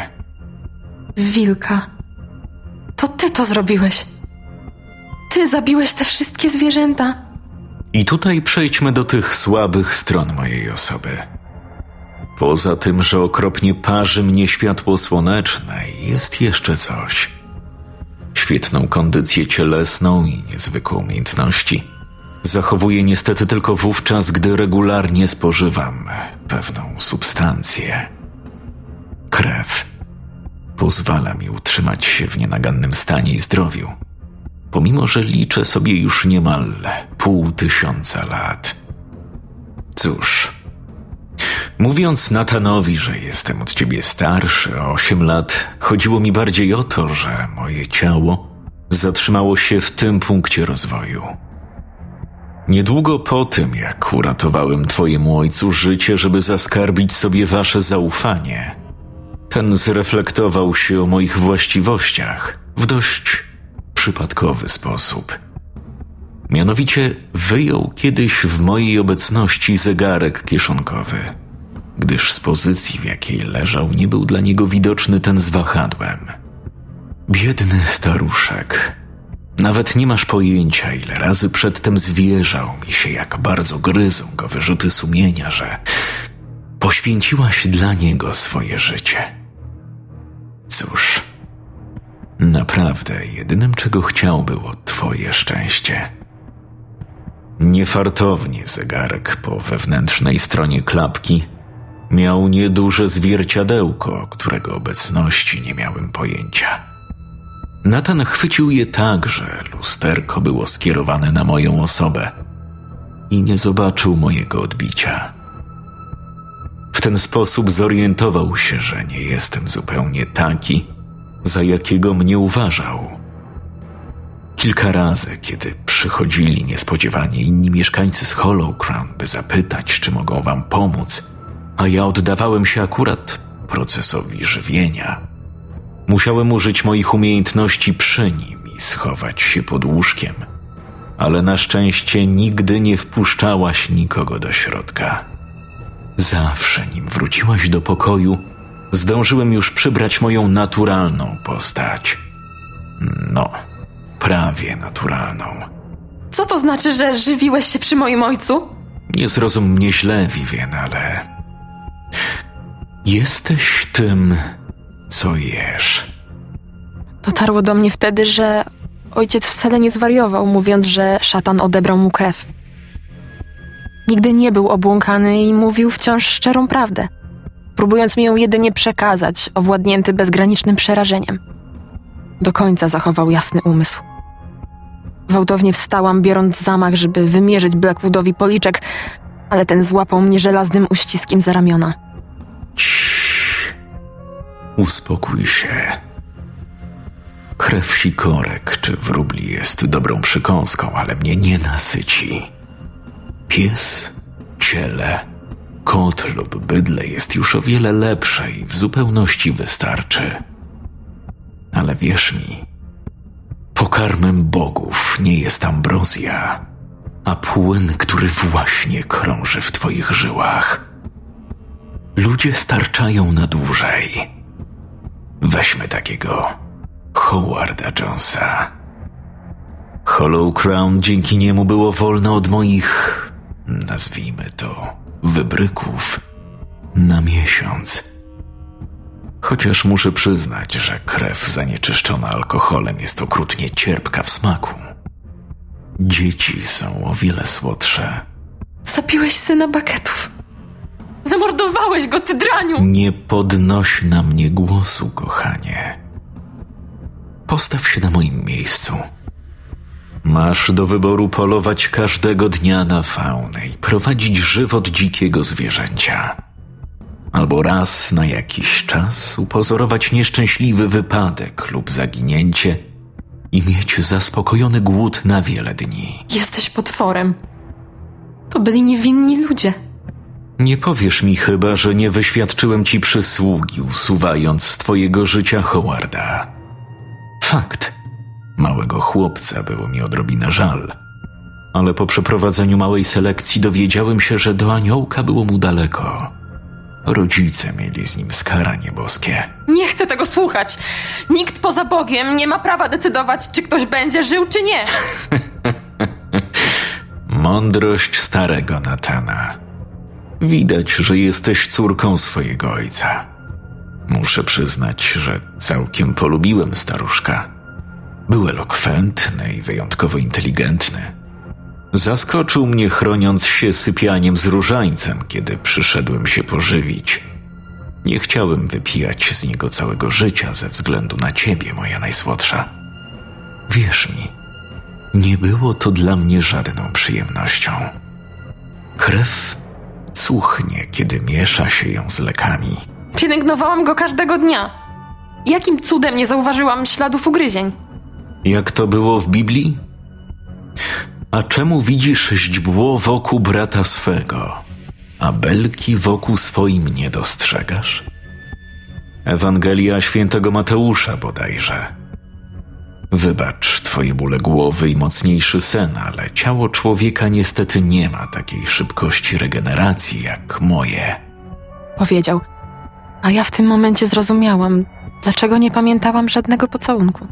Wilka. To ty to zrobiłeś. Ty zabiłeś te wszystkie zwierzęta. I tutaj przejdźmy do tych słabych stron mojej osoby. Poza tym, że okropnie parzy mnie światło słoneczne, jest jeszcze coś. Świetną kondycję cielesną i niezwykłe umiejętności zachowuję niestety tylko wówczas, gdy regularnie spożywam pewną substancję. Krew pozwala mi utrzymać się w nienagannym stanie i zdrowiu, pomimo że liczę sobie już niemal 500 lat. Cóż, mówiąc Nathanowi, że jestem od ciebie starszy o 8 lat, chodziło mi bardziej o to, że moje ciało zatrzymało się w tym punkcie rozwoju. Niedługo po tym, jak uratowałem twojemu ojcu życie, żeby zaskarbić sobie wasze zaufanie, ten zreflektował się o moich właściwościach w dość przypadkowy sposób. Mianowicie wyjął kiedyś w mojej obecności zegarek kieszonkowy, gdyż z pozycji, w jakiej leżał, nie był dla niego widoczny ten z wahadłem. Biedny staruszek. Nawet nie masz pojęcia, ile razy przedtem zwierzał mi się, jak bardzo gryzą go wyrzuty sumienia, że poświęciłaś dla niego swoje życie. Cóż, naprawdę jedynym, czego chciał, było twoje szczęście. Niefartownie zegarek po wewnętrznej stronie klapki miał nieduże zwierciadełko, którego obecności nie miałem pojęcia. Nathan chwycił je tak, że lusterko było skierowane na moją osobę i nie zobaczył mojego odbicia. W ten sposób zorientował się, że nie jestem zupełnie taki, za jakiego mnie uważał. Kilka razy, kiedy przychodzili niespodziewanie inni mieszkańcy z Hollow Crown, by zapytać, czy mogą wam pomóc, a ja oddawałem się akurat procesowi żywienia, musiałem użyć moich umiejętności przy nim i schować się pod łóżkiem, ale na szczęście nigdy nie wpuszczałaś nikogo do środka. Zawsze, nim wróciłaś do pokoju, Zdążyłem już przybrać moją naturalną postać. No, prawie naturalną. Co to znaczy, że żywiłeś się przy moim ojcu? Nie zrozum mnie źle, Vivien, ale... jesteś tym, co jesz. Dotarło do mnie wtedy, że ojciec wcale nie zwariował, mówiąc, że szatan odebrał mu krew. Nigdy nie był obłąkany i mówił wciąż szczerą prawdę, próbując mi ją jedynie przekazać, owładnięty bezgranicznym przerażeniem. Do końca zachował jasny umysł. Gwałtownie wstałam, biorąc zamach, żeby wymierzyć Blackwoodowi policzek, ale ten złapał mnie żelaznym uściskiem za ramiona. Ciii. Uspokój się. Krew sikorek czy wróbli jest dobrą przykąską, ale mnie nie nasyci. Pies, ciele, kot lub bydle jest już o wiele lepsze i w zupełności wystarczy. Ale wierz mi, pokarmem bogów nie jest ambrozja, a płyn, który właśnie krąży w twoich żyłach. Ludzie starczają na dłużej. Weźmy takiego Howarda Jonesa. Hollow Crown dzięki niemu było wolne od moich, nazwijmy to, wybryków na miesiąc. Chociaż muszę przyznać, że krew zanieczyszczona alkoholem jest okrutnie cierpka w smaku. Dzieci są o wiele słodsze. Zabiłeś syna Bucketów. Zamordowałeś go, ty draniu! Nie podnoś na mnie głosu, kochanie. Postaw się na moim miejscu. Masz do wyboru polować każdego dnia na faunę i prowadzić żywot dzikiego zwierzęcia. Albo raz na jakiś czas upozorować nieszczęśliwy wypadek lub zaginięcie i mieć zaspokojony głód na wiele dni. Jesteś potworem. To byli niewinni ludzie. Nie powiesz mi chyba, że nie wyświadczyłem ci przysługi, usuwając z twojego życia Howarda. Fakt. Małego chłopca było mi odrobinę żal. Ale po przeprowadzeniu małej selekcji dowiedziałem się, że do aniołka było mu daleko. Rodzice mieli z nim skaranie boskie. Nie chcę tego słuchać. Nikt poza Bogiem nie ma prawa decydować, czy ktoś będzie żył, czy nie. Mądrość starego Nathana. Widać, że jesteś córką swojego ojca. Muszę przyznać, że całkiem polubiłem staruszka. Był elokwentny i wyjątkowo inteligentny. Zaskoczył mnie, chroniąc się sypianiem z różańcem, kiedy przyszedłem się pożywić. Nie chciałem wypijać z niego całego życia ze względu na ciebie, moja najsłodsza. Wierz mi, nie było to dla mnie żadną przyjemnością. Krew cuchnie, kiedy miesza się ją z lekami. Pielęgnowałam go każdego dnia. Jakim cudem nie zauważyłam śladów ugryzień? Jak to było w Biblii? A czemu widzisz źdźbło wokół brata swego, a belki wokół swoim nie dostrzegasz? Ewangelia świętego Mateusza bodajże. Wybacz twoje bóle głowy i mocniejszy sen, ale ciało człowieka niestety nie ma takiej szybkości regeneracji jak moje. Powiedział, a ja w tym momencie zrozumiałam, dlaczego nie pamiętałam żadnego pocałunku.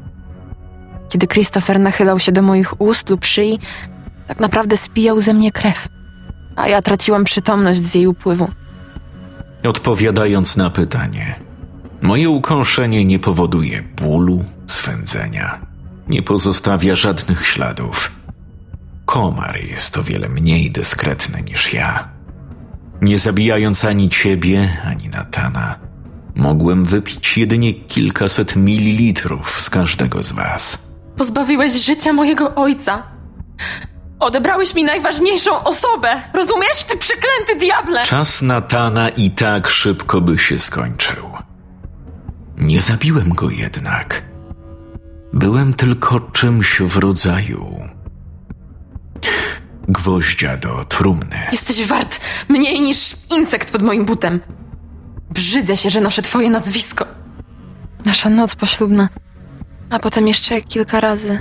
Kiedy Christopher nachylał się do moich ust lub szyi, tak naprawdę spijał ze mnie krew, a ja traciłam przytomność z jej upływu. Odpowiadając na pytanie, moje ukąszenie nie powoduje bólu, swędzenia, nie pozostawia żadnych śladów. Komar jest o wiele mniej dyskretny niż ja. Nie zabijając ani ciebie, ani Nathana, mogłem wypić jedynie kilkaset mililitrów z każdego z was. Pozbawiłeś życia mojego ojca. Odebrałeś mi najważniejszą osobę. Rozumiesz, ty przeklęty diable? Czas Nathana i tak szybko by się skończył. Nie zabiłem go jednak. Byłem tylko czymś w rodzaju gwoździa do trumny. Jesteś wart mniej niż insekt pod moim butem. Brzydzę się, że noszę twoje nazwisko. Nasza noc poślubna, a potem jeszcze kilka razy.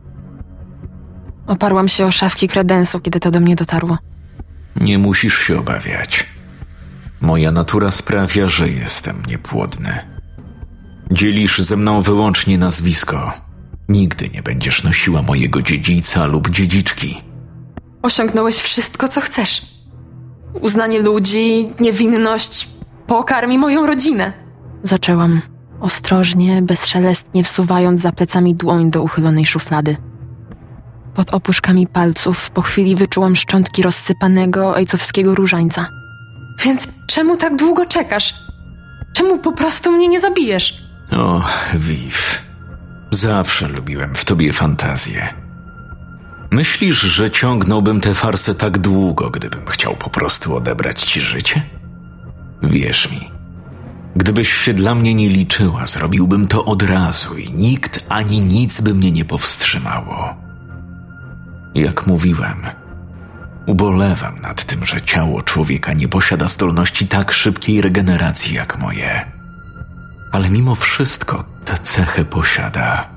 Oparłam się o szafki kredensu, kiedy to do mnie dotarło. Nie musisz się obawiać. Moja natura sprawia, że jestem niepłodny. Dzielisz ze mną wyłącznie nazwisko. Nigdy nie będziesz nosiła mojego dziedzica lub dziedziczki. Osiągnąłeś wszystko, co chcesz. Uznanie ludzi, niewinność, pokarm moją rodzinę. Zaczęłam, ostrożnie, bezszelestnie wsuwając za plecami dłoń do uchylonej szuflady. Pod opuszkami palców po chwili wyczułam szczątki rozsypanego ojcowskiego różańca. Więc czemu tak długo czekasz? Czemu po prostu mnie nie zabijesz? O, Viv, zawsze lubiłem w tobie fantazję. Myślisz, że ciągnąłbym tę farsę tak długo, gdybym chciał po prostu odebrać ci życie? Wierz mi, gdybyś się dla mnie nie liczyła, zrobiłbym to od razu i nikt ani nic by mnie nie powstrzymało. Jak mówiłem, ubolewam nad tym, że ciało człowieka nie posiada zdolności tak szybkiej regeneracji jak moje. Ale mimo wszystko tę cechę posiada.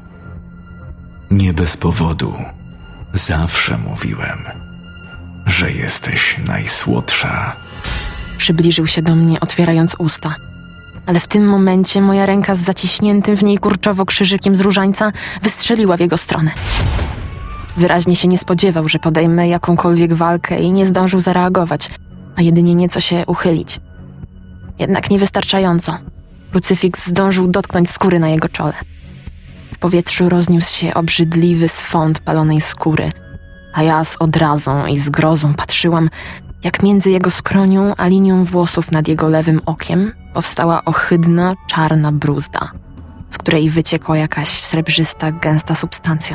Nie bez powodu zawsze mówiłem, że jesteś najsłodsza. Przybliżył się do mnie, otwierając usta. Ale w tym momencie moja ręka z zaciśniętym w niej kurczowo krzyżykiem z różańca wystrzeliła w jego stronę. Wyraźnie się nie spodziewał, że podejmę jakąkolwiek walkę i nie zdążył zareagować, a jedynie nieco się uchylić. Jednak niewystarczająco. Krucyfiks zdążył dotknąć skóry na jego czole. W powietrzu rozniósł się obrzydliwy swąd palonej skóry, a ja z odrazą i zgrozą patrzyłam, jak między jego skronią a linią włosów nad jego lewym okiem powstała ohydna, czarna bruzda, z której wyciekła jakaś srebrzysta, gęsta substancja.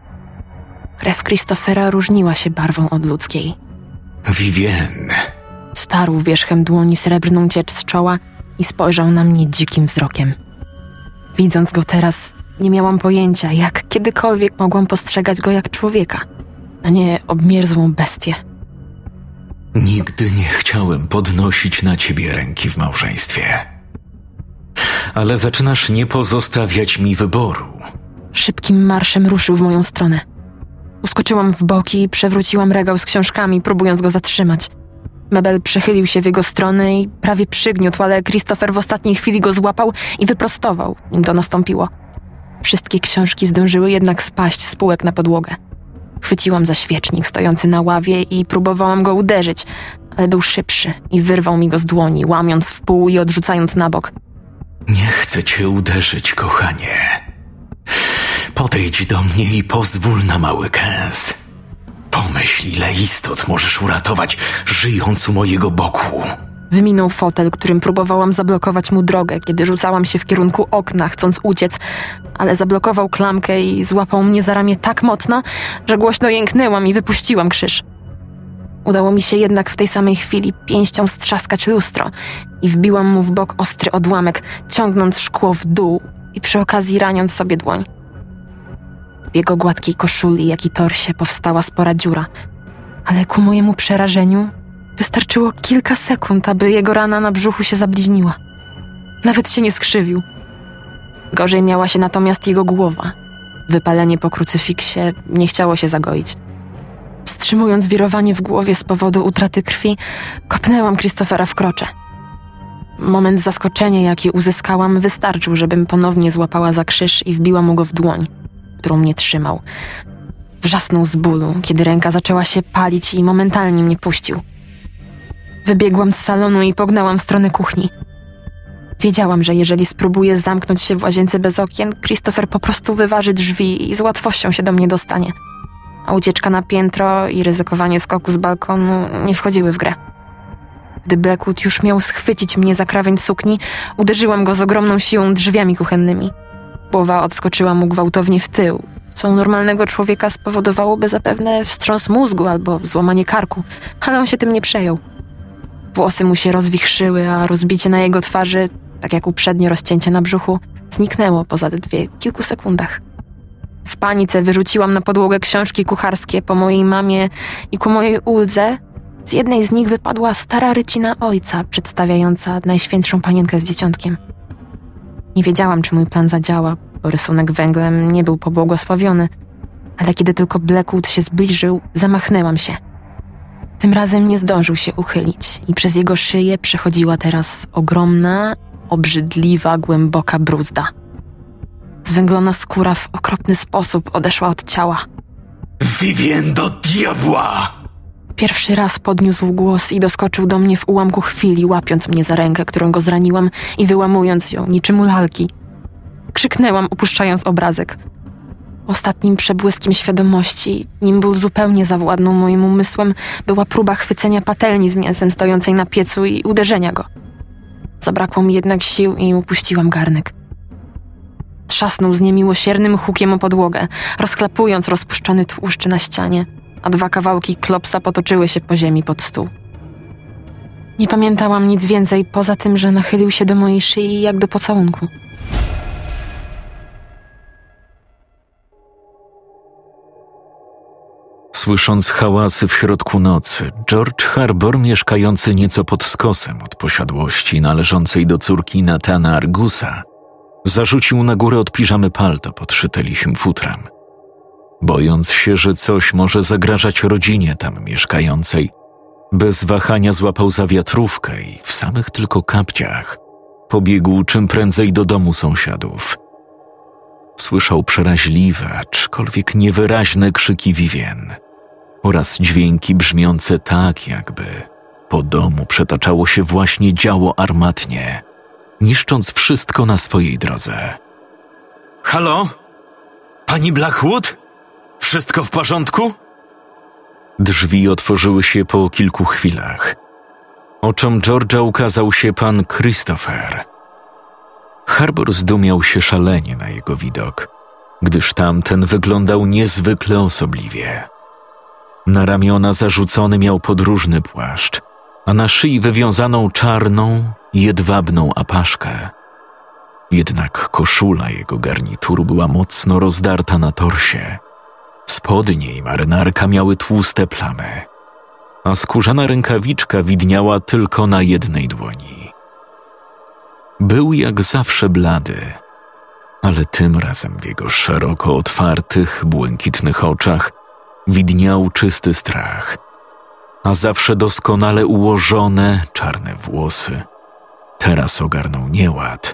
Krew Christophera różniła się barwą od ludzkiej. Vivienne. Starł wierzchem dłoni srebrną ciecz z czoła i spojrzał na mnie dzikim wzrokiem. Widząc go teraz, nie miałam pojęcia, jak kiedykolwiek mogłam postrzegać go jak człowieka, a nie obmierzłą bestię. Nigdy nie chciałem podnosić na ciebie ręki w małżeństwie. Ale zaczynasz nie pozostawiać mi wyboru. Szybkim marszem ruszył w moją stronę. Uskoczyłam w boki i przewróciłam regał z książkami, próbując go zatrzymać. Mebel przechylił się w jego stronę i prawie przygniótł, ale Christopher w ostatniej chwili go złapał i wyprostował, nim to nastąpiło. Wszystkie książki zdążyły jednak spaść z półek na podłogę. Chwyciłam za świecznik stojący na ławie i próbowałam go uderzyć, ale był szybszy i wyrwał mi go z dłoni, łamiąc w pół i odrzucając na bok. Nie chcę cię uderzyć, kochanie. Podejdź do mnie i pozwól na mały kęs. Pomyśl, ile istot możesz uratować, żyjąc u mojego boku. Wyminął fotel, którym próbowałam zablokować mu drogę, kiedy rzucałam się w kierunku okna, chcąc uciec, ale zablokował klamkę i złapał mnie za ramię tak mocno, że głośno jęknęłam i wypuściłam krzyż. Udało mi się jednak w tej samej chwili pięścią strzaskać lustro i wbiłam mu w bok ostry odłamek, ciągnąc szkło w dół i przy okazji raniąc sobie dłoń. W jego gładkiej koszuli, jak i torsie powstała spora dziura, ale ku mojemu przerażeniu wystarczyło kilka sekund, aby jego rana na brzuchu się zabliźniła. Nawet się nie skrzywił. Gorzej miała się natomiast jego głowa. Wypalenie po krucyfiksie nie chciało się zagoić. Wstrzymując wirowanie w głowie z powodu utraty krwi, kopnęłam Christophera w krocze. Moment zaskoczenia, jaki uzyskałam, wystarczył, żebym ponownie złapała za krzyż i wbiła mu go w dłoń, którą mnie trzymał. Wrzasnął z bólu, kiedy ręka zaczęła się palić i momentalnie mnie puścił. Wybiegłam z salonu i pognałam w stronę kuchni. Wiedziałam, że jeżeli spróbuję zamknąć się w łazience bez okien, Christopher po prostu wyważy drzwi i z łatwością się do mnie dostanie. A ucieczka na piętro i ryzykowanie skoku z balkonu nie wchodziły w grę. Gdy Blackwood już miał schwycić mnie za krawędź sukni, uderzyłam go z ogromną siłą drzwiami kuchennymi. Głowa odskoczyła mu gwałtownie w tył, co u normalnego człowieka spowodowałoby zapewne wstrząs mózgu albo złamanie karku, ale on się tym nie przejął. Włosy mu się rozwichrzyły, a rozbicie na jego twarzy, tak jak uprzednio rozcięcie na brzuchu, zniknęło po zaledwie kilku sekundach. W panice wyrzuciłam na podłogę książki kucharskie po mojej mamie i ku mojej uldze z jednej z nich wypadła stara rycina ojca, przedstawiająca Najświętszą Panienkę z Dzieciątkiem. Nie wiedziałam, czy mój plan zadziała, bo rysunek węglem nie był pobłogosławiony, ale kiedy tylko Blackwood się zbliżył, zamachnęłam się. Tym razem nie zdążył się uchylić i przez jego szyję przechodziła teraz ogromna, obrzydliwa, głęboka bruzda. Zwęglona skóra w okropny sposób odeszła od ciała. Vivien, do diabła! Pierwszy raz podniósł głos i doskoczył do mnie w ułamku chwili, łapiąc mnie za rękę, którą go zraniłam i wyłamując ją, niczym u lalki. Krzyknęłam, opuszczając obrazek. Ostatnim przebłyskiem świadomości, nim ból zupełnie zawładnął moim umysłem, była próba chwycenia patelni z mięsem stojącej na piecu i uderzenia go. Zabrakło mi jednak sił i upuściłam garnek. Trzasnął z niemiłosiernym hukiem o podłogę, rozklapując rozpuszczony tłuszcz na ścianie, a 2 kawałki klopsa potoczyły się po ziemi pod stół. Nie pamiętałam nic więcej, poza tym, że nachylił się do mojej szyi jak do pocałunku. Słysząc hałasy w środku nocy, George Harbour, mieszkający nieco pod skosem od posiadłości należącej do córki Nathana Argusa, zarzucił na górę od piżamy palto podszyte lisim futrem. Bojąc się, że coś może zagrażać rodzinie tam mieszkającej, bez wahania złapał za wiatrówkę i w samych tylko kapciach pobiegł czym prędzej do domu sąsiadów. Słyszał przeraźliwe, aczkolwiek niewyraźne krzyki Vivien oraz dźwięki brzmiące tak, jakby po domu przetaczało się właśnie działo armatnie, niszcząc wszystko na swojej drodze. Halo? Pani Blackwood? Wszystko w porządku? Drzwi otworzyły się po kilku chwilach. Oczom George'a ukazał się pan Christopher. Harbour zdumiał się szalenie na jego widok, gdyż tamten wyglądał niezwykle osobliwie. Na ramiona zarzucony miał podróżny płaszcz, a na szyi wywiązaną czarną, jedwabną apaszkę. Jednak koszula jego garnituru była mocno rozdarta na torsie. Spodnie i marynarka miały tłuste plamy, a skórzana rękawiczka widniała tylko na jednej dłoni. Był jak zawsze blady, ale tym razem w jego szeroko otwartych, błękitnych oczach widniał czysty strach, a zawsze doskonale ułożone, czarne włosy teraz ogarnął nieład.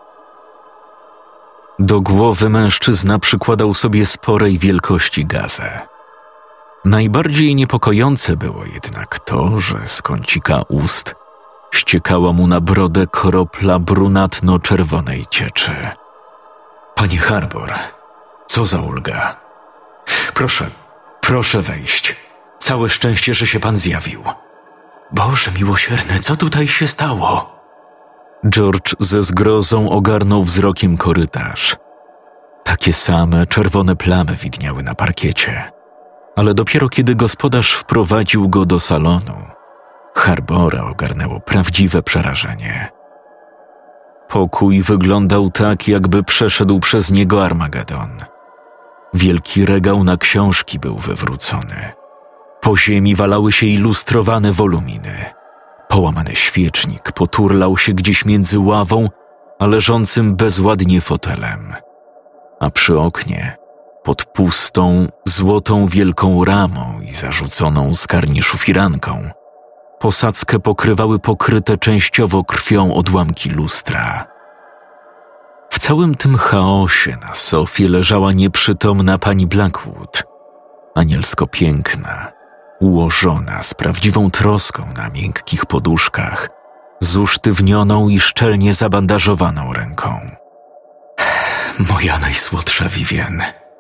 Do głowy mężczyzna przykładał sobie sporej wielkości gazę. Najbardziej niepokojące było jednak to, że z kącika ust ściekała mu na brodę kropla brunatno-czerwonej cieczy. Panie Harbour, co za ulga. Proszę wejść. Całe szczęście, że się pan zjawił. Boże miłosierny, co tutaj się stało? George ze zgrozą ogarnął wzrokiem korytarz. Takie same czerwone plamy widniały na parkiecie. Ale dopiero kiedy gospodarz wprowadził go do salonu, Harboura ogarnęło prawdziwe przerażenie. Pokój wyglądał tak, jakby przeszedł przez niego Armagedon. Wielki regał na książki był wywrócony. Po ziemi walały się ilustrowane woluminy. Połamany świecznik poturlał się gdzieś między ławą a leżącym bezładnie fotelem. A przy oknie, pod pustą, złotą wielką ramą i zarzuconą z karniszu firanką, posadzkę pokrywały pokryte częściowo krwią odłamki lustra. W całym tym chaosie na sofie leżała nieprzytomna pani Blackwood, anielsko piękna, ułożona z prawdziwą troską na miękkich poduszkach, z usztywnioną i szczelnie zabandażowaną ręką. Moja najsłodsza Vivien.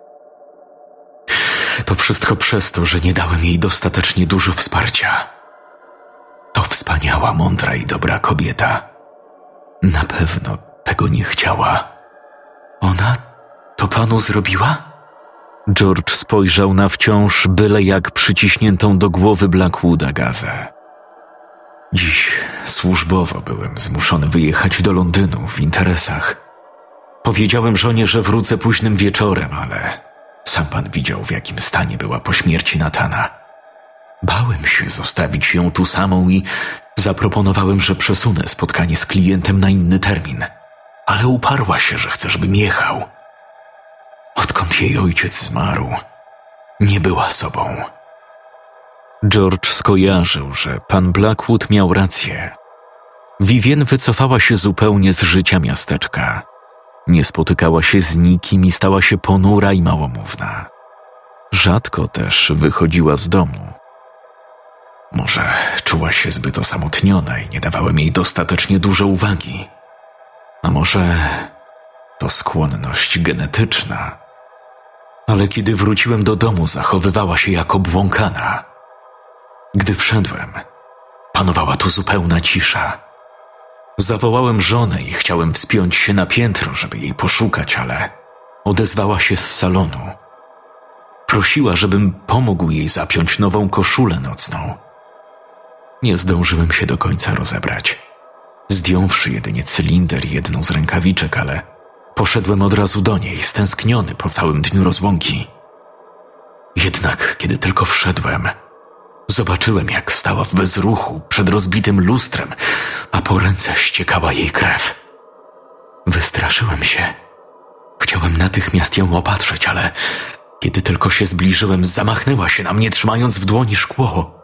To wszystko przez to, że nie dałem jej dostatecznie dużo wsparcia. To wspaniała, mądra i dobra kobieta. Na pewno tego nie chciała. Ona to panu zrobiła? George spojrzał na wciąż byle jak przyciśniętą do głowy Blackwooda gazę. Dziś służbowo byłem zmuszony wyjechać do Londynu w interesach. Powiedziałem żonie, że wrócę późnym wieczorem, ale sam pan widział, w jakim stanie była po śmierci Nathana. Bałem się zostawić ją tu samą i zaproponowałem, że przesunę spotkanie z klientem na inny termin. Ale uparła się, że chce, żebym jechał. Odkąd jej ojciec zmarł, nie była sobą. George skojarzył, że pan Blackwood miał rację. Vivien wycofała się zupełnie z życia miasteczka. Nie spotykała się z nikim i stała się ponura i małomówna. Rzadko też wychodziła z domu. Może czuła się zbyt osamotniona i nie dawałem jej dostatecznie dużo uwagi. A może to skłonność genetyczna. Ale kiedy wróciłem do domu, zachowywała się jak obłąkana. Gdy wszedłem, panowała tu zupełna cisza. Zawołałem żonę i chciałem wspiąć się na piętro, żeby jej poszukać, ale odezwała się z salonu. Prosiła, żebym pomógł jej zapiąć nową koszulę nocną. Nie zdążyłem się do końca rozebrać, zdjąwszy jedynie cylinder i jedną z rękawiczek, ale poszedłem od razu do niej, stęskniony po całym dniu rozłąki. Jednak kiedy tylko wszedłem, zobaczyłem, jak stała w bezruchu przed rozbitym lustrem, a po ręce ściekała jej krew. Wystraszyłem się. Chciałem natychmiast ją opatrzyć, ale kiedy tylko się zbliżyłem, zamachnęła się na mnie, trzymając w dłoni szkło.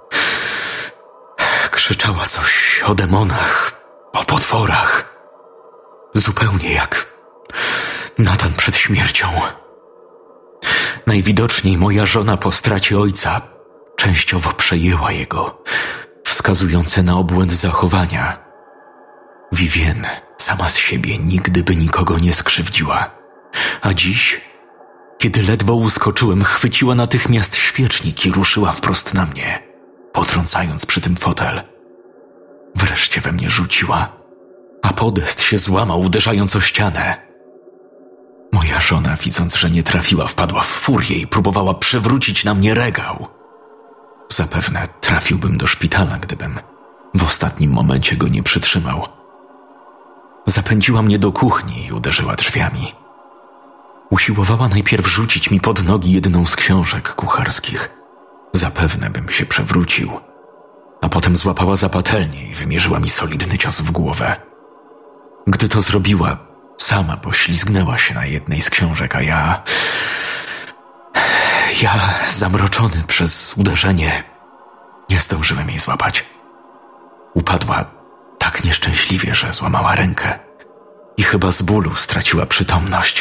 Krzyczała coś o demonach, o potworach. Zupełnie jak Nathan przed śmiercią. Najwidoczniej moja żona po stracie ojca częściowo przejęła jego, wskazujące na obłęd zachowania. Vivien sama z siebie nigdy by nikogo nie skrzywdziła. A dziś, kiedy ledwo uskoczyłem, chwyciła natychmiast świecznik i ruszyła wprost na mnie, potrącając przy tym fotel. Wreszcie we mnie rzuciła, a podest się złamał, uderzając o ścianę. Moja żona, widząc, że nie trafiła, wpadła w furię i próbowała przewrócić na mnie regał. Zapewne trafiłbym do szpitala, gdybym w ostatnim momencie go nie przytrzymał. Zapędziła mnie do kuchni i uderzyła drzwiami. Usiłowała najpierw rzucić mi pod nogi jedną z książek kucharskich. Zapewne bym się przewrócił. A potem złapała za patelnię i wymierzyła mi solidny cios w głowę. Gdy to zrobiła, sama poślizgnęła się na jednej z książek, a ja, zamroczony przez uderzenie, nie zdążyłem jej złapać. Upadła tak nieszczęśliwie, że złamała rękę i chyba z bólu straciła przytomność.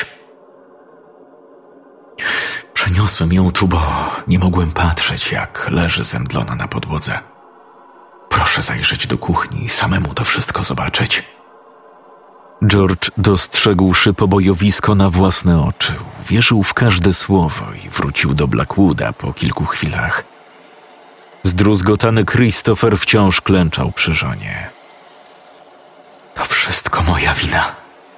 Przeniosłem ją tu, bo nie mogłem patrzeć, jak leży zemdlona na podłodze. Proszę zajrzeć do kuchni i samemu to wszystko zobaczyć. George, dostrzegłszy pobojowisko na własne oczy, uwierzył w każde słowo i wrócił do Blackwooda po kilku chwilach. Zdruzgotany Christopher wciąż klęczał przy żonie. To wszystko moja wina.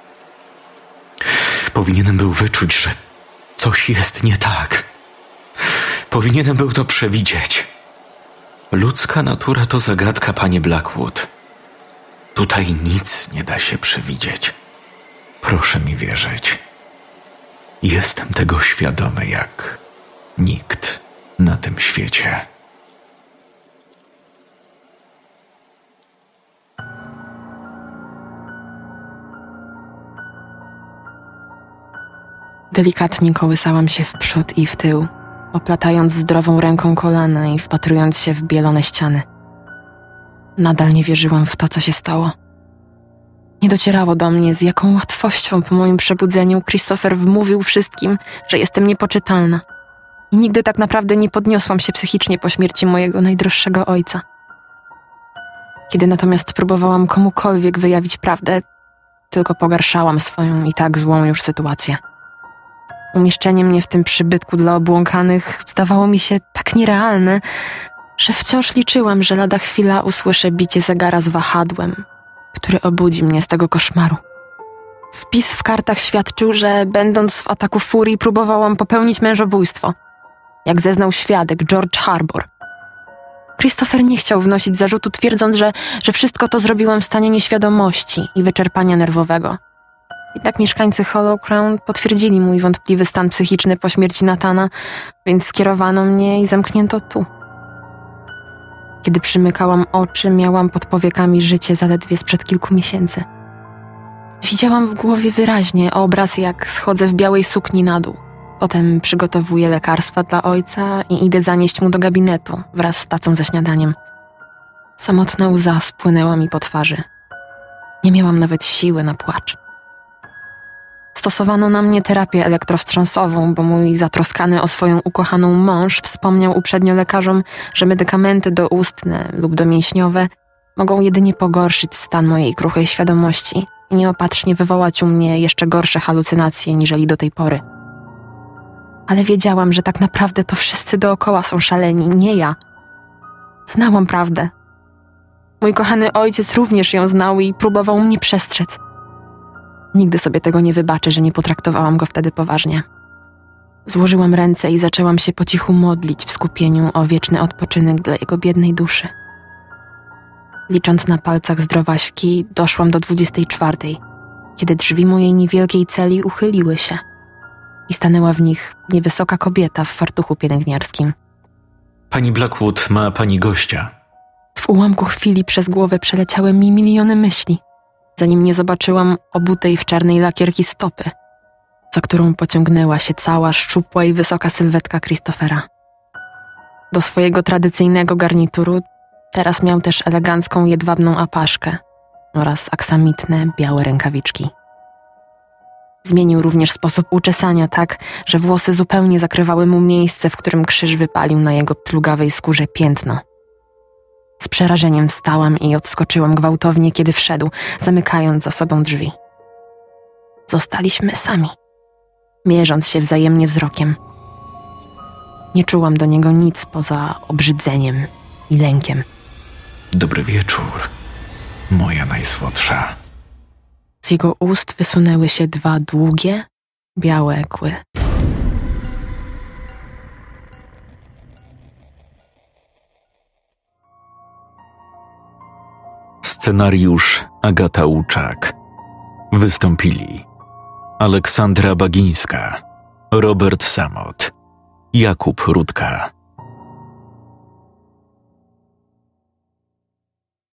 Powinienem był wyczuć, że coś jest nie tak. Powinienem był to przewidzieć. Ludzka natura to zagadka, panie Blackwood. Tutaj nic nie da się przewidzieć. Proszę mi wierzyć. Jestem tego świadomy jak nikt na tym świecie. Delikatnie kołysałam się w przód i w tył, oplatając zdrową ręką kolana i wpatrując się w bielone ściany. Nadal nie wierzyłam w to, co się stało. Nie docierało do mnie, z jaką łatwością po moim przebudzeniu Christopher wmówił wszystkim, że jestem niepoczytalna. I nigdy tak naprawdę nie podniosłam się psychicznie po śmierci mojego najdroższego ojca. Kiedy natomiast próbowałam komukolwiek wyjawić prawdę, tylko pogarszałam swoją i tak złą już sytuację. Umieszczenie mnie w tym przybytku dla obłąkanych zdawało mi się tak nierealne, że wciąż liczyłam, że lada chwila usłyszę bicie zegara z wahadłem, który obudzi mnie z tego koszmaru. Wpis w kartach świadczył, że będąc w ataku furii próbowałam popełnić mężobójstwo, jak zeznał świadek George Harbour. Christopher nie chciał wnosić zarzutu, twierdząc, że wszystko to zrobiłam w stanie nieświadomości i wyczerpania nerwowego. Jednak mieszkańcy Hollow Crown potwierdzili mój wątpliwy stan psychiczny po śmierci Nathana, więc skierowano mnie i zamknięto tu. Kiedy przymykałam oczy, miałam pod powiekami życie zaledwie sprzed kilku miesięcy. Widziałam w głowie wyraźnie obraz, jak schodzę w białej sukni na dół, Potem przygotowuję lekarstwa dla ojca i idę zanieść mu do gabinetu wraz z tacą ze śniadaniem. Samotna łza spłynęła mi po twarzy. Nie miałam nawet siły na płacz. Stosowano na mnie terapię elektrowstrząsową, bo mój zatroskany o swoją ukochaną mąż wspomniał uprzednio lekarzom, że medykamenty doustne lub domięśniowe mogą jedynie pogorszyć stan mojej kruchej świadomości i nieopatrznie wywołać u mnie jeszcze gorsze halucynacje niżeli do tej pory. Ale wiedziałam, że tak naprawdę to wszyscy dookoła są szaleni, nie ja. Znałam prawdę. Mój kochany ojciec również ją znał i próbował mnie przestrzec. Nigdy sobie tego nie wybaczę, że nie potraktowałam go wtedy poważnie. Złożyłam ręce i zaczęłam się po cichu modlić w skupieniu o wieczny odpoczynek dla jego biednej duszy. Licząc na palcach zdrowaśki, doszłam do 24, kiedy drzwi mojej niewielkiej celi uchyliły się i stanęła w nich niewysoka kobieta w fartuchu pielęgniarskim. Pani Blackwood, ma pani gościa. W ułamku chwili przez głowę przeleciały mi miliony myśli, zanim nie zobaczyłam obutej w czarnej lakierki stopy, za którą pociągnęła się cała szczupła i wysoka sylwetka Christophera. Do swojego tradycyjnego garnituru teraz miał też elegancką jedwabną apaszkę oraz aksamitne białe rękawiczki. Zmienił również sposób uczesania tak, że włosy zupełnie zakrywały mu miejsce, w którym krzyż wypalił na jego plugawej skórze piętno. Z przerażeniem wstałam i odskoczyłam gwałtownie, kiedy wszedł, zamykając za sobą drzwi. Zostaliśmy sami, mierząc się wzajemnie wzrokiem. Nie czułam do niego nic poza obrzydzeniem i lękiem. Dobry wieczór, moja najsłodsza. Z jego ust wysunęły się dwa długie, białe kły. Scenariusz Agata Łuczak. Wystąpili Aleksandra Bagińska, Robert Samot, Jakub Rutka.